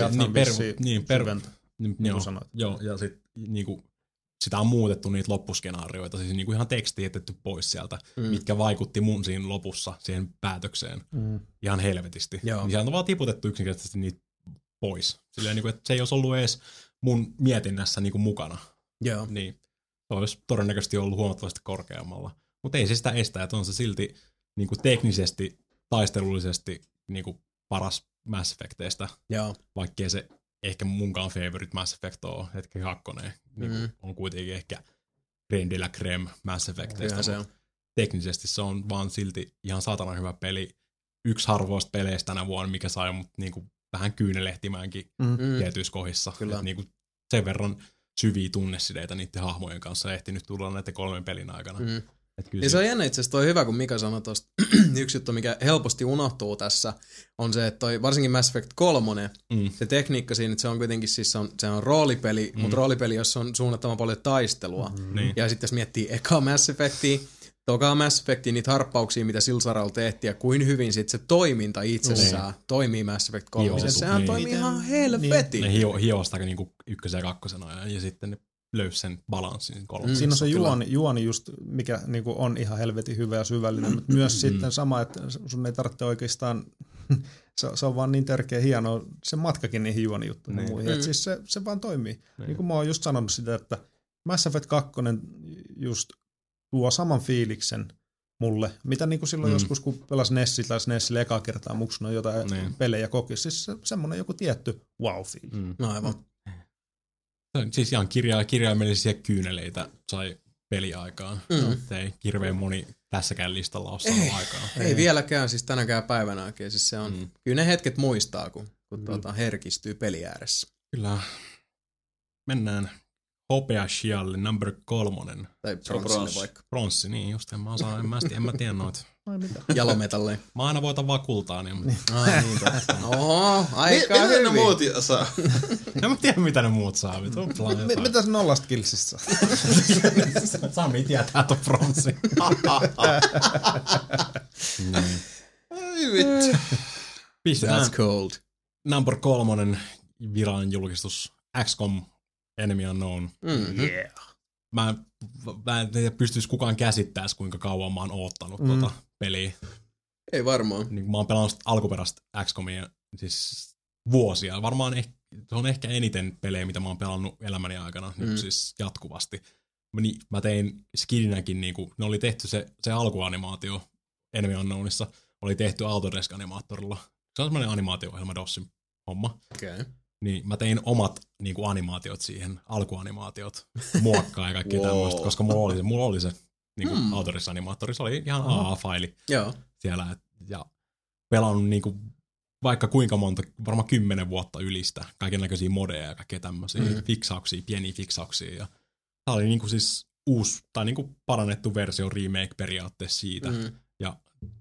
Joo, ja sit niinku sitä on muutettu niitä loppuskenaarioita, siis niinku ihan teksti jätetty pois sieltä, mitkä vaikutti mun siinä lopussa siihen päätökseen ihan helvetisti. Niin sieltä on vaan tiputettu yksinkertaisesti niitä pois. Silleen niinku, että se ei olisi ollut edes mun mietinnässä niinku mukana. Joo. Niin se olisi todennäköisesti ollut huomattavasti korkeammalla. Mutta ei se sitä estä, että on se silti niinku teknisesti, taistelullisesti niinku paras Mass Effecteistä. Vaikkei se ehkä munkaan favorite Mass Effect on, hetken 2. Niinku on kuitenkin ehkä Rendillä Creme Mass Effecteistä. Teknisesti se on vaan silti ihan saatanan hyvä peli. Yksi harvoista peleistä tänä vuonna, mikä sai mut niinku vähän kyynelehtimäänkin tietyissä kohdissa. Niinku sen verran syviä tunnesideitä niiden hahmojen kanssa ehtinyt tulla näiden 3 pelin aikana. Ja se on jännä itse asiassa toi hyvä, kun Mika sanoi tuosta. Yksi juttu, mikä helposti unohtuu tässä, on se, että toi, varsinkin Mass Effect 3, se tekniikka siinä, että se on kuitenkin siis se on roolipeli, mutta roolipeli, jossa on suunnattoman paljon taistelua. Ja sitten jos miettii eka Mass Effectia, tokaa Mass Effectia, niitä harppauksia, mitä sillä saralla tehtiin, ja kuin hyvin sit se toiminta itsessään toimii Mass Effect 3. Sehän toimii ihan helvetin. Ne hiosta niinku 1 ja 2 ajan, ja sitten ne löysi sen balanssin 3. Siinä on se juoni just, mikä niinku on ihan helvetin hyvä ja syvällinen, mutta myös sitten sama, että sun ei tarvitse oikeastaan, se on vaan niin tärkeä hieno, se matkakin niihin juonijuttuihin muihin, että siis se vaan toimii. Niin kuin mä oon just sanonut sitä, että Mass Effect 2 just tuo saman fiiliksen mulle, mitä niinku silloin joskus, kun pelasi Nessille ekaa kertaa muksuna jotain pelejä koki, siis semmoinen joku tietty wow-fiili. No aivan. Siis ihan kirjaimellisia kyyneleitä sai peliaikaan. Ei hirveän moni tässäkään listalla ole saanut aikaa. Ei vieläkään, siis tänäkään päivänä oikein. Siis se on, kyllä ne hetket muistaa, kun herkistyy peli ääressä. Kyllä. Mennään Hopea Shialle, number 3. Tai bronssille vaikka. Bronssi, niin just. En mä tiedä noita. Jalometalleen. Mä aina voitan vaan kultaa. Niin Oho, aika hyvin. Mitä ne muut saa? En mä tiedä, mitä ne muut saa. Mitä se 0 killsistä saa? Sami tietää tuon bronssin. Ai vittu. That's cold. Number 3 virallinen julkistus. XCOM Enemy Unknown. Yeah. Mä en tiedä, pystyisi kukaan käsittämään, kuinka kauan mä oon oottanut tota peliä. Ei varmaan. Niin, mä oon pelannut alkuperäistä XCOMia siis vuosia. Varmaan se on ehkä eniten pelejä, mitä mä oon pelannut elämäni aikana, niin siis jatkuvasti. mä tein skidinäkin, niinku, ne oli tehty se alkuanimaatio Enemy Unknownissa, oli tehty Autodesk-animaattorilla. Se on semmoinen animaatio-ohjelma DOSin homma. Okay. Niin mä tein omat niinku animaatiot siihen, alkuanimaatiot, muokkaa ja kaikkea tämmöistä, koska mulla oli se niinku Autodesk-animaattori, se oli ihan AA-faili siellä. Ja pelannut niinku vaikka kuinka monta, varmaan 10 vuotta ylistä, kaikennäköisiä modeja ja kaikkea tämmöisiä fiksauksia, pieniä fiksauksia. Ja tää oli niinku siis uusi, tai niinku parannettu versio, remake periaatteessa siitä. Ja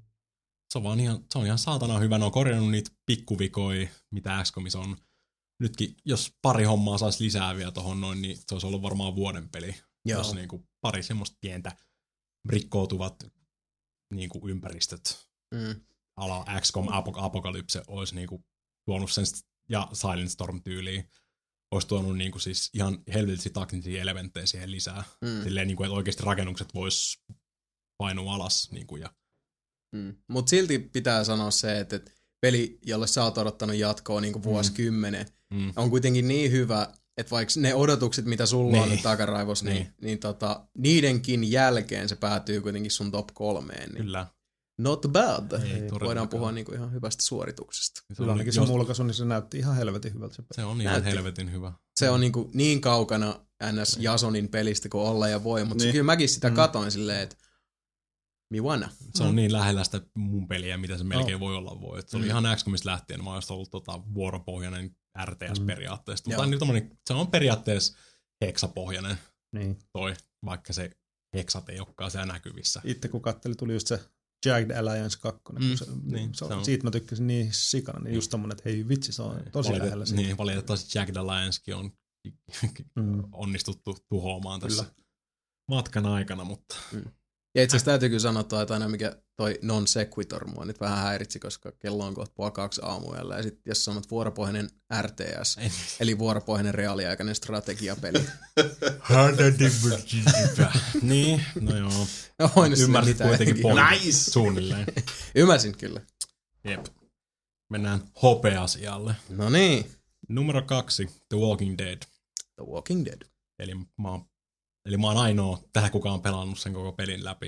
se on ihan saatana hyvä. Ne on korjannut niitä pikkuvikoja, mitä XCOMissa on. Nytkin, jos pari hommaa saisi lisää vielä tohon noin, niin se olisi ollut varmaan vuoden peli. Joo. Jos niinku pari semmoista pientä rikkoutuvat niinku ympäristöt ala XCOM Apocalypse olisi niinku tuonut sen, ja Silent Storm-tyyliin olisi tuonut niinku siis ihan helvetisesti taktisia elementtejä siihen lisää. Silleen, niinku, että oikeasti rakennukset vois painua alas. Niinku, ja Mutta silti pitää sanoa se, että peli, jolle sä oot odottanut jatkoa niinku vuosikymmenen, on kuitenkin niin hyvä, että vaikka ne odotukset, mitä sulla on nyt takaraivossa, niin niidenkin jälkeen se päätyy kuitenkin sun top 3. Niin kyllä. Not bad. Voidaan puhua niinku ihan hyvästä suorituksesta. Kyllä ainakin se mulkaisu, niin se näytti ihan helvetin hyvältä. Se on ihan helvetin hyvä. Se on niinku niin kaukana NS Jasonin pelistä kuin olla ja voi, mutta kyllä mäkin sitä katoin silleen, että Miwana. Se on niin lähellä sitä mun peliä, mitä se melkein voi olla voi. Se oli ihan XCOMista lähtien, mä olisin ollut vuoropohjainen RTS periaatteessa. Se on periaatteessa heksapohjainen toi, vaikka se heksat ei olekaan siellä näkyvissä. Itse kun katselin, tuli just se Jagged Alliance 2. Siitä mä tykkäsin niin sikana, niin just tommonen, että hei vitsi, se on tosi lähellä siitä. Niin, valitettavasti Jagged Alliancekin on onnistuttu tuhoamaan tässä matkan aikana, mutta Ja itse asiassa täytyy kyllä sanoa, että aina mikä toi non sequitur mua nyt vähän häiritsi, koska kello on kohta 2 aamuyöllä. Ja sitten jos sanot vuoropohjainen RTS, eli vuoropohjainen reaaliaikainen strategiapeli. Niin, no joo. Ymmärsit kuitenkin nice. Suunnilleen. Ymmärsin kyllä. Jep. Mennään hopeasialle. No niin. Numero 2, The Walking Dead. The Walking Dead. Eli mä oon ainoa tähän kukaan pelannut sen koko pelin läpi.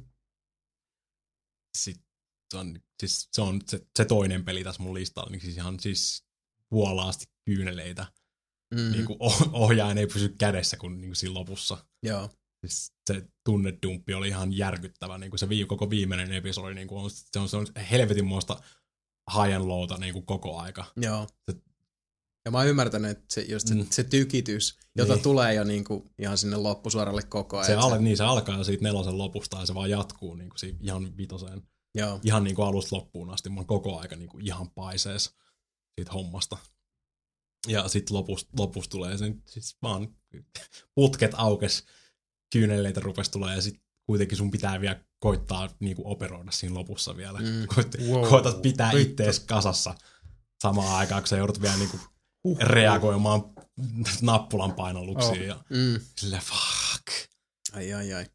Sitten se on se toinen peli tässä mun listalla, niin siis ihan siis vuolaasti kyyneleitä. Niinku ohjaajan ei pysy kädessä kuin niinku siinä lopussa. Joo. Siis se tunnedumppi oli ihan järkyttävä. Niinku se koko viimeinen episodi niinku se on helvetin muista high and lowta niinku koko aika. Joo. Ja mä oon ymmärtänyt, että se tykitys, jota tulee jo niinku ihan sinne loppusuoralle koko ajan. Se alkaa siitä 4 lopusta ja se vaan jatkuu niinku ihan 5. Joo. Ihan niinku alusta loppuun asti. Mä oon koko aika niinku ihan paisees siitä hommasta. Ja sit lopussa tulee sen, siis vaan putket aukes, kyyneleitä rupes tulee ja sit kuitenkin sun pitää vielä koittaa niinku operoida siinä lopussa vielä. Koitat pitää ittees kasassa samaan aikaan, kun sä joudut vielä niinku reagoimaan nappulan painalluksiin ja silleen fuck. Ai.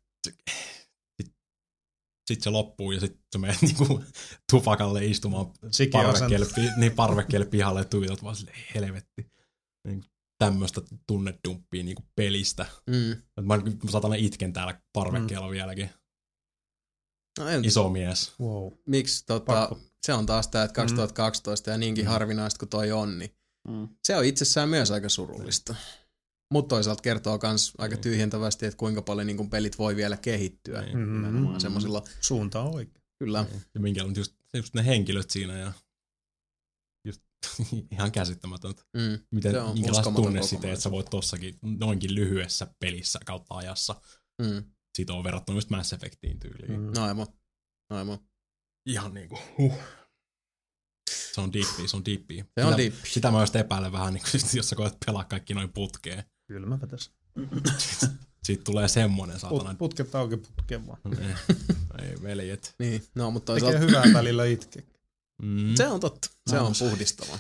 Sitten se loppuu ja sitten sä menet niinku tupakalle istumaan parvekkeelle pihalle ja tuitot vaan silleen helvetti. Niin, tämmöstä tunnedumppia niinku pelistä. Mä saatan itken täällä parvekkeella vieläkin. No iso mies. Wow. Miksi se on taas tää, että 2012 ja niinkin harvinaista kuin toi on, niin se on itsessään myös aika surullista. Mutta toisaalta kertoo myös aika tyhjentävästi, että kuinka paljon niin kun pelit voi vielä kehittyä. Semmoisilla suunta on oikein. Kyllä. Ja minkä on just ne henkilöt siinä ja just ihan käsittämätöntä. Minkälaista tunnesiteet sä voit tossakin noinkin lyhyessä pelissä kautta ajassa sitoa verrattuna just Mass Effectiin tyyliin. Aivan. Ihan niinku Se on diippiä. Se on diippiä. Sitä mä just epäilen vähän, niin jos sä koet pelaa kaikki noin putkeen. Kylmäpä tässä. Siitä tulee semmonen saatana. Putket auki putkeen vaan. Ei veljet. Niin, no mutta toisaalta tekee hyvää välillä itke. Se on totta. Se on puhdistavaa.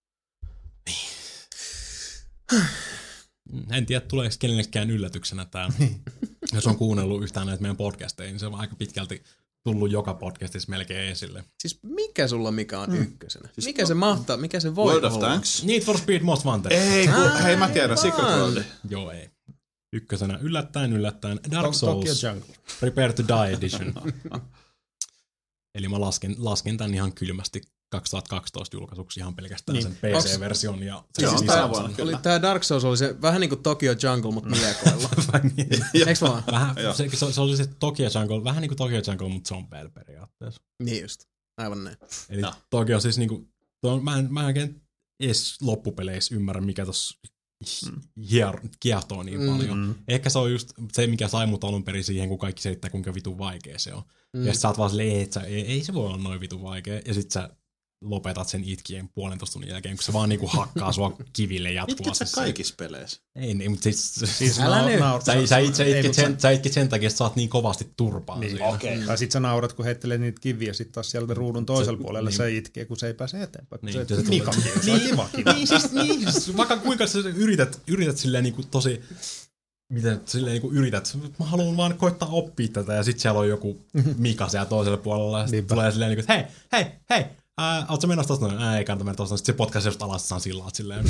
En tiedä, tuleeko kenellekään yllätyksenä tää. Jos on kuunnellut yhtään näitä meidän podcasteja, niin se on aika pitkälti tullut joka podcastissa melkein esille. Siis mikä sulla on ykkösenä? Siis mikä se mahtaa, mikä se voi World olla? of Tanks? Need for Speed Most Wanted. Ei, hei mä tiedän, Secret World. Joo, ei. ykkösenä yllättäen Dark Souls Jungle. Prepare to Die Edition. Eli mä lasken tän ihan kylmästi 2012 julkaisuksi ihan pelkästään sen PC-version ja sen lisäosan. Oli tää Dark Souls oli se vähän niinku Tokyo Jungle, mutta miekoilla. Eiks vaan? Vähän, se oli se Tokyo Jungle, vähän niinku Tokyo Jungle, mutta zombeilla periaatteessa. Niin just, aivan näin. Eli Tokyo siis niinku, mä en oikein edes loppupeleissä ymmärrä, mikä tossa kiehtoo niin paljon. Ehkä se on just se, mikä sai mut alun perin siihen, kun kaikki selittää, kuinka vitun vaikea se on. Ja sit sä oot vaan silleen, että ei se voi olla noin vitun vaikea. Ja sit sä lopetat sen itkien 1,5 tunnin jälkeen, kun se vaan niinku hakkaa sua kiville jatkuvasti. Itkit sä kaikissa peleissä? Ei, mutta siis älä nyt. Sä itkit sen takia, että sä oot niin kovasti turpaan niin, siinä. Okay. Tai sit sä naurat, kun heittelee niitä kiviä, sit taas sieltä ruudun toisella puolella se itkee, kun se ei pääse eteenpäin. Niin, se on kiva. Siis vaikka kuinka sä yrität silleen niinku tosi... Miten silleen niinku yrität, mä haluan vaan koittaa oppia tätä, ja sit siellä on joku Mika siellä toisella puolella, ja sit tulee silleen niinku, että hei, ootko sä menossa tosta noin? Ei kannata mennä tosta noin. Sitten se potkaisi just alas, saan sillaat silleen.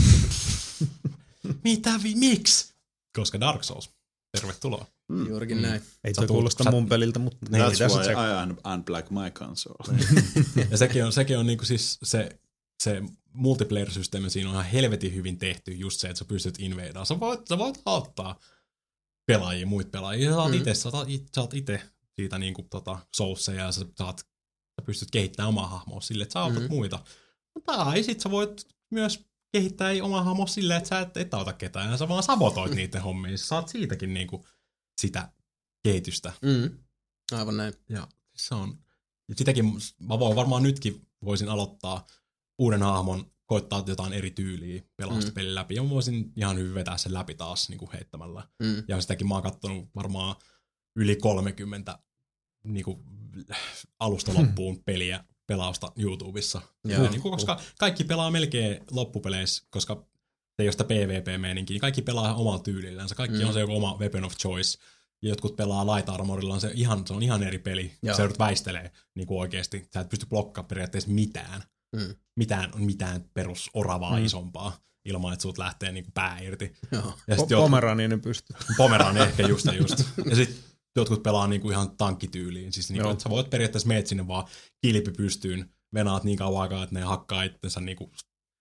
Miksi? Koska Dark Souls. Tervetuloa. Juurikin näin. Ei toi kuulosta mun peliltä, mutta... That's why I unblack my console. Ja sekin on niinku siis se multiplayer-systeemi siinä on ihan helvetin hyvin tehty, just se, että sä pystyt invadaan. Sä voit auttaa muita pelaajia. Sä saat itse siitä niinku Soulsia ja sä pystyt kehittämään omaa hahmoa silleen, että sä autat muita. Tai sit sä voit myös kehittää omaa hahmoa silleen, että sä et auta ketään ja sä vaan sabotoit niiden hommia. Sä saat siitäkin niinku sitä kehitystä. Aivan näin. Ja se on... Ja sitäkin mä varmaan nytkin voisin aloittaa uuden hahmon, koittaa jotain eri tyyliä, pelaa sitä pelin läpi. Ja mä voisin ihan hyvin vetää sen läpi taas niin kuin heittämällä. Ja sitäkin mä oon kattonut varmaan yli 30 niin kuin alusta loppuun pelausta YouTubessa. Niin kuin, koska kaikki pelaa melkein loppupeleissä, koska ei ole sitä PvP-meininkiä, niin kaikki pelaa omalla tyylillänsä. Kaikki on se joku oma weapon of choice. Ja jotkut pelaa light armorilla, se on ihan eri peli. Sä joudut väistelee niin kuin oikeasti. Sä et pysty blokkaamaan periaatteessa mitään. Mitään perus oravaa isompaa ilman, että sut lähtee niinku pää irti. Pomeraniin pystyy. Pomerani ehkä just. Ja sit jotkut pelaa niinku ihan tankkityyliin. Siis niinku, että sä voit periaatteessa meet sinne vaan kilpi pystyyn, venaat niin kauan aikaa, että ne hakkaa itsensä niinku,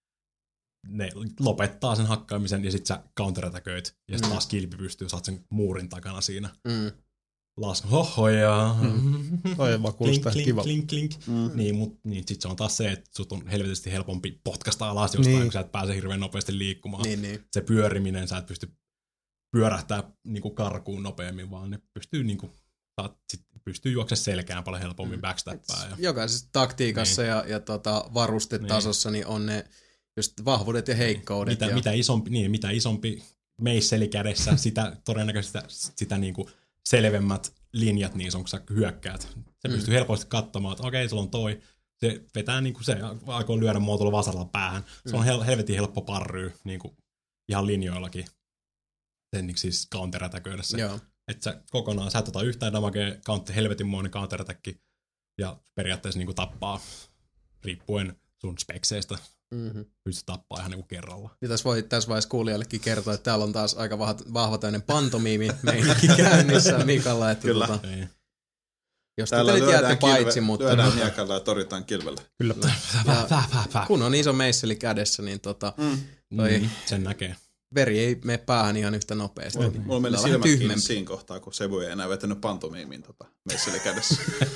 ne lopettaa sen hakkaamisen ja sit sä counteratäköit ja sit taas kilpi pystyy, saat sen muurin takana siinä. Hohoja. Toi vaan kuulostaa kiva. Klink. Niin sit se on taas se, että sut on helvetisti helpompi potkasta alas jostain, kun sä et pääse hirveän nopeasti liikkumaan. Niin. Se pyöriminen, sä et pysty pyörähtää niinku karkuun nopeammin, vaan ne pystyy niinku, pystyy juoksemaan selkään paljon helpommin backstappaa. Jokaisessa taktiikassa ja varustetasossa niin on ne just vahvuudet ja heikkoudet. Mitä isompi meisseli kädessä, sitä todennäköisesti sitä niinku selvemmät linjat niin on, kun sä hyökkäät. Se pystyy helposti katsomaan, että okei, sulla on toi. Se vetää niinku se, aikoo lyödä muotoilla vasaralla päähän. Se on helvetin helppo parryy niinku ihan linjoillakin. Sen siis counteratäköidessä. Että sä kokonaan, sä et ota yhtään damagea, helvetinmoinen counteratäkki ja periaatteessa niinku tappaa riippuen sun spekseistä. Pystyt tappaa ihan niinku kerralla. Ja tässä vaiheessa kuulijallekin kertoa, että täällä on taas aika vahva tämmöinen pantomiimi meininki käynnissä Mikalla. Että kyllä. Jos te nyt jäätte paitsi, mutta... Lyödään miekalla ja torjutaan kilvellä. Kyllä. Kun on iso meisseli kädessä, niin sen näkee. Veri ei mene päähän ihan yhtä nopeasti. Mulla meni silmät kiinni siinä kohtaa, kun Sebu ei enää vetänyt pantomiimiin meisseli kädessä.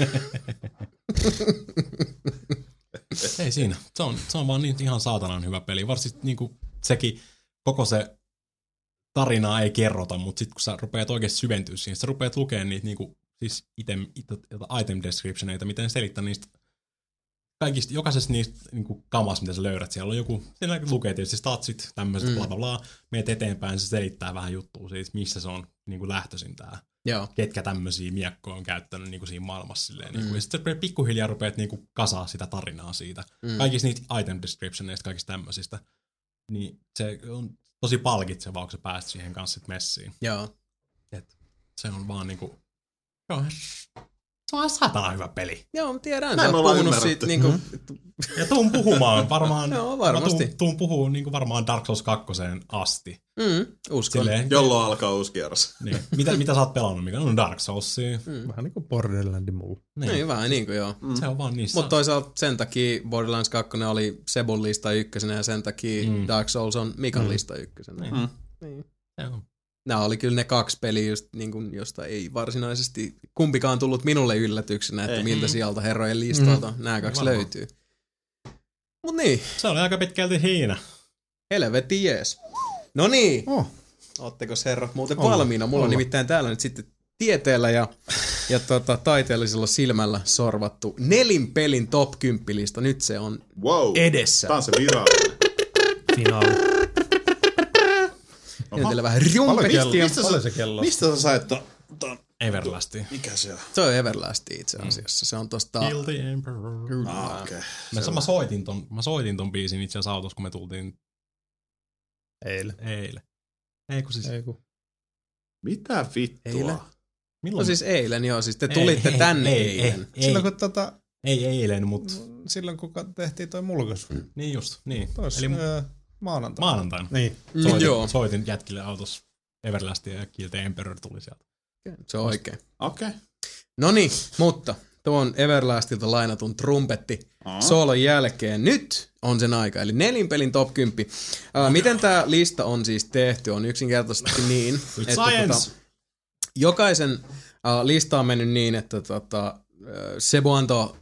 Ei siinä. Se on vaan niin ihan saatanan hyvä peli. Varsinkin niinku sekin, koko se tarinaa ei kerrota, mutta sitten kun sä rupeat oikeasti syventyä siihen, sä rupeat lukemaan niitä niinku, siis item descriptioneita, miten selittää niistä kaikista, jokaisesta niistä niinku kamasta, mitä sä löydät. Siellä on joku, siellä lukee tietysti statsit, tämmöiset bla bla bla, meet eteenpäin, se selittää vähän juttua siitä, missä se on niinku lähtöisin tää. Ketkä tämmöisiä miekkoja on käyttänyt niinku siinä maailmassa. Silleen, niinku. Ja sitten pikkuhiljaa rupeat niinku kasaa sitä tarinaa siitä. Kaikista niitä item descriptioneista, kaikista tämmöisistä. Niin se on tosi palkitsevaa, kun sä pääset siihen kanssa sit messiin. Joo. Et se on vaan niinku... Se on satana hyvä peli. Joo, tiedän. Sä oot puhunut siitä niinku... Ja tuun puhumaan varmaan... Joo, varmasti. Tuun puhumaan niinku varmaan Dark Souls 2 asti. Uskon. Silleen, jolloin alkaa uusi kierros. Niin. Mitä sä oot pelannut? Mikä on Dark Soulsia? Vähän niin kuin Borderlandin mulla. Niin, vähän niin kuin joo. Se on vaan niissä. Mutta toisaalta sen takia Borderlands 2 oli Sebun lista ykkösenä ja sen takia Dark Souls on Mikan lista ykkösenä. Niin. Nämä oli kyllä ne 2 peliä, just, niin kuin, josta ei varsinaisesti kumpikaan tullut minulle yllätyksenä, että miltä sieltä herrojen listalta nämä 2 löytyy. Mut niin. Se oli aika pitkälti hiina. Helvetti jees. No niin. Ootteko herrat muuten valmiina? Mulla on nimittäin täällä nyt sitten tieteellä ja taiteellisella silmällä sorvattu nelinpelin top 10 lista. Nyt se on edessä. Tää on se virallinen. Finaali. Ja teillä vähän rumpettia. Mistä sä sait ton? Everlastia. Mikä se on? Se on Everlastia itse asiassa. Se on tosta... Kill the Emperor. Okay. Mä soitin ton biisin itse asiassa autossa, kun me tultiin... Eilen. Ei kun siis... Mitä vittua? Eilen? Milloin? No siis eilen, joo. Siis te tulitte tänne eilen. Silloin kun Ei eilen, mutta... Silloin kun tehtiin toi mulkaisu. Niin just, niin. Eli maanantaina. Niin. Soitin jätkille autossa Everlastia ja Kill the Emperor tuli sieltä. Se on oikein. Okei. Noniin, mutta tuon Everlastilta lainatun trumpetti soolon jälkeen nyt on sen aika, eli nelinpelin top 10. Miten tämä lista on siis tehty? On yksinkertaisesti niin, että jokaisen lista on mennyt niin, että Sebu antoi,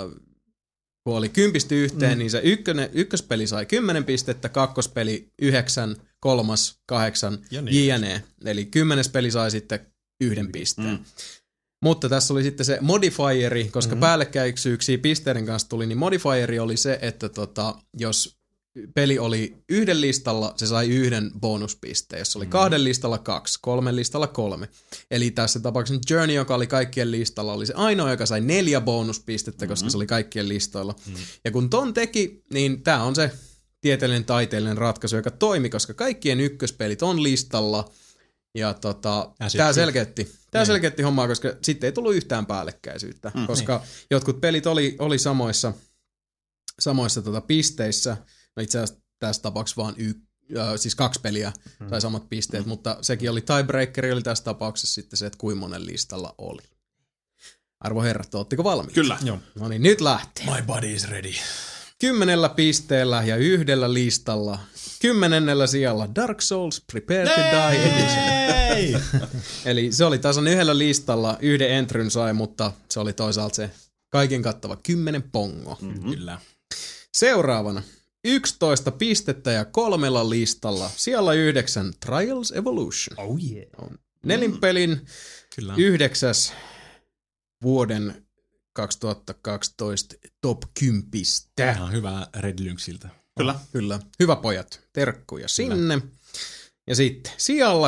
kun oli 10 yhteen, niin se ykköspeli sai 10 pistettä, kakkospeli 9, kolmas 8, jne. Eli 10. peli sai sitten 1 pisteen. Mutta tässä oli sitten se modifieri, koska päällekkäisyyksiä pisteiden kanssa tuli, niin modifieri oli se, että jos peli oli 1 listalla, se sai 1 bonuspisteen. Jos oli 2 listalla 2, 3 listalla 3. Eli tässä tapauksessa Journey, joka oli kaikkien listalla, oli se ainoa, joka sai 4 bonuspistettä, koska se oli kaikkien listoilla. Ja kun ton teki, niin tää on se tieteellinen taiteellinen ratkaisu, joka toimi, koska kaikkien ykköspelit on listalla. Ja tää selkeytti hommaa, koska sitten ei tullut yhtään päällekkäisyyttä, koska jotkut pelit oli samoissa pisteissä. No itse asiassa tässä tapauksessa vaan siis 2 peliä sai samat pisteet, mutta sekin oli tiebreakeri, oli tässä tapauksessa sitten se, että kuinka monen listalla oli. Arvo herrat, ootteko valmiit? Kyllä. Joo. No niin, nyt lähtee. My body is ready. 10 pisteellä ja 1 listalla. 10. sijalla Dark Souls Prepare to Die Edition. Eli se oli tasan 1 listalla, 1 entryn sai, mutta se oli toisaalta se kaiken kattava 10 pongo. Kyllä. Seuraavana 11 pistettä ja 3 listalla. Siellä 9 Trials Evolution. Oh yeah. On nelinpelin 9. vuoden 2012 top 10. Ihan hyvää Red Lynxiltä. Kyllä. Hyvä pojat. Terkkuja sinne. Ja sitten sijalla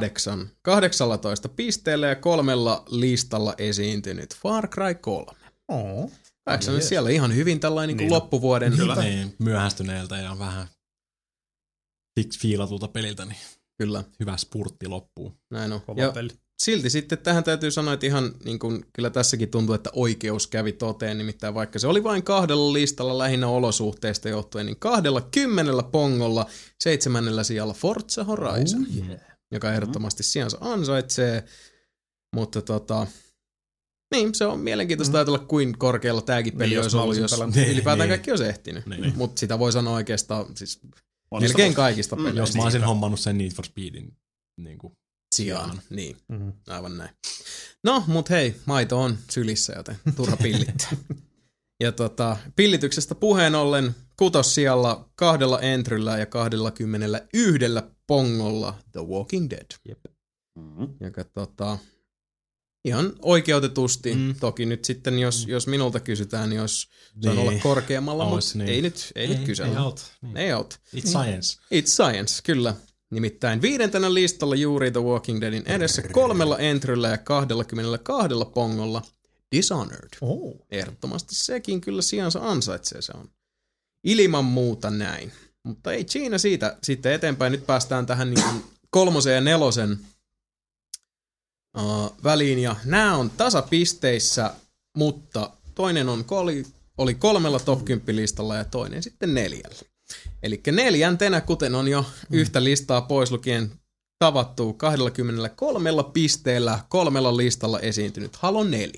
18 pisteellä ja 3 listalla esiintynyt Far Cry 3. Siellä ihan hyvin tällainen niin loppuvuoden. Kyllä. Niin, myöhästyneeltä ja vähän fiilatulta peliltä, niin kyllä. Hyvä spurtti loppuu. Näin on. Ja silti sitten tähän täytyy sanoa, että ihan niin kuin, kyllä tässäkin tuntuu, että oikeus kävi toteen, nimittäin vaikka se oli vain 2 listalla lähinnä olosuhteista johtuen, niin 20 pongolla 7. sijalla Forza Horizon, joka ehdottomasti sijansa ansaitsee, mutta niin, se on mielenkiintoista ajatella, kuin korkealla tämäkin peli olisi ollut, jos ylipäätään kaikki olisi ehtinyt. Mutta sitä voi sanoa oikeastaan siis melkein kaikista peleistä. Jos mä olisin hommannut sen Need for Speedin niin kuin sijaan. Niin, aivan näin. No, mut hei, maito on sylissä, joten turha pillittää. Ja pillityksestä puheen ollen 6. sijalla 2 entryllä ja 21 pongolla The Walking Dead. Jep. Joka ihan oikeutetusti. Toki nyt sitten, jos minulta kysytään, niin jos se on olla korkeammalla, mutta ei nyt kysellä. Ei aut. It's science. It's science, kyllä. Nimittäin 5. listalla juuri The Walking Deadin edessä 3 entryllä ja 22 pongolla Dishonored. Ehdottomasti sekin kyllä sijansa ansaitsee, se on ilman muuta näin. Mutta ei siinä siitä sitten eteenpäin. Nyt päästään tähän niin 3. ja 4. Väliin, ja nämä on tasapisteissä mutta toinen oli 3 top 10 listalla ja toinen sitten 4. Eli 4. kuten on jo yhtä listaa pois lukien tavattu 23 pisteellä 3 listalla esiintynyt Halo 4.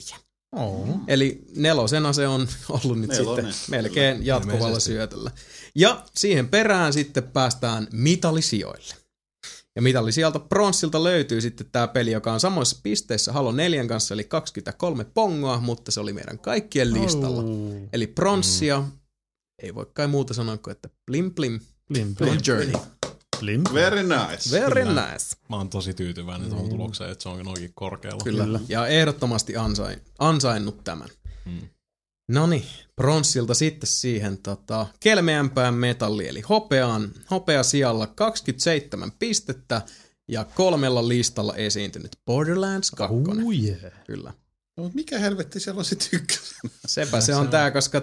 Eli 4 se on ollut nyt sitten melkein jatkuvalla syötöllä. Ja siihen perään sitten päästään mitallisijoille. Ja mitallisijalta pronssilta löytyy sitten tämä peli, joka on samoissa pisteissä Halo 4 kanssa, eli 23 pongoa, mutta se oli meidän kaikkien listalla. Eli pronssia, ei voi kai muuta sanoa kuin, että blim blim, Journey. Very nice. Very nice. Mä oon tosi tyytyväinen tuohon tulokseen, että se on oikein korkealla. Kyllä, ja ehdottomasti ansainnut tämän. Noniin, pronsssilta sitten siihen kelmeämpään metalli, eli hopea sijalla 27 pistettä ja 3 listalla esiintynyt Borderlands 2. Kyllä. No, mikä helvetti siellä on sit ykkösen? Sepä se on tää, koska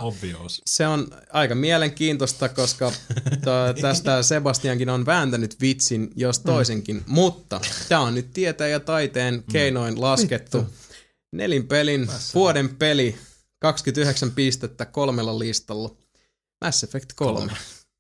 se on aika mielenkiintoista, koska tästä Sebastiankin on vääntänyt vitsin jos toisenkin, mutta tää on nyt tieteen ja taiteen keinoin laskettu 4 pelin vuoden peli, 29 pistettä 3 listalla. Mass Effect 3.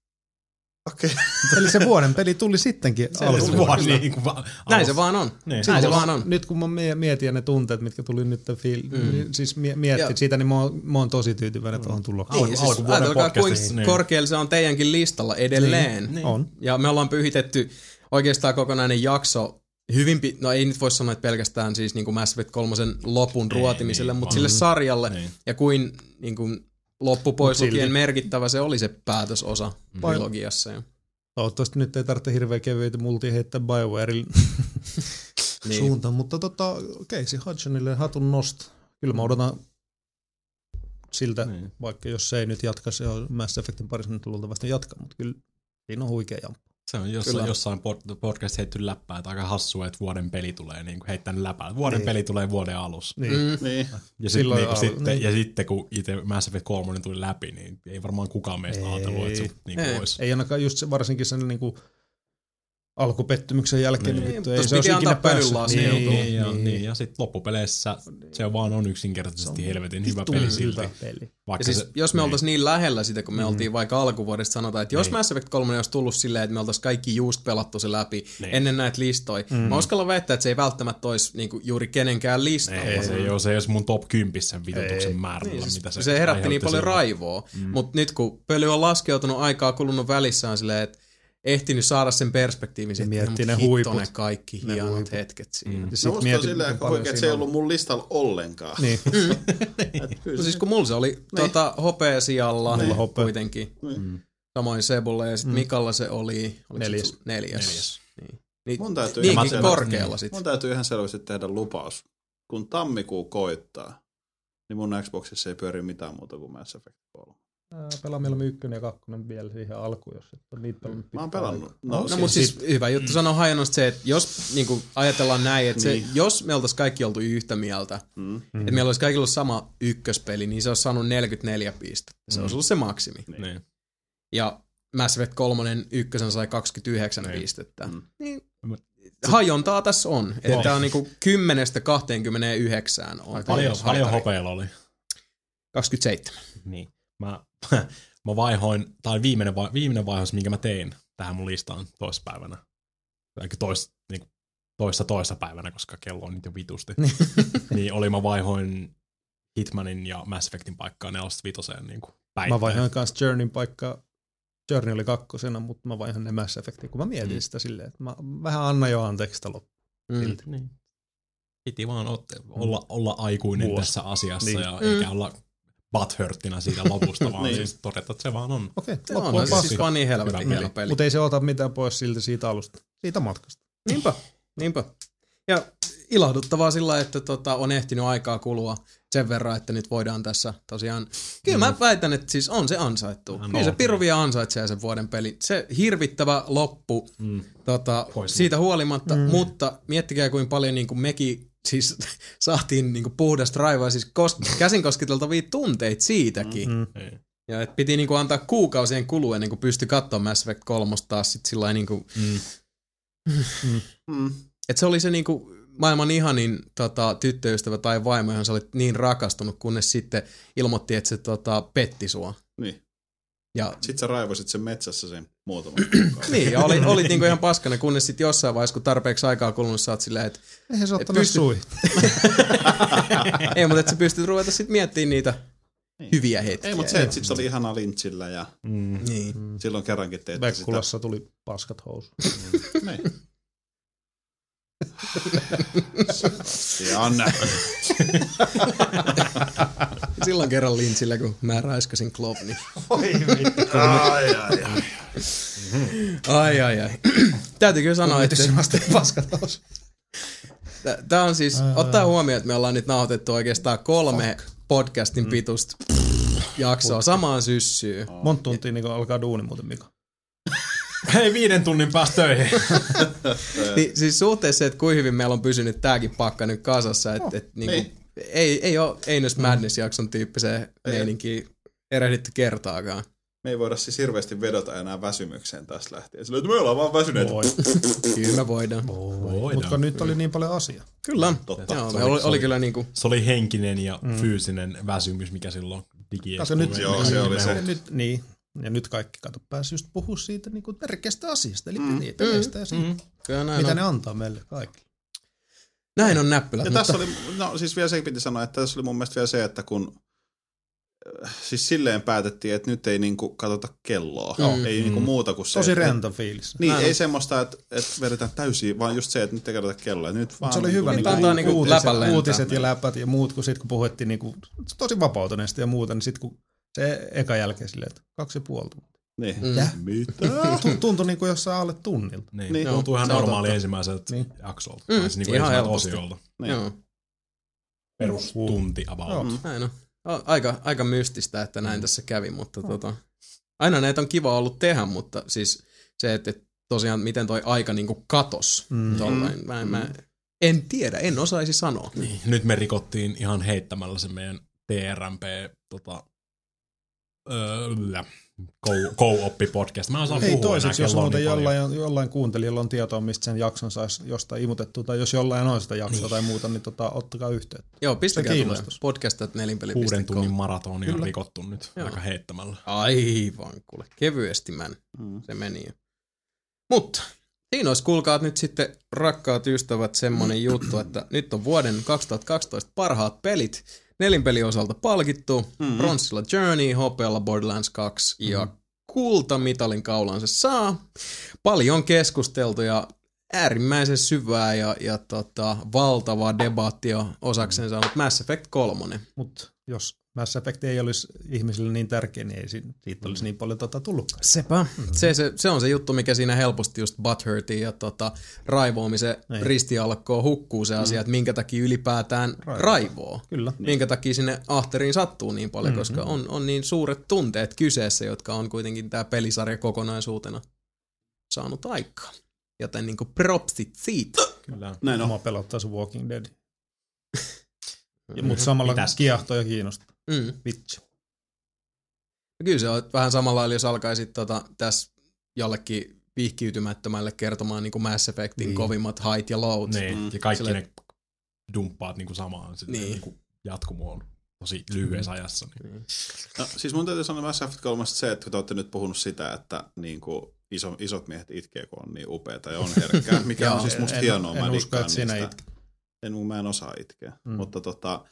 Okei. Eli se vuoden peli tuli sittenkin alkuun. Näin se vaan on. Näin se vaan on. Nyt kun mä mietin ne tunteet, mitkä tuli nyt siis miettii siitä, niin mä oon tosi tyytyväinen tuohon tulokseen. Niin, siis ajatelkaa kuinka korkealla se on teidänkin listalla edelleen. Niin. On. Ja me ollaan pyhitetty oikeastaan kokonainen jakso hyvin, no ei nyt voi sanoa, että pelkästään siis niin kuin Mass Effect 3 lopun ruotimiselle, mutta sille sarjalle ja kuin niin kuin loppu pois lukien merkittävä se oli se päätösosa trilogiassa. Toivottavasti nyt ei tarvitse hirveän kevyitä multia heittää BioWarein suuntaan, mutta Casey Hudsonille hatun nosto. Kyllä mä odotan siltä, vaikka jos se ei nyt jatka, se on Mass Effectin parissa nyt luultavasti jatkaa, mutta kyllä siinä on huikea jamppa. Se on jossain podcast heitty läppää, että aika hassua, että vuoden peli tulee niin heittänyt läpää. Vuoden peli tulee vuoden alussa. Niin. Ja sitten kun itse Mass Effect 3 tuli läpi, niin ei varmaan kukaan meistä ajatellut, että se olisi. Ei ainakaan just se, varsinkin sen niin alkupettymyksen jälkeen. Niin, vittu, ei se olisi ikinä päässyt. Niin, ja sitten loppupeleissä se vaan on yksinkertaisesti helvetin hyvä peli silti. Ja siis, jos me oltaisiin niin lähellä sitä, kun me oltiin vaikka alkuvuodesta sanotaan, että jos Mass Effect 3 olisi tullut silleen, että me oltaisiin kaikki just pelattu se läpi ennen näitä listoja, mä uskallan väittää, että se ei välttämättä olisi niinku juuri kenenkään listalla. Ei se olisi mun top 10 vitutuksen määrällä. Mitä se herätti niin paljon raivoa, mutta nyt kun pöly on laskeutunut, aikaa kulunut välissä on silleen, että ehtinyt saada sen perspektiivin, että miettii ne huiput. Ne kaikki hienot hetket siinä. No musta on silleen, että se ei ollut mun listalla ollenkaan. Niin. No siis kun mulla se oli hopea sijalla kuitenkin. Samoin Sebulla ja sitten Mikalla se oli 4. Niin. Niinkin korkealla sitten. Mun täytyy ihan selvästi tehdä lupaus. Kun tammikuu koittaa, niin mun Xboxissa ei pyöri mitään muuta kuin Mass Effect 3. Pelaa mieluummin 1 ja 2 vielä siihen alkuun, jos et ole niitä pelannut. Mä oon pelannut. No mutta siis hyvä juttu sanoa Hajanosti se, että jos niin ajatellaan näin, että jos me oltaisiin kaikki oltu yhtä mieltä, että meillä olisi kaikilla ollut sama ykköspeli, niin se olisi saanut 44 pistettä. Se olisi ollut se maksimi. Niin. Ja Mass Effect 3 ykkösen sai 29 pistettä. Niin. Hajontaa tässä on. Että tämä on niinku 10-29 on. Paljon hopeilla oli? 27. Niin. Mä vaihoin, tämä oli viimeinen vaiheus, minkä mä tein tähän mun listaan toissapäivänä. Toissa päivänä, koska kello on nyt jo vitusti. Niin mä vaihoin Hitmanin ja Mass Effectin paikkaa 4-5 niin päittäin. Mä vaihoin kanssa Journeyn paikkaa. Journey oli 2, mutta mä vaihoin ne Mass Effectin, kun mä mietin sitä silleen, että mä vähän anna jo anteeksi sitä loppuun. Niin. Piti vaan olla aikuinen tässä asiassa ja eikä olla butthurttina siitä lopusta, vaan siis todeta, että se vaan on. Okei, on siis vaan niin helvetin hieno peli. Mutta ei se ota mitään pois silti siitä alusta, siitä matkasta. Niinpä. Ja ilahduttavaa sillä, että on ehtinyt aikaa kulua sen verran, että nyt voidaan tässä tosiaan... Kyllä mä väitän, että siis on se ansaittu. Kyllä se Piruvia ansaitsee sen vuoden pelin. Se hirvittävä loppu siitä huolimatta, mutta miettikää kuinka paljon niin kuin mekin siis saatiin niin kuin puhdasta raivoa, siis käsin kosketeltavia tunteita siitäkin. Ja et piti niin kuin antaa kuukausien kulua ennen kuin pystyi katsomaan Mass Effect 3 taas sit sillain niin kuin... Että se oli se niinku, maailman ihanin tyttöystävä tai vaimo, johon sä olit niin rakastunut, kunnes sitten ilmoitti, että se petti sua. Niin. Ja sitten sä raivosit sen metsässä sen muutaman kuukauden. Niin, ja olit niinku ihan paskana, kunnes sitten jossain vaiheessa, kun tarpeeksi aikaa kulunut, sä oot silleen, että... Eihän se ottanut sui. Ei, mutta että sä pystyt ruveta sitten miettimään niitä hyviä hetkiä. Ei, mutta se, että sitten oli ihana Lynchillä ja silloin kerrankin teette sitä. Vekkulassa tuli paskat housu. Niin. Janne. Silloin kerran Lynchillä, kun mä raiskasin Klovni. Ai. Täytyy kyllä sanoa, että... Tää on siis, ottaa huomioon, että me ollaan nyt nauhoitettu oikeastaan 3 podcastin pituista jaksoa samaan syssyyn. Monta tuntia niin alkaa duuni muuten, Mika? Hei, 5 tunnin päästä töihin. Niin, siis suhteessa, että kuinka hyvin meillä on pysynyt tääkin pakka nyt kasassa, että niinku, ei ole Einus Madness-jakson tyyppiseen meininkiin erehditty kertaakaan. Me ei voida siis hirveästi vedota enää väsymykseen tästä lähtien. Sillä että me ollaan vaan väsyneitä. Kyllä me voidaan. Mutta nyt oli niin paljon asiaa. Kyllä. Totta. Joo, oli kyllä niinku... Se oli henkinen ja fyysinen väsymys, mikä silloin se oli se. Niin. Ja nyt kaikki pääsi just puhua siitä niin kuin tärkeästä asiasta, eli peleistä ja siitä. Mitä ne antaa meille kaikille. Näin on näppylät. Ja tässä oli, siis vielä sekin piti sanoa, että tässä oli mun mielestä vielä se, että kun siis silleen päätettiin, että nyt ei niinku katsota kelloa. Ei niinku muuta kuin se. Tosi rento fiilis. Niin, ei semmoista, että vedetään täysin, vaan just se, että nyt ei katsota kelloa. Nyt vaan se oli hyvä niinku uutiset ja läpät ja muut, kun sit kun puhuttiin niinku tosi vapautuneesti ja muuta, niin sit kun se eka jälkeen silleen, että 2,5 tuntia. Niin. Mitä? Tuntui niin kuin jossain alle tunnilta. Niin. Tuntui ihan normaali ensimmäiseltä jaksolta. Tai niin ihan helposti. osiolta. Niin. Perustunti about. Näin on. Aika mystistä, että näin tässä kävi, mutta aina näitä on kiva ollut tehdä, mutta siis se, että tosiaan miten toi aika niinku katos. Mä en tiedä, en osaisi sanoa. Niin. Nyt me rikottiin ihan heittämällä se meidän TRMP co-oppi-podcast. Mä osaan puhua toiseksi, jos muuten jollain kuuntelijalla on tietoa, mistä sen jakson saisi jostain imutettua, tai jos jollain on sitä jaksoa tai muuta, niin ottakaa yhteyttä. Joo, pistäkää tulee podcast@nelinpeli.com. 6 tunnin maratoni on rikottu nyt aika heittämällä. Aivan, kuule. Kevyesti se meni jo. Mutta siinä olisi, kuulkaat nyt sitten, rakkaat ystävät, semmonen juttu, että nyt on vuoden 2012 parhaat pelit Nelinpelin osalta palkittu. Bronssilla Journey, hopealla Borderlands 2 ja kultamitalin kaulaan se saa. Paljon keskusteltu ja äärimmäisen syvää ja valtavaa debattia osakseen saanut Mass Effect 3. Mutta jos Mass Effect ei olisi ihmisille niin tärkeä, niin ei siitä olisi niin paljon tullutkaan. Sepä. Se on se juttu, mikä siinä helposti just butthurtin ja raivoamisen ristialkkoon hukkuu se asia, että minkä takia ylipäätään raivoo. Kyllä. Minkä takia sinne ahteriin sattuu niin paljon, koska on niin suuret tunteet kyseessä, jotka on kuitenkin tämä pelisarja kokonaisuutena saanut aikaa. Joten niinku propsit siitä. Kyllä. Näin on. Oma pelottaa se Walking Dead. Mutta samalla kiehtoo ja kiinnostaa. Vitsi. Kyllä se on vähän samalla lailla, jos alkaisit tässä jollekin vihkiytymättömälle kertomaan niin kuin Mass Effectin kovimmat height ja lows. Niin, ja kaikki ne dumppaat niin kuin samaan niin kuin jatkumoon tosi lyhyessä ajassa. Niin. No, siis mun täytyy sanoa Mass Effect 3 se, että kun te olette nyt puhunut sitä, että niin kuin isot miehet itkee, kun on niin upeata ja on herkkää, mikä on siis musta hienoa. En usko, että sinä itke. Mä en osaa itkeä, mutta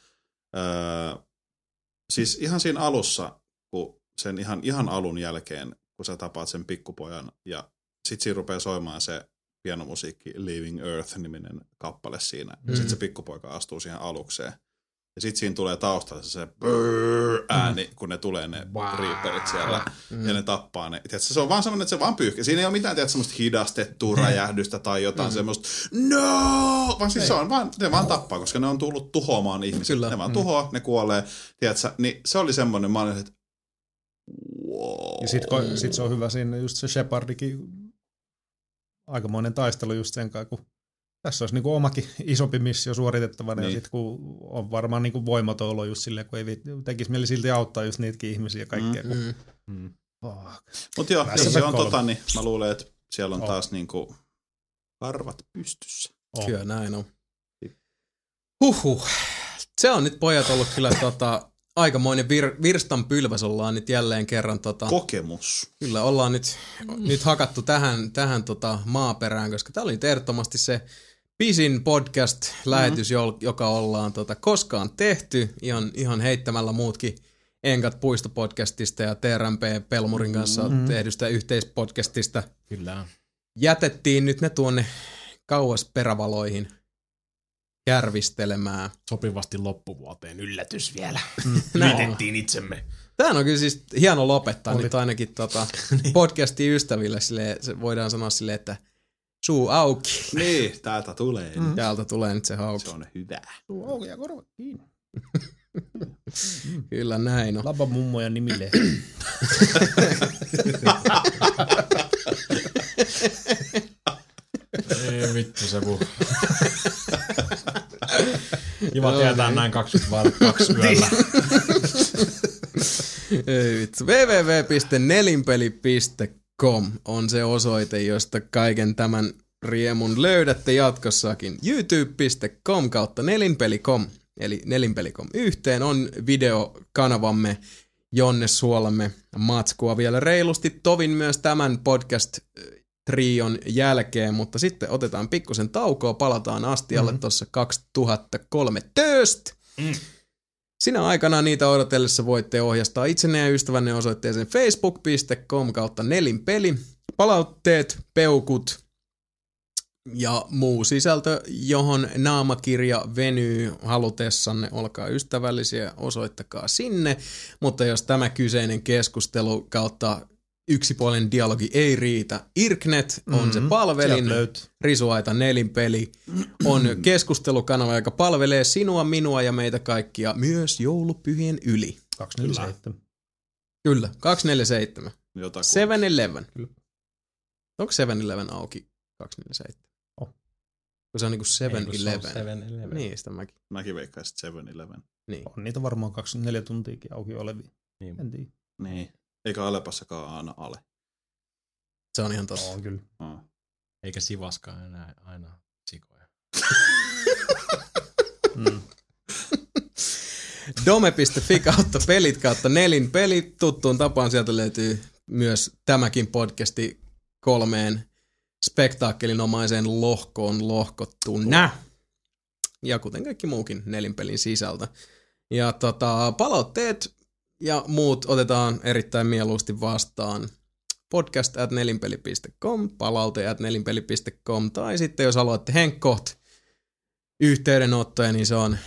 siis ihan siinä alussa, kun sen ihan alun jälkeen, kun sä tapaat sen pikkupojan ja sit siinä rupeaa soimaan se pianomusiikki Leaving Earth-niminen kappale siinä. Ja sit se pikkupoika astuu siihen alukseen. Ja sit siinä tulee taustalla se ääni, kun ne tulee ne reaperit siellä ja ne tappaa ne. Tiedätkö, se on vaan semmoinen, että se vaan pyyhkii. Siinä ei ole mitään semmoista hidastettua räjähdystä tai jotain semmoista no! Vaan siis ne vaan tappaa, koska ne on tullut tuhoamaan ihmisiä. Kyllä. Ne vaan tuhoaa, ne kuolee. Tiedätkö, niin se oli semmoinen, mä olin, että wow. Ja sit se on hyvä siinä just se Shepardikin aikamoinen taistelu just sen kanssa, kun tässä olisi niinku omakin isompi missio suoritettavana, ja sitten kun on varmaan niinku voimaton olo just silleen, kun ei tekisi mieli silti auttaa just niitäkin ihmisiä ja kaikkea. Mutta joo, se on niin mä luulen, että siellä on taas niinku karvat pystyssä. Kyllä näin on. Se on nyt pojat ollut kyllä aikamoinen virstanpylväs ollaan nyt jälleen kerran. Kokemus. Kyllä ollaan nyt hakattu tähän maaperään, koska tämä oli nyt ehdottomasti se pisin podcast-lähetys, joka ollaan koskaan tehty. Ihan heittämällä muutkin enkat puistopodcastista ja TRMP Pelmurin kanssa tehdystä yhteispodcastista. Kyllä. Jätettiin nyt ne tuonne kauas perävaloihin kärvistelemään. Sopivasti loppuvuoteen yllätys vielä. Yritettiin itsemme. Tämä on kyllä siis hieno lopettaa nyt ainakin podcastin ystäville. Se voidaan sanoa silleen, että suu auki. Niin, täältä tulee. Täältä tulee nyt se hauki. Se on hyvä. Suu auki ja korvat kiinni. Kyllä näin on. Laba mummo ja nimille. Ei vittu se puhuu. Kiva tietää näin 22 yöllä. Ei vittu. www.nelinpeli.com on se osoite, josta kaiken tämän riemun löydätte jatkossakin. youtube.com/nelinpeli.com eli nelinpeli.com yhteen on videokanavamme, jonne suolamme matskua vielä reilusti tovin myös tämän podcast-trion jälkeen, mutta sitten otetaan pikkusen taukoa, palataan astialle tuossa 2013. Sinä aikana niitä odotellessa voitte ohjastaa itsenne ja ystävänne osoitteeseen facebook.com/nelinpeli. Palautteet, peukut ja muu sisältö, johon naamakirja venyy halutessanne, olkaa ystävällisiä, osoittakaa sinne. Mutta jos tämä kyseinen keskustelu kautta yksipuolinen dialogi ei riitä, Irknet on se palvelin, Risuaita Nelinpeli on keskustelukanava, joka palvelee sinua, minua ja meitä kaikkia myös joulupyhien yli. 247. Kyllä, 247. 7-Eleven. Onko 7-Eleven auki 247? Kun se on niinku 7-Eleven. Niin, sitä mäkin. Mäkin veikkaisin 7-Eleven. Niin. On niitä varmaan 24 tuntiakin auki olevia. Niin. En tiedä. Niin. Eikä Alepassakaan aina ale. Se on ihan tossa. On kyllä. Eikä Sivaskaan enää aina sikoja. Dome.fi/pelit/nelinpeli. Tuttuun tapaan sieltä löytyy myös tämäkin podcasti 3 spektaakkelinomaiseen lohkoon lohkottuna. Ja kuten kaikki muukin nelinpelin sisältä. Ja palautteet ja muut otetaan erittäin mieluusti vastaan podcast@nelinpeli.com, palaute@nelinpeli.com tai sitten jos haluatte henkkoht yhteydenottoja, niin se on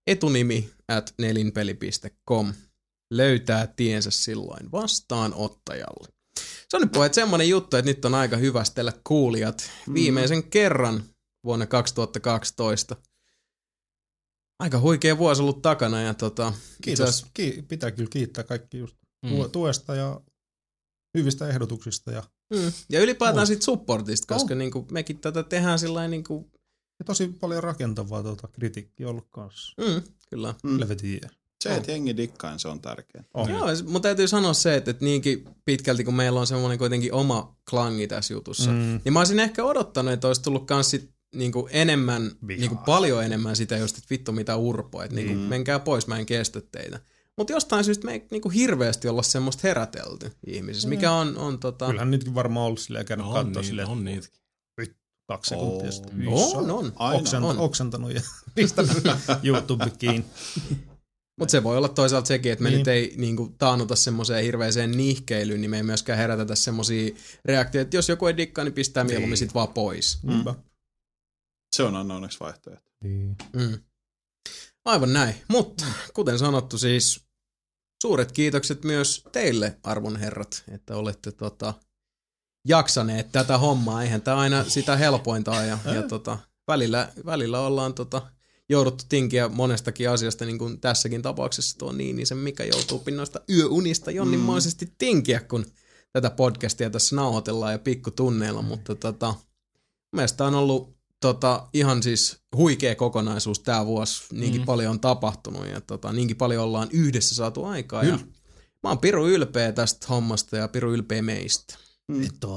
etunimi@nelinpeli.com. Löytää tiensä silloin vastaanottajalle. Se on nyt puheet semmoinen juttu, että nyt on aika hyvästellä kuulijat viimeisen kerran vuonna 2012. Aika huikea vuosi ollut takana. Ja Kiitos. Pitää kyllä kiittää kaikki just tuesta ja hyvistä ehdotuksista. Ja ylipäätään siitä supportista, koska niinku mekin tätä tehdään sillain niinku... Ja tosi paljon rakentavaa kritiikkiä ollut kanssa. Kyllä. Levetiä. Se, että jengi dikkaan, se on tärkeää. Joo, mutta täytyy sanoa se, että niinkin pitkälti, kun meillä on semmoinen kuitenkin oma klangi tässä jutussa, niin mä olisin ehkä odottanut, että olisi tullut kans sit niinku enemmän, niinku paljon enemmän sitä just, että vittu mitä urpoa, että niinku menkää pois, mä en kestä teitä. Mutta jostain syystä me ei niinku hirveästi olla semmoista herätelty ihmisissä, mikä on Kyllähän nytkin varmaan ollut silleen käynyt katsoa silleen. On niitä. 2 sekuntia sitten. On. Oksentanut ja pistänyt YouTube kiinni. Mutta se voi olla toisaalta sekin, että me nyt ei niinku taannuta semmoiseen hirveäseen nihkeilyyn, niin me ei myöskään herätetä semmoisia reaktioita, että jos joku ei dikkaa, niin pistää mieluummin sit vaan pois. Se on aina onneksi vaihtoehto. Aivan näin. Mutta kuten sanottu siis, suuret kiitokset myös teille, arvon herrat, että olette jaksaneet tätä hommaa. Eihän tämä aina sitä helpointa ja välillä ollaan jouduttu tinkiä monestakin asiasta, niin kuin tässäkin tapauksessa tuo sen mikä joutuu pinnoista yöunista jonninmoisesti tinkiä, kun tätä podcastia tässä nauhoitellaan ja pikkutunneilla, mutta mielestäni on ollut ihan siis huikea kokonaisuus tämä vuosi, niinkin paljon on tapahtunut ja niinkin paljon ollaan yhdessä saatu aikaa ja mä oon piru ylpeä tästä hommasta ja piru ylpeä meistä.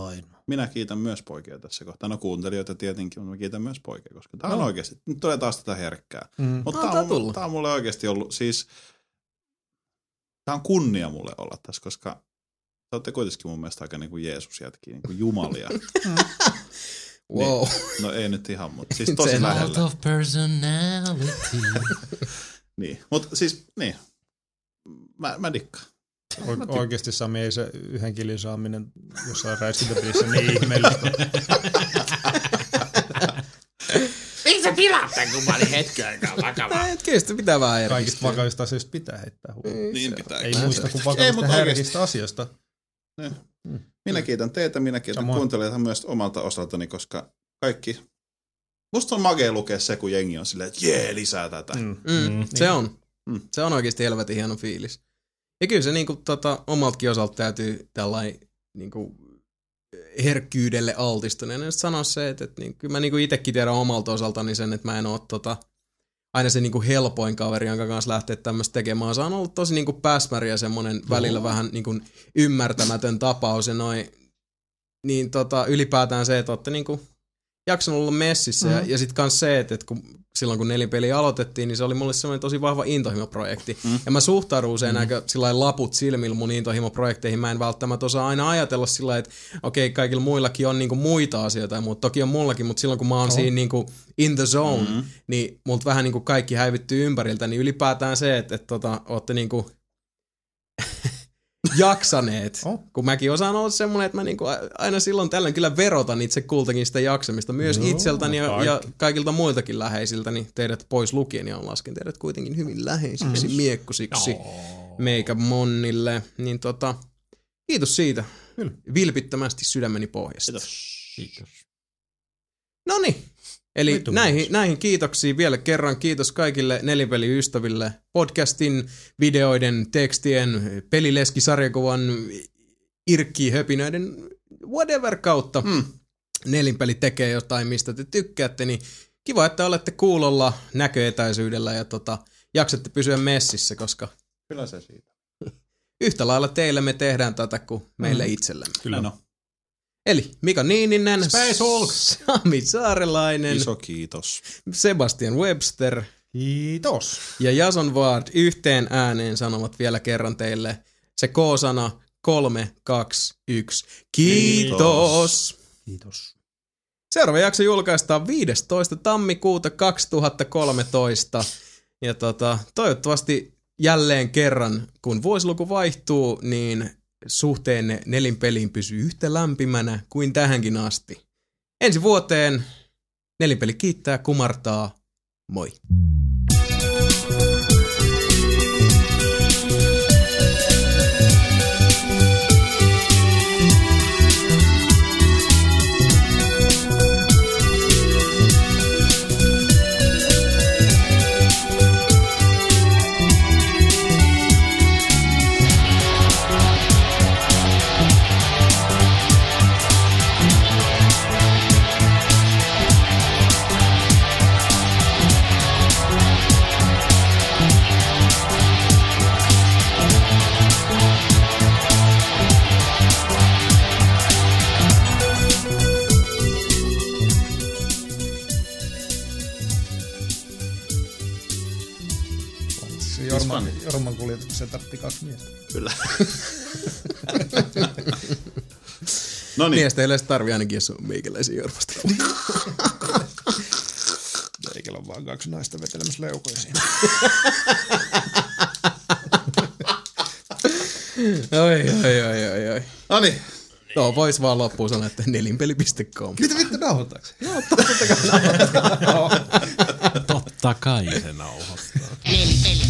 minä kiitän myös poikia tässä kohtaa. No kuuntelijoita tietenkin, mutta mä kiitän myös poikia, koska tää on oikeasti, nyt tulee taas tätä herkkää. Mutta tää on mulle oikeasti ollut, siis tää on kunnia mulle olla tässä, koska te olette kuitenkin mun mielestä aika niin kuin Jeesus jätkiä, niin kuin jumalia. Wow. Niin. No ei nyt ihan, mutta siis tosi lähellä. Out of personality. Niin, mutta siis, niin. Mä dikkaan. Oikeasti Sami, ei se yhden kilin saaminen jossain räiskintäpelissä niin ihmeellistä. Miksi sä tilaat tän, kun mä olin hetken aikaa vakavaa? Kyllä sitä pitää vähän järkistä. Kaikista vakavista asioista pitää heittää huomioon. Niin pitää. Ei muista kuin vakavista härkistä asioista. Minä kiitän teitä, minä kiitän kuuntelijoita myös omalta osaltani, koska kaikki... Musta on magea lukea se, kun jengi on silleen, että jee, lisää tätä. Se on. Se on oikeasti helvetin hieno fiilis. Ja kyllä se niinku, omaltakin osalta täytyy tällainen niinku, herkkyydelle altistuneena sanoa se, että niin, kyllä mä niinku itsekin tiedän omalta osaltani sen, että mä en ole aina se niinku helpoin kaveri, jonka kanssa lähteä tämmöistä tekemään. Se on ollut tosi niinku päsmäri ja semmoinen välillä vähän niinku ymmärtämätön tapaus ja niin ylipäätään se, että olette niinku jaksanut olla messissä ja sit kans se, että silloin kun Nelinpeli aloitettiin, niin se oli mulle semmoinen tosi vahva intohimoprojekti. Ja mä suhtaudun usein sillä laput silmillä mun intohimoprojekteihin. Mä en välttämättä osaa aina ajatella sillä että okei, kaikilla muillakin on niinku muita asioita, mutta toki on mullakin, mutta silloin kun mä oon siinä niinku in the zone, niin multa vähän niinku kaikki häivittyy ympäriltä, niin ylipäätään se, että ootte niinku jaksaneet, kun mäkin osaan olla semmoinen, että mä niinku aina silloin tällöin kyllä verotan itse kultakin sitä jaksamista, myös itseltäni ja kaikilta muiltakin läheisiltä, niin teidät pois lukien ja on lasken teidät kuitenkin hyvin läheisiksi, miekkusiksi meikä Monnille, niin kiitos siitä, vilpittömästi sydämeni pohjasta. Kiitos. Noniin. Eli näihin kiitoksiin vielä kerran. Kiitos kaikille Nelinpeli-ystäville. Podcastin, videoiden, tekstien, pelileskisarjakuvan, irkkihöpinöiden, whatever kautta Nelinpeli tekee jotain, mistä te tykkäätte. Niin kiva, että olette kuulolla näköetäisyydellä ja jaksatte pysyä messissä, koska kyllä se siitä. Yhtä lailla teille me tehdään tätä kuin meille itsellemme. Kyllä no. Eli Mika Niininen, Space Hulk, Sami Saarelainen, iso kiitos, Sebastian Webster, kiitos, ja Jason Ward yhteen ääneen sanomat vielä kerran teille se K-sana 3, 2, 1. Kiitos! Kiitos. Seuraava jakso julkaistaan 15. tammikuuta 2013 ja toivottavasti jälleen kerran, kun vuosiluku vaihtuu, niin suhteenne Nelinpeliin pysyy yhtä lämpimänä kuin tähänkin asti. Ensi vuoteen Nelinpeli kiittää, kumartaa. Moi. Jorman kuljetukseen tarvittiin 2 miestä. Kyllä. No niin. Miestä ei edes tarvii ainakin, jos on meikäläisiä Jormasta. Meikällä on vaan 2 naista vetelemässä leukoja siinä. Oi. No niin. Tuo vois vaan loppuun sanoa, että nelinpeli.com. Mitä vittu nauhoittaako? Joo, totta kai nauhoittaa. Totta kai se nauhoittaa. Nelinpeli.